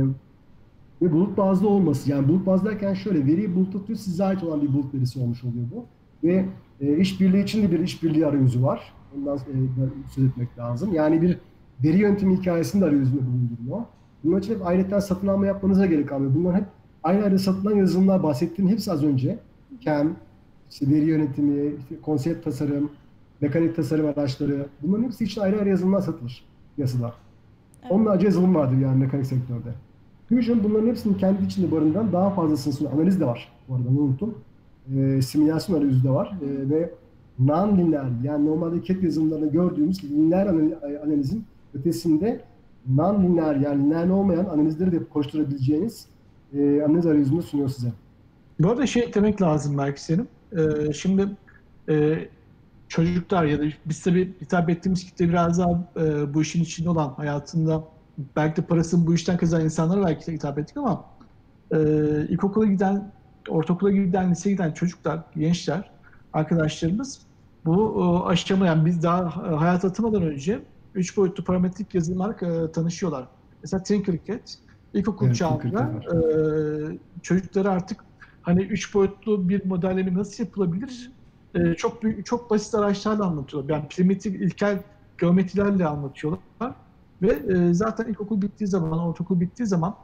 Ve bulut bazlı olması. Yani bulut bazlı derken şöyle, veriyi bulut tutuyor, size ait olan bir bulut verisi olmuş oluyor bu. Ve e, işbirliği için de bir işbirliği arayüzü var. Ondan e, söz etmek lazım. Yani bir veri yönetimi hikayesini de arayüzünde bulunduruyor. Bunun için hep ayrıca satın alma yapmanıza gerek kalmıyor. Bunlar hep ayrı ayrı satılan yazılımlar, bahsettiğim hepsi az önce. Cam, işte veri yönetimi, işte konsept tasarım, mekanik tasarım araçları, bunların hepsi için ayrı ayrı yazılımlar satılır piyasada. Evet. Onlarca yazılım vardır yani mekanik sektörde. Fusion bunların hepsinin kendi içinde barındıran daha fazlasını sunuyor. Analiz de var bu arada, unuttum. E, simülasyon arayüzü de var. E, ve non-linear, yani normalde C A D yazılımlarında gördüğümüz lineer analizin ötesinde non-linear, yani lineer olmayan analizleri de koşturabileceğiniz e, analiz arayüzünü sunuyor size. Bu arada şey eklemek lazım belki senin. Ee, şimdi e, çocuklar ya da biz tabii hitap ettiğimiz kitle biraz daha e, bu işin içinde olan, hayatında belki de parasını bu işten kazanan insanlara belki de hitap ettik ama e, ilkokula giden, ortaokula giden, liseye giden çocuklar, gençler, arkadaşlarımız bu e, aşama, yani biz daha e, hayata atamadan önce üç boyutlu parametrik yazılımlarla e, tanışıyorlar. Mesela Tinkercad ilkokul Evet, çağında Tinkercad var. e, çocuklara artık hani üç boyutlu bir modelleme nasıl yapılabilir? E, çok büyük, çok basit araçlarla anlatıyorlar. Yani primitif, ilkel geometrilerle anlatıyorlar. Ve e, zaten ilkokul bittiği zaman, ortaokul bittiği zaman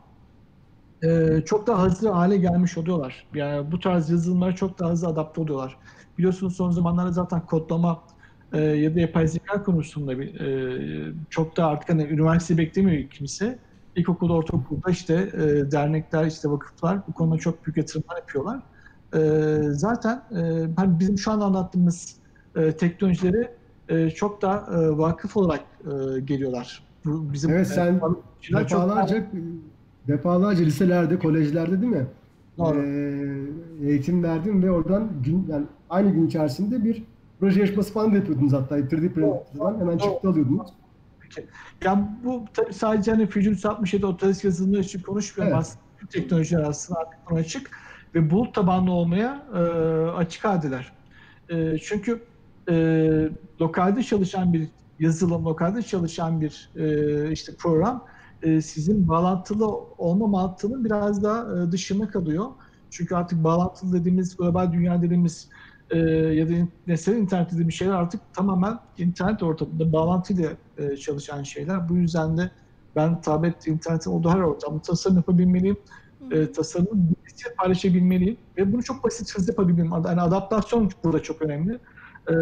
e, çok daha hızlı hale gelmiş oluyorlar. Yani bu tarz yazılımlara çok daha hızlı adapte oluyorlar. Biliyorsunuz son zamanlarda zaten kodlama e, ya da yapay zeka konusunda bir, e, çok da artık hani üniversite beklemiyor kimse. İlkokulda, ortaokulda işte e, dernekler, işte vakıflar bu konuda çok büyük yatırımlar yapıyorlar. E, zaten e, hani bizim şu an anlattığımız e, teknolojileri e, çok daha e, vakıf olarak e, geliyorlar. Bu bizim Evet, sen çok defalarca defalarca liselerde, kolejlerde değil mi? doğru. Ee, eğitim verdin ve oradan gün, yani aynı gün içerisinde bir proje yarışması falan da yapıyordunuz hatta üç D printer'dan hemen Doğru. çıktı alıyordunuz. Peki. Yani bu tabii sadece hani Fusion üç altmış yedi Autodesk yazılımı için konuşmuyorum. Evet. Aslında tüm teknolojiler aslında artık buna açık ve bulut tabanlı olmaya e, açık haldeler. E, çünkü e, lokalde çalışan bir yazılım, lokalde çalışan bir e, işte program e, sizin bağlantılı olma mantığının biraz daha e, dışında kalıyor. Çünkü artık bağlantılı dediğimiz, global dünya dediğimiz e, ya da nesnel internet dediğimiz şeyler artık tamamen internet ortamında bağlantıyla e, çalışan şeyler. Bu yüzden de ben tablet internetin olduğu her ortamda tasarım yapabilmeliyim. E, tasarımı birlikte paylaşabilmeliyim ve bunu çok basit hızlı yapabilmeliyim. Yani adaptasyon burada çok önemli. E,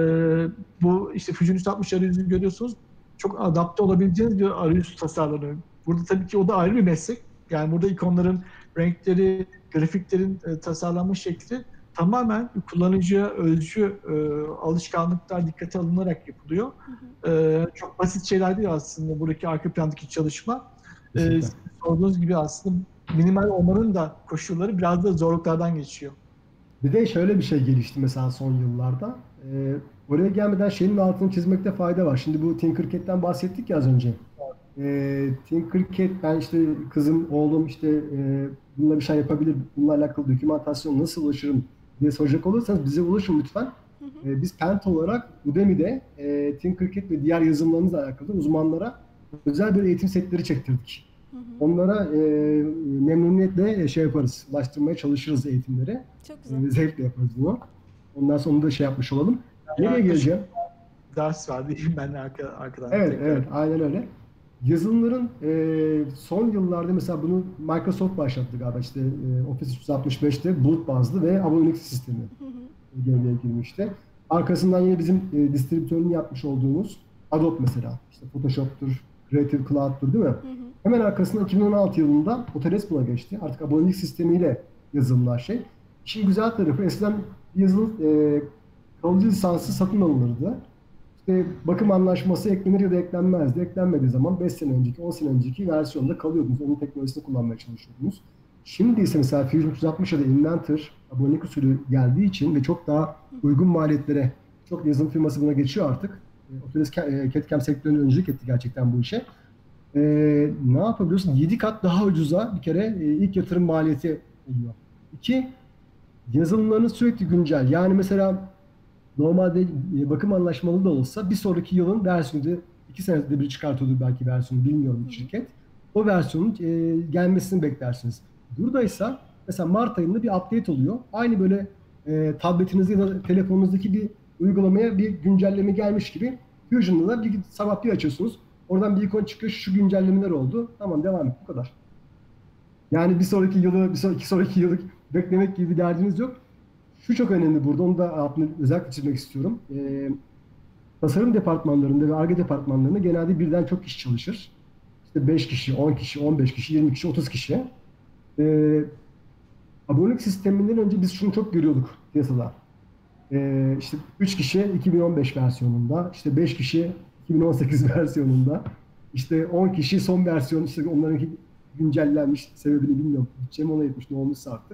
bu işte Fusion üç altmış arayüzü görüyorsunuz. Çok adapte olabileceğiniz bir arayüz tasarlanıyor. Burada tabii ki o da ayrı bir meslek. Yani burada ikonların renkleri, grafiklerin e, tasarlanma şekli tamamen kullanıcıya özgü e, alışkanlıklar dikkate alınarak yapılıyor. Hı hı. E, çok basit şeyler değil aslında buradaki arka plandaki çalışma. E, sorduğunuz gibi aslında minimal olmanın da koşulları biraz da zorluklardan geçiyor. Bir de şöyle bir şey gelişti mesela son yıllarda. Ee, oraya gelmeden şeyin altını çizmekte fayda var. Şimdi bu Tinkercad'den bahsettik ya az önce. Ee, Tinkercad, ben işte kızım, oğlum işte e, bununla bir şey yapabilir, bununla alakalı dokümantasyon nasıl ulaşırım diye soracak olursanız bize ulaşın lütfen. Hı hı. Ee, biz Penta olarak Udemy'de e, Tinkercad ve diğer yazılımlarımızla alakalı uzmanlara özel bir eğitim setleri çektirdik. Hı hı. Onlara e, memnuniyetle şey yaparız, ulaştırmaya çalışırız eğitimleri. Çok güzel. E, zevkle yaparız bunu. Ondan sonra da şey yapmış olalım. Yani nereye geleceğim? Ders var diyeyim ben arka, arkadan. Evet, tekrar. evet, aynen öyle. Yazılımların e, son yıllarda mesela bunu Microsoft başlattı galiba, işte e, Office üç yüz altmış beşte bulut bazlı ve abonelik sistemi devreye girmişti. Arkasından yine bizim e, distribütörünü yapmış olduğumuz Adobe mesela, işte Photoshop'tur, Creative Cloud'tur değil mi? Hı hı. Hemen arkasından iki bin on altı yılında Autodesk buna geçti. Artık abonelik sistemiyle yazılımlar şey. İşin güzel tarafı, eskiden yazılım e, kalıcı lisansı satın alınırdı. İşte bakım anlaşması eklenir ya da eklenmezdi. Eklenmediği zaman beş sene önceki, on sene önceki versiyonda kalıyordunuz. Onun teknolojisini kullanmaya çalışıyordunuz. Şimdi ise mesela Fusion üç yüz altmış ya da Inventor abonelik usulü geldiği için ve çok daha uygun maliyetlere, çok yazılım firması buna geçiyor artık. Autodesk C A D/C A M sektörünü öncülük etti gerçekten bu işe. Ee, ne yapabiliyorsun? yedi kat daha ucuza bir kere e, ilk yatırım maliyeti oluyor. İki, yazılımlarınız sürekli güncel. Yani mesela normalde bakım anlaşmalı da olsa bir sonraki yılın versiyonu, iki senede bir çıkartıyordu belki versiyonu, bilmiyorum şirket. O versiyonun e, gelmesini beklersiniz. Buradaysa mesela Mart ayında bir update oluyor. Aynı böyle e, tabletinizde ya da telefonunuzdaki bir uygulamaya bir güncelleme gelmiş gibi Fusion'da da bir sabah bir açıyorsunuz. Oradan bir ikon çıkıyor, şu güncellemeler oldu. Tamam, devam et, bu kadar. Yani bir sonraki yılı, bir sonraki, iki sonraki yılı beklemek gibi bir derdiniz yok. Şu çok önemli burada, onu da altını özellikle çizmek istiyorum. Ee, tasarım departmanlarında ve Ar-Ge departmanlarında genelde birden çok kişi çalışır. İşte beş kişi, on kişi, on beş kişi, yirmi kişi, otuz kişi. Ee, abonelik sisteminden önce biz şunu çok görüyorduk piyasada. Ee, işte üç kişi iki bin on beş versiyonunda, işte beş kişi iki bin on sekiz versiyonunda, işte on kişi son versiyon, işte onlarınki güncellenmiş, sebebini bilmiyorum. Bütçem ona yetmiş, ne olmuşsa artık.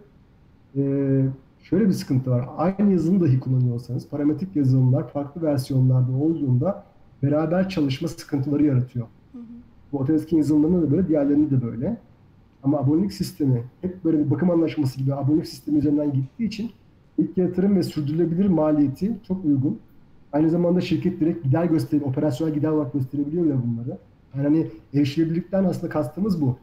Ee, şöyle bir sıkıntı var. Aynı yazılım dahi kullanıyorsanız, parametrik yazılımlar farklı versiyonlarda olduğunda beraber çalışma sıkıntıları yaratıyor. Hı hı. Bu Autodesk'in yazılımlarında da böyle, diğerlerinde de böyle. Ama abonelik sistemi hep böyle bir bakım anlaşması gibi abonelik sistemi üzerinden gittiği için ilk yatırım ve sürdürülebilir maliyeti çok uygun. Aynı zamanda şirket direkt gider gösteriyor, operasyonel gider olarak gösterebiliyor ya bunları. Yani hani erişilebilirlikten aslında kastımız bu.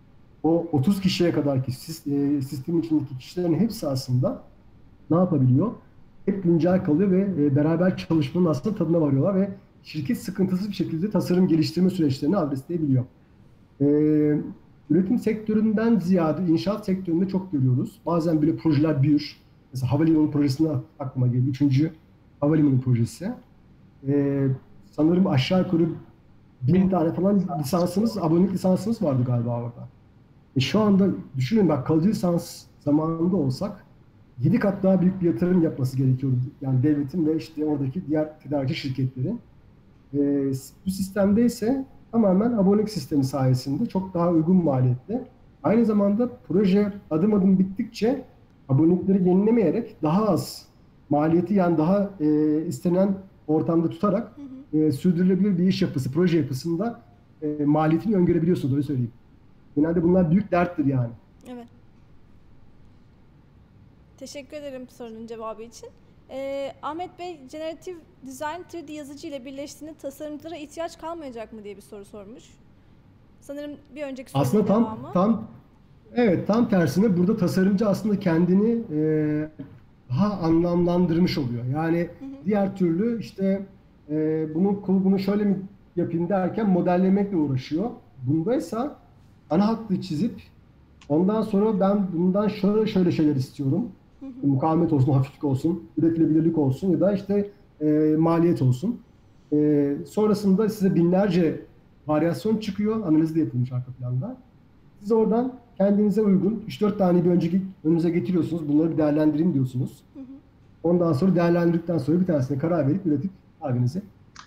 O otuz kişiye kadar ki sistemin içindeki kişilerin hepsi aslında ne yapabiliyor? Hep güncel kalıyor ve beraber çalışmanın aslında tadına varıyorlar ve şirket sıkıntısız bir şekilde tasarım geliştirme süreçlerini adresleyebiliyor. Ee, üretim sektöründen ziyade inşaat sektöründe çok görüyoruz. Bazen böyle projeler büyür. Mesela havalimanı projesine aklıma geliyor. Üçüncü havalimanı projesi. Ee, sanırım aşağı yukarı bin tane falan lisansımız, abonelik lisansımız vardı galiba orada. E şu anda düşünün bak, kalıcı lisans zamanında olsak yedi kat daha büyük bir yatırım yapması gerekiyordu. Yani devletin ve işte oradaki diğer tedarikçi şirketlerin. E, bu sistemde ise tamamen abonelik sistemi sayesinde çok daha uygun maliyette. Aynı zamanda proje adım adım bittikçe abonelikleri yenilemeyerek daha az maliyeti, yani daha e, istenen ortamda tutarak e, sürdürülebilir bir iş yapısı, proje yapısında e, maliyetini öngörebiliyorsunuz, öyle söyleyeyim. Genelde bunlar büyük derttir yani. Evet. Teşekkür ederim sorunun cevabı için. Ee, Ahmet Bey, Generative Design üç D yazıcı ile birleştiğinde tasarımcılara ihtiyaç kalmayacak mı diye bir soru sormuş. Sanırım bir önceki sorunun Aslında tam devamı. tam evet tam tersine burada tasarımcı aslında kendini e, daha anlamlandırmış oluyor. Yani Hı hı. diğer türlü işte e, bunu bunu şöyle mi yapayım derken modellemekle uğraşıyor. Bundaysa ana hattı çizip ondan sonra ben bundan şöyle şöyle şeyler istiyorum. Hı hı. Mukavemet olsun, hafiflik olsun, üretilebilirlik olsun ya da işte e, maliyet olsun. E, sonrasında size binlerce varyasyon çıkıyor. Analiz de yapılmış arka planda. Siz oradan kendinize uygun üç dört tane bir önceki önünüze getiriyorsunuz. Bunları bir değerlendireyim diyorsunuz. Hı hı. Ondan sonra değerlendirdikten sonra bir tanesine karar verip üretip abinize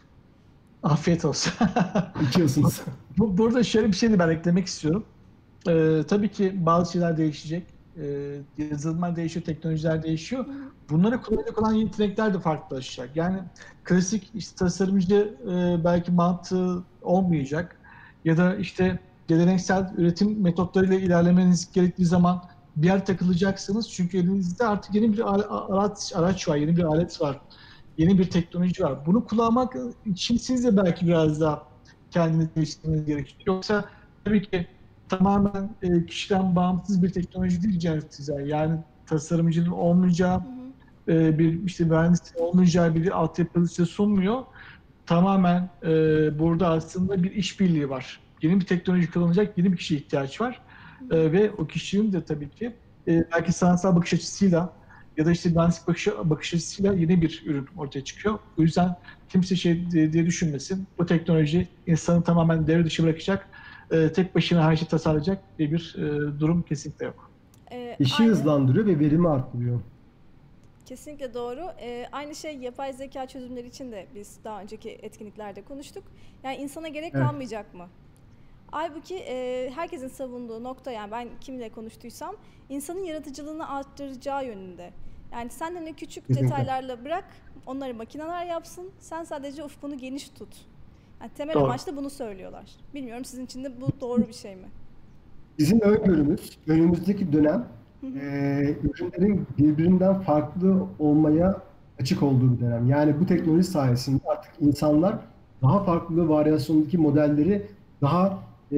Afiyet olsun. içiyorsunuz. Bu, burada şöyle bir şey de ben eklemek istiyorum. Ee, tabii ki bazı şeyler değişecek. Ee, yazılımlar değişiyor, teknolojiler değişiyor. Hı hı. Bunları kullanacak olan yetenekler de farklılaşacak. Yani klasik işte tasarımcı e, belki mantığı olmayacak. Ya da işte geleneksel üretim metotlarıyla ilerlemeniz gerektiği zaman bir yer takılacaksınız. Çünkü elinizde artık yeni bir araç, araç var, yeni bir alet var. Yeni bir teknoloji var. Bunu kullanmak için siz de belki biraz daha kendinizi geliştirmeniz gerekiyor. Yoksa tabii ki tamamen e, kişiden bağımsız bir teknoloji değil generatif dizayn. Yani tasarımcının olmayacağı, Hı hı. e, bir işte mühendisin olmayacağı bir altyapı size sunmuyor. Tamamen e, burada aslında bir işbirliği var. Yeni bir teknoloji kullanacak yeni bir kişiye ihtiyaç var. E, ve o kişinin de tabii ki e, belki sanatsal bakış açısıyla ya da işte mühendislik bakış, bakış açısıyla yeni bir ürün ortaya çıkıyor. O yüzden kimse şey diye, diye düşünmesin. Bu teknoloji insanı tamamen devre dışı bırakacak, e, tek başına her şeyi tasarlayacak diye bir e, durum kesinlikle yok. Ee, İşi aynı, hızlandırıyor ve verimi arttırıyor. kesinlikle doğru. Ee, aynı şey yapay zeka çözümleri için de biz daha önceki etkinliklerde konuştuk. Yani insana gerek Evet. kalmayacak mı? Halbuki e, herkesin savunduğu nokta, yani ben kimle konuştuysam, insanın yaratıcılığını arttıracağı yönünde. Yani sen hani küçük Kesinlikle. detaylarla bırak, onları makineler yapsın, sen sadece ufkunu geniş tut. Yani temel Doğru. amaç da bunu söylüyorlar. Bilmiyorum sizin için de bu doğru bir şey mi? Bizim öngörümüz, önümüzdeki dönem Hı hı. e, ürünlerin birbirinden farklı olmaya açık olduğu bir dönem. Yani bu teknoloji sayesinde artık insanlar daha farklı varyasyondaki modelleri daha e,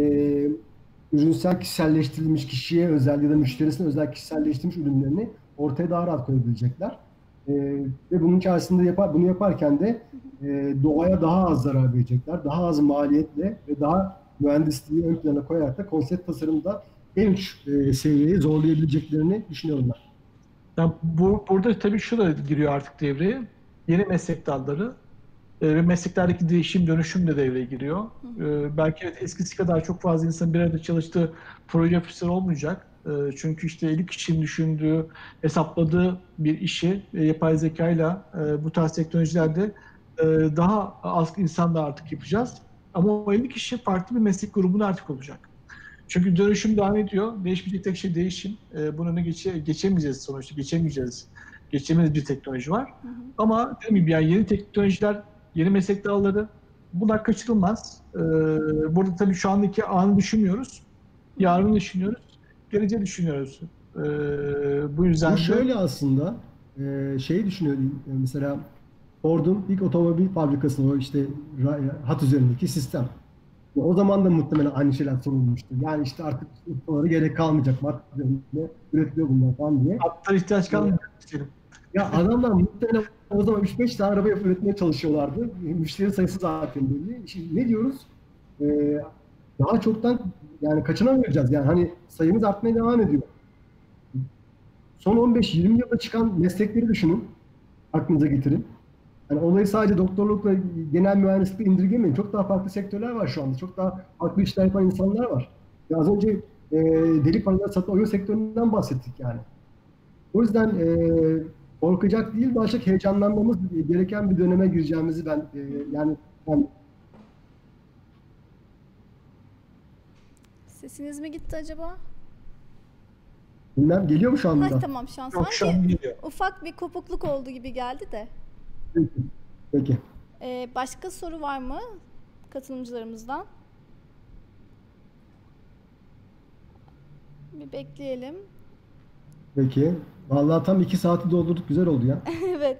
ürünsel kişiselleştirilmiş, kişiye özel ya da müşterisine özel kişiselleştirilmiş ürünlerini ortaya daha rahat koyabilecekler. E, ve bunun içerisinde yapar, bunu yaparken de e, doğaya daha az zarar verecekler. Daha az maliyetle ve daha mühendisliği ön plana koyarak da konsept tasarımda en uç e, seviyeyi zorlayabileceklerini düşünüyorum ben. Yani bu, burada tabii şu da giriyor artık devreye. Yeni meslek dalları e, ve mesleklerdeki değişim, dönüşüm de devreye giriyor. E, belki evet, eskisi kadar çok fazla insan bir arada çalıştığı proje ofisleri olmayacak. E, çünkü işte elli kişinin düşündüğü, hesapladığı bir işi e, yapay zekayla e, bu tarz teknolojilerde e, daha az insanla artık yapacağız. Ama o elli kişi farklı bir meslek grubunda artık olacak. Çünkü dönüşüm devam ediyor. Değişmeyecek tek şey değişim. Ee, bunun önüne geçe, geçemeyeceğiz sonuçta. Geçemeyeceğiz. Geçemez bir teknoloji var. Hı hı. Ama dediğim gibi yani yeni teknolojiler, yeni meslek dalları bunlar kaçırılmaz. Ee, burada tabii şu andaki anı düşünmüyoruz. Yarını düşünüyoruz. Geleceği düşünüyoruz. Ee, bu yüzden Bu de şöyle aslında e, şeyi düşünüyorum e, mesela Ford'un ilk otomobil fabrikasının o işte ra- hat üzerindeki sistem. O zaman da muhtemelen aynı şeyler sorulmuştu. Yani işte artık ustalara gerek kalmayacak. Marka üzerinde üretiliyor bunlar falan diye. hatta ihtiyaç kalmıyor. Ya adamlar muhtemelen o zaman üç beş tane araba yapıp üretmeye çalışıyorlardı. Müşteri sayısı zaten belli. Şimdi ne diyoruz? Ee, daha çoktan yani kaçınamayacağız. Yani hani sayımız artmaya devam ediyor. Son on beş yirmi yılda çıkan meslekleri düşünün. Aklınıza getirin. Yani olayı sadece doktorlukla, genel mühendislikle indirgemeyin. Çok daha farklı sektörler var şu anda. Çok daha farklı işler yapan insanlar var. Ya az önce e, deli paralar satan oyun sektöründen bahsettik yani. O yüzden e, korkacak değil, daha çok heyecanlanmamız gereken bir döneme gireceğimizi ben e, yani ben Sesiniz mi gitti acaba? Bilmem geliyor mu şu anda? Hah, tamam, şu an Yok, şu an sanki geliyor. ufak bir kopukluk oldu gibi geldi de. Peki. Peki. Ee, başka soru var mı katılımcılarımızdan? Bir bekleyelim. Peki. Vallahi tam iki saati doldurduk. Güzel oldu ya. Evet.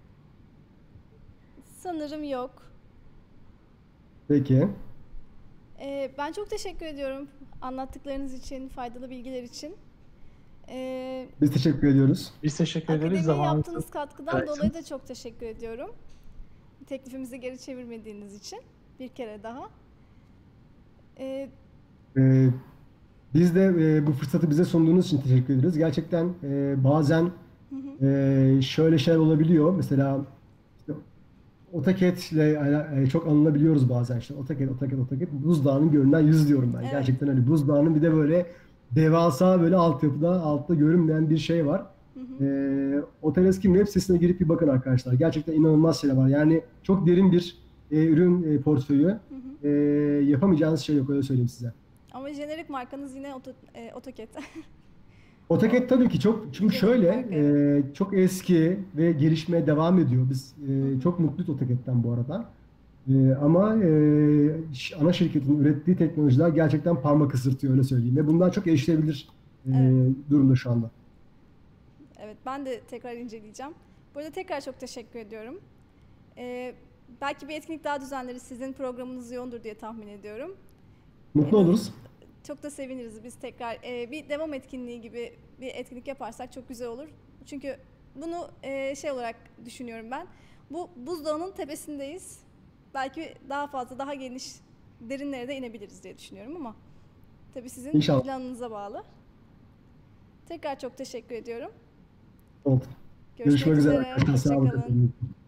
Sanırım yok. Peki. Ee, ben çok teşekkür ediyorum anlattıklarınız için, faydalı bilgiler için. Ee, Biz teşekkür ediyoruz. Biz teşekkür ederiz. Akademiye Zamanınızı yaptığınız katkıdan Evet. dolayı da çok teşekkür ediyorum. Teklifimizi geri çevirmediğiniz için bir kere daha. Ee, Ee, biz de e, bu fırsatı bize sunduğunuz için teşekkür ederiz. Gerçekten e, bazen e, şöyle şeyler olabiliyor. Mesela işte AutoCAD ile ala- e, çok anılabiliyoruz bazen. İşte AutoCAD, AutoCAD, AutoCAD. Buzdağının görünen yüzü diyorum ben. Evet. Gerçekten öyle. Buzdağının bir de böyle devasa böyle altyapıda altta görünmeyen bir şey var. E, Autodesk'in web sitesine girip bir bakın arkadaşlar. Gerçekten inanılmaz şeyler var. Yani çok derin bir e, ürün e, portföyü. E, yapamayacağınız şey yok, öyle söyleyeyim size. ama jenerik markanız yine Auto, e, AutoCAD. AutoCAD tabii ki çok, çünkü Evet, şöyle marka, e, çok eski ve gelişmeye devam ediyor. Biz e, çok mutluyuz AutoCAD'den bu arada. E, ama e, ş- ana şirketin ürettiği teknolojiler gerçekten parmak ısırtıyor, öyle söyleyeyim. Ve bundan çok erişilebilir e, Evet. durumda şu anda. Evet, ben de tekrar inceleyeceğim. Bu arada tekrar çok teşekkür ediyorum. Ee, belki bir etkinlik daha düzenleriz. Sizin programınız yoğundur diye tahmin ediyorum. Mutlu oluruz. Çok da seviniriz biz tekrar. Ee, bir devam etkinliği gibi bir etkinlik yaparsak çok güzel olur. Çünkü bunu e, şey olarak düşünüyorum ben. Bu buzdağının tepesindeyiz. Belki daha fazla, daha geniş derinlere de inebiliriz diye düşünüyorum ama tabii sizin İnşallah. planınıza bağlı. Tekrar çok teşekkür ediyorum. Oldu. Görüşmek Görüşmek üzere üzere. arkadaşlar. Sağ olun. Hoşça kalın.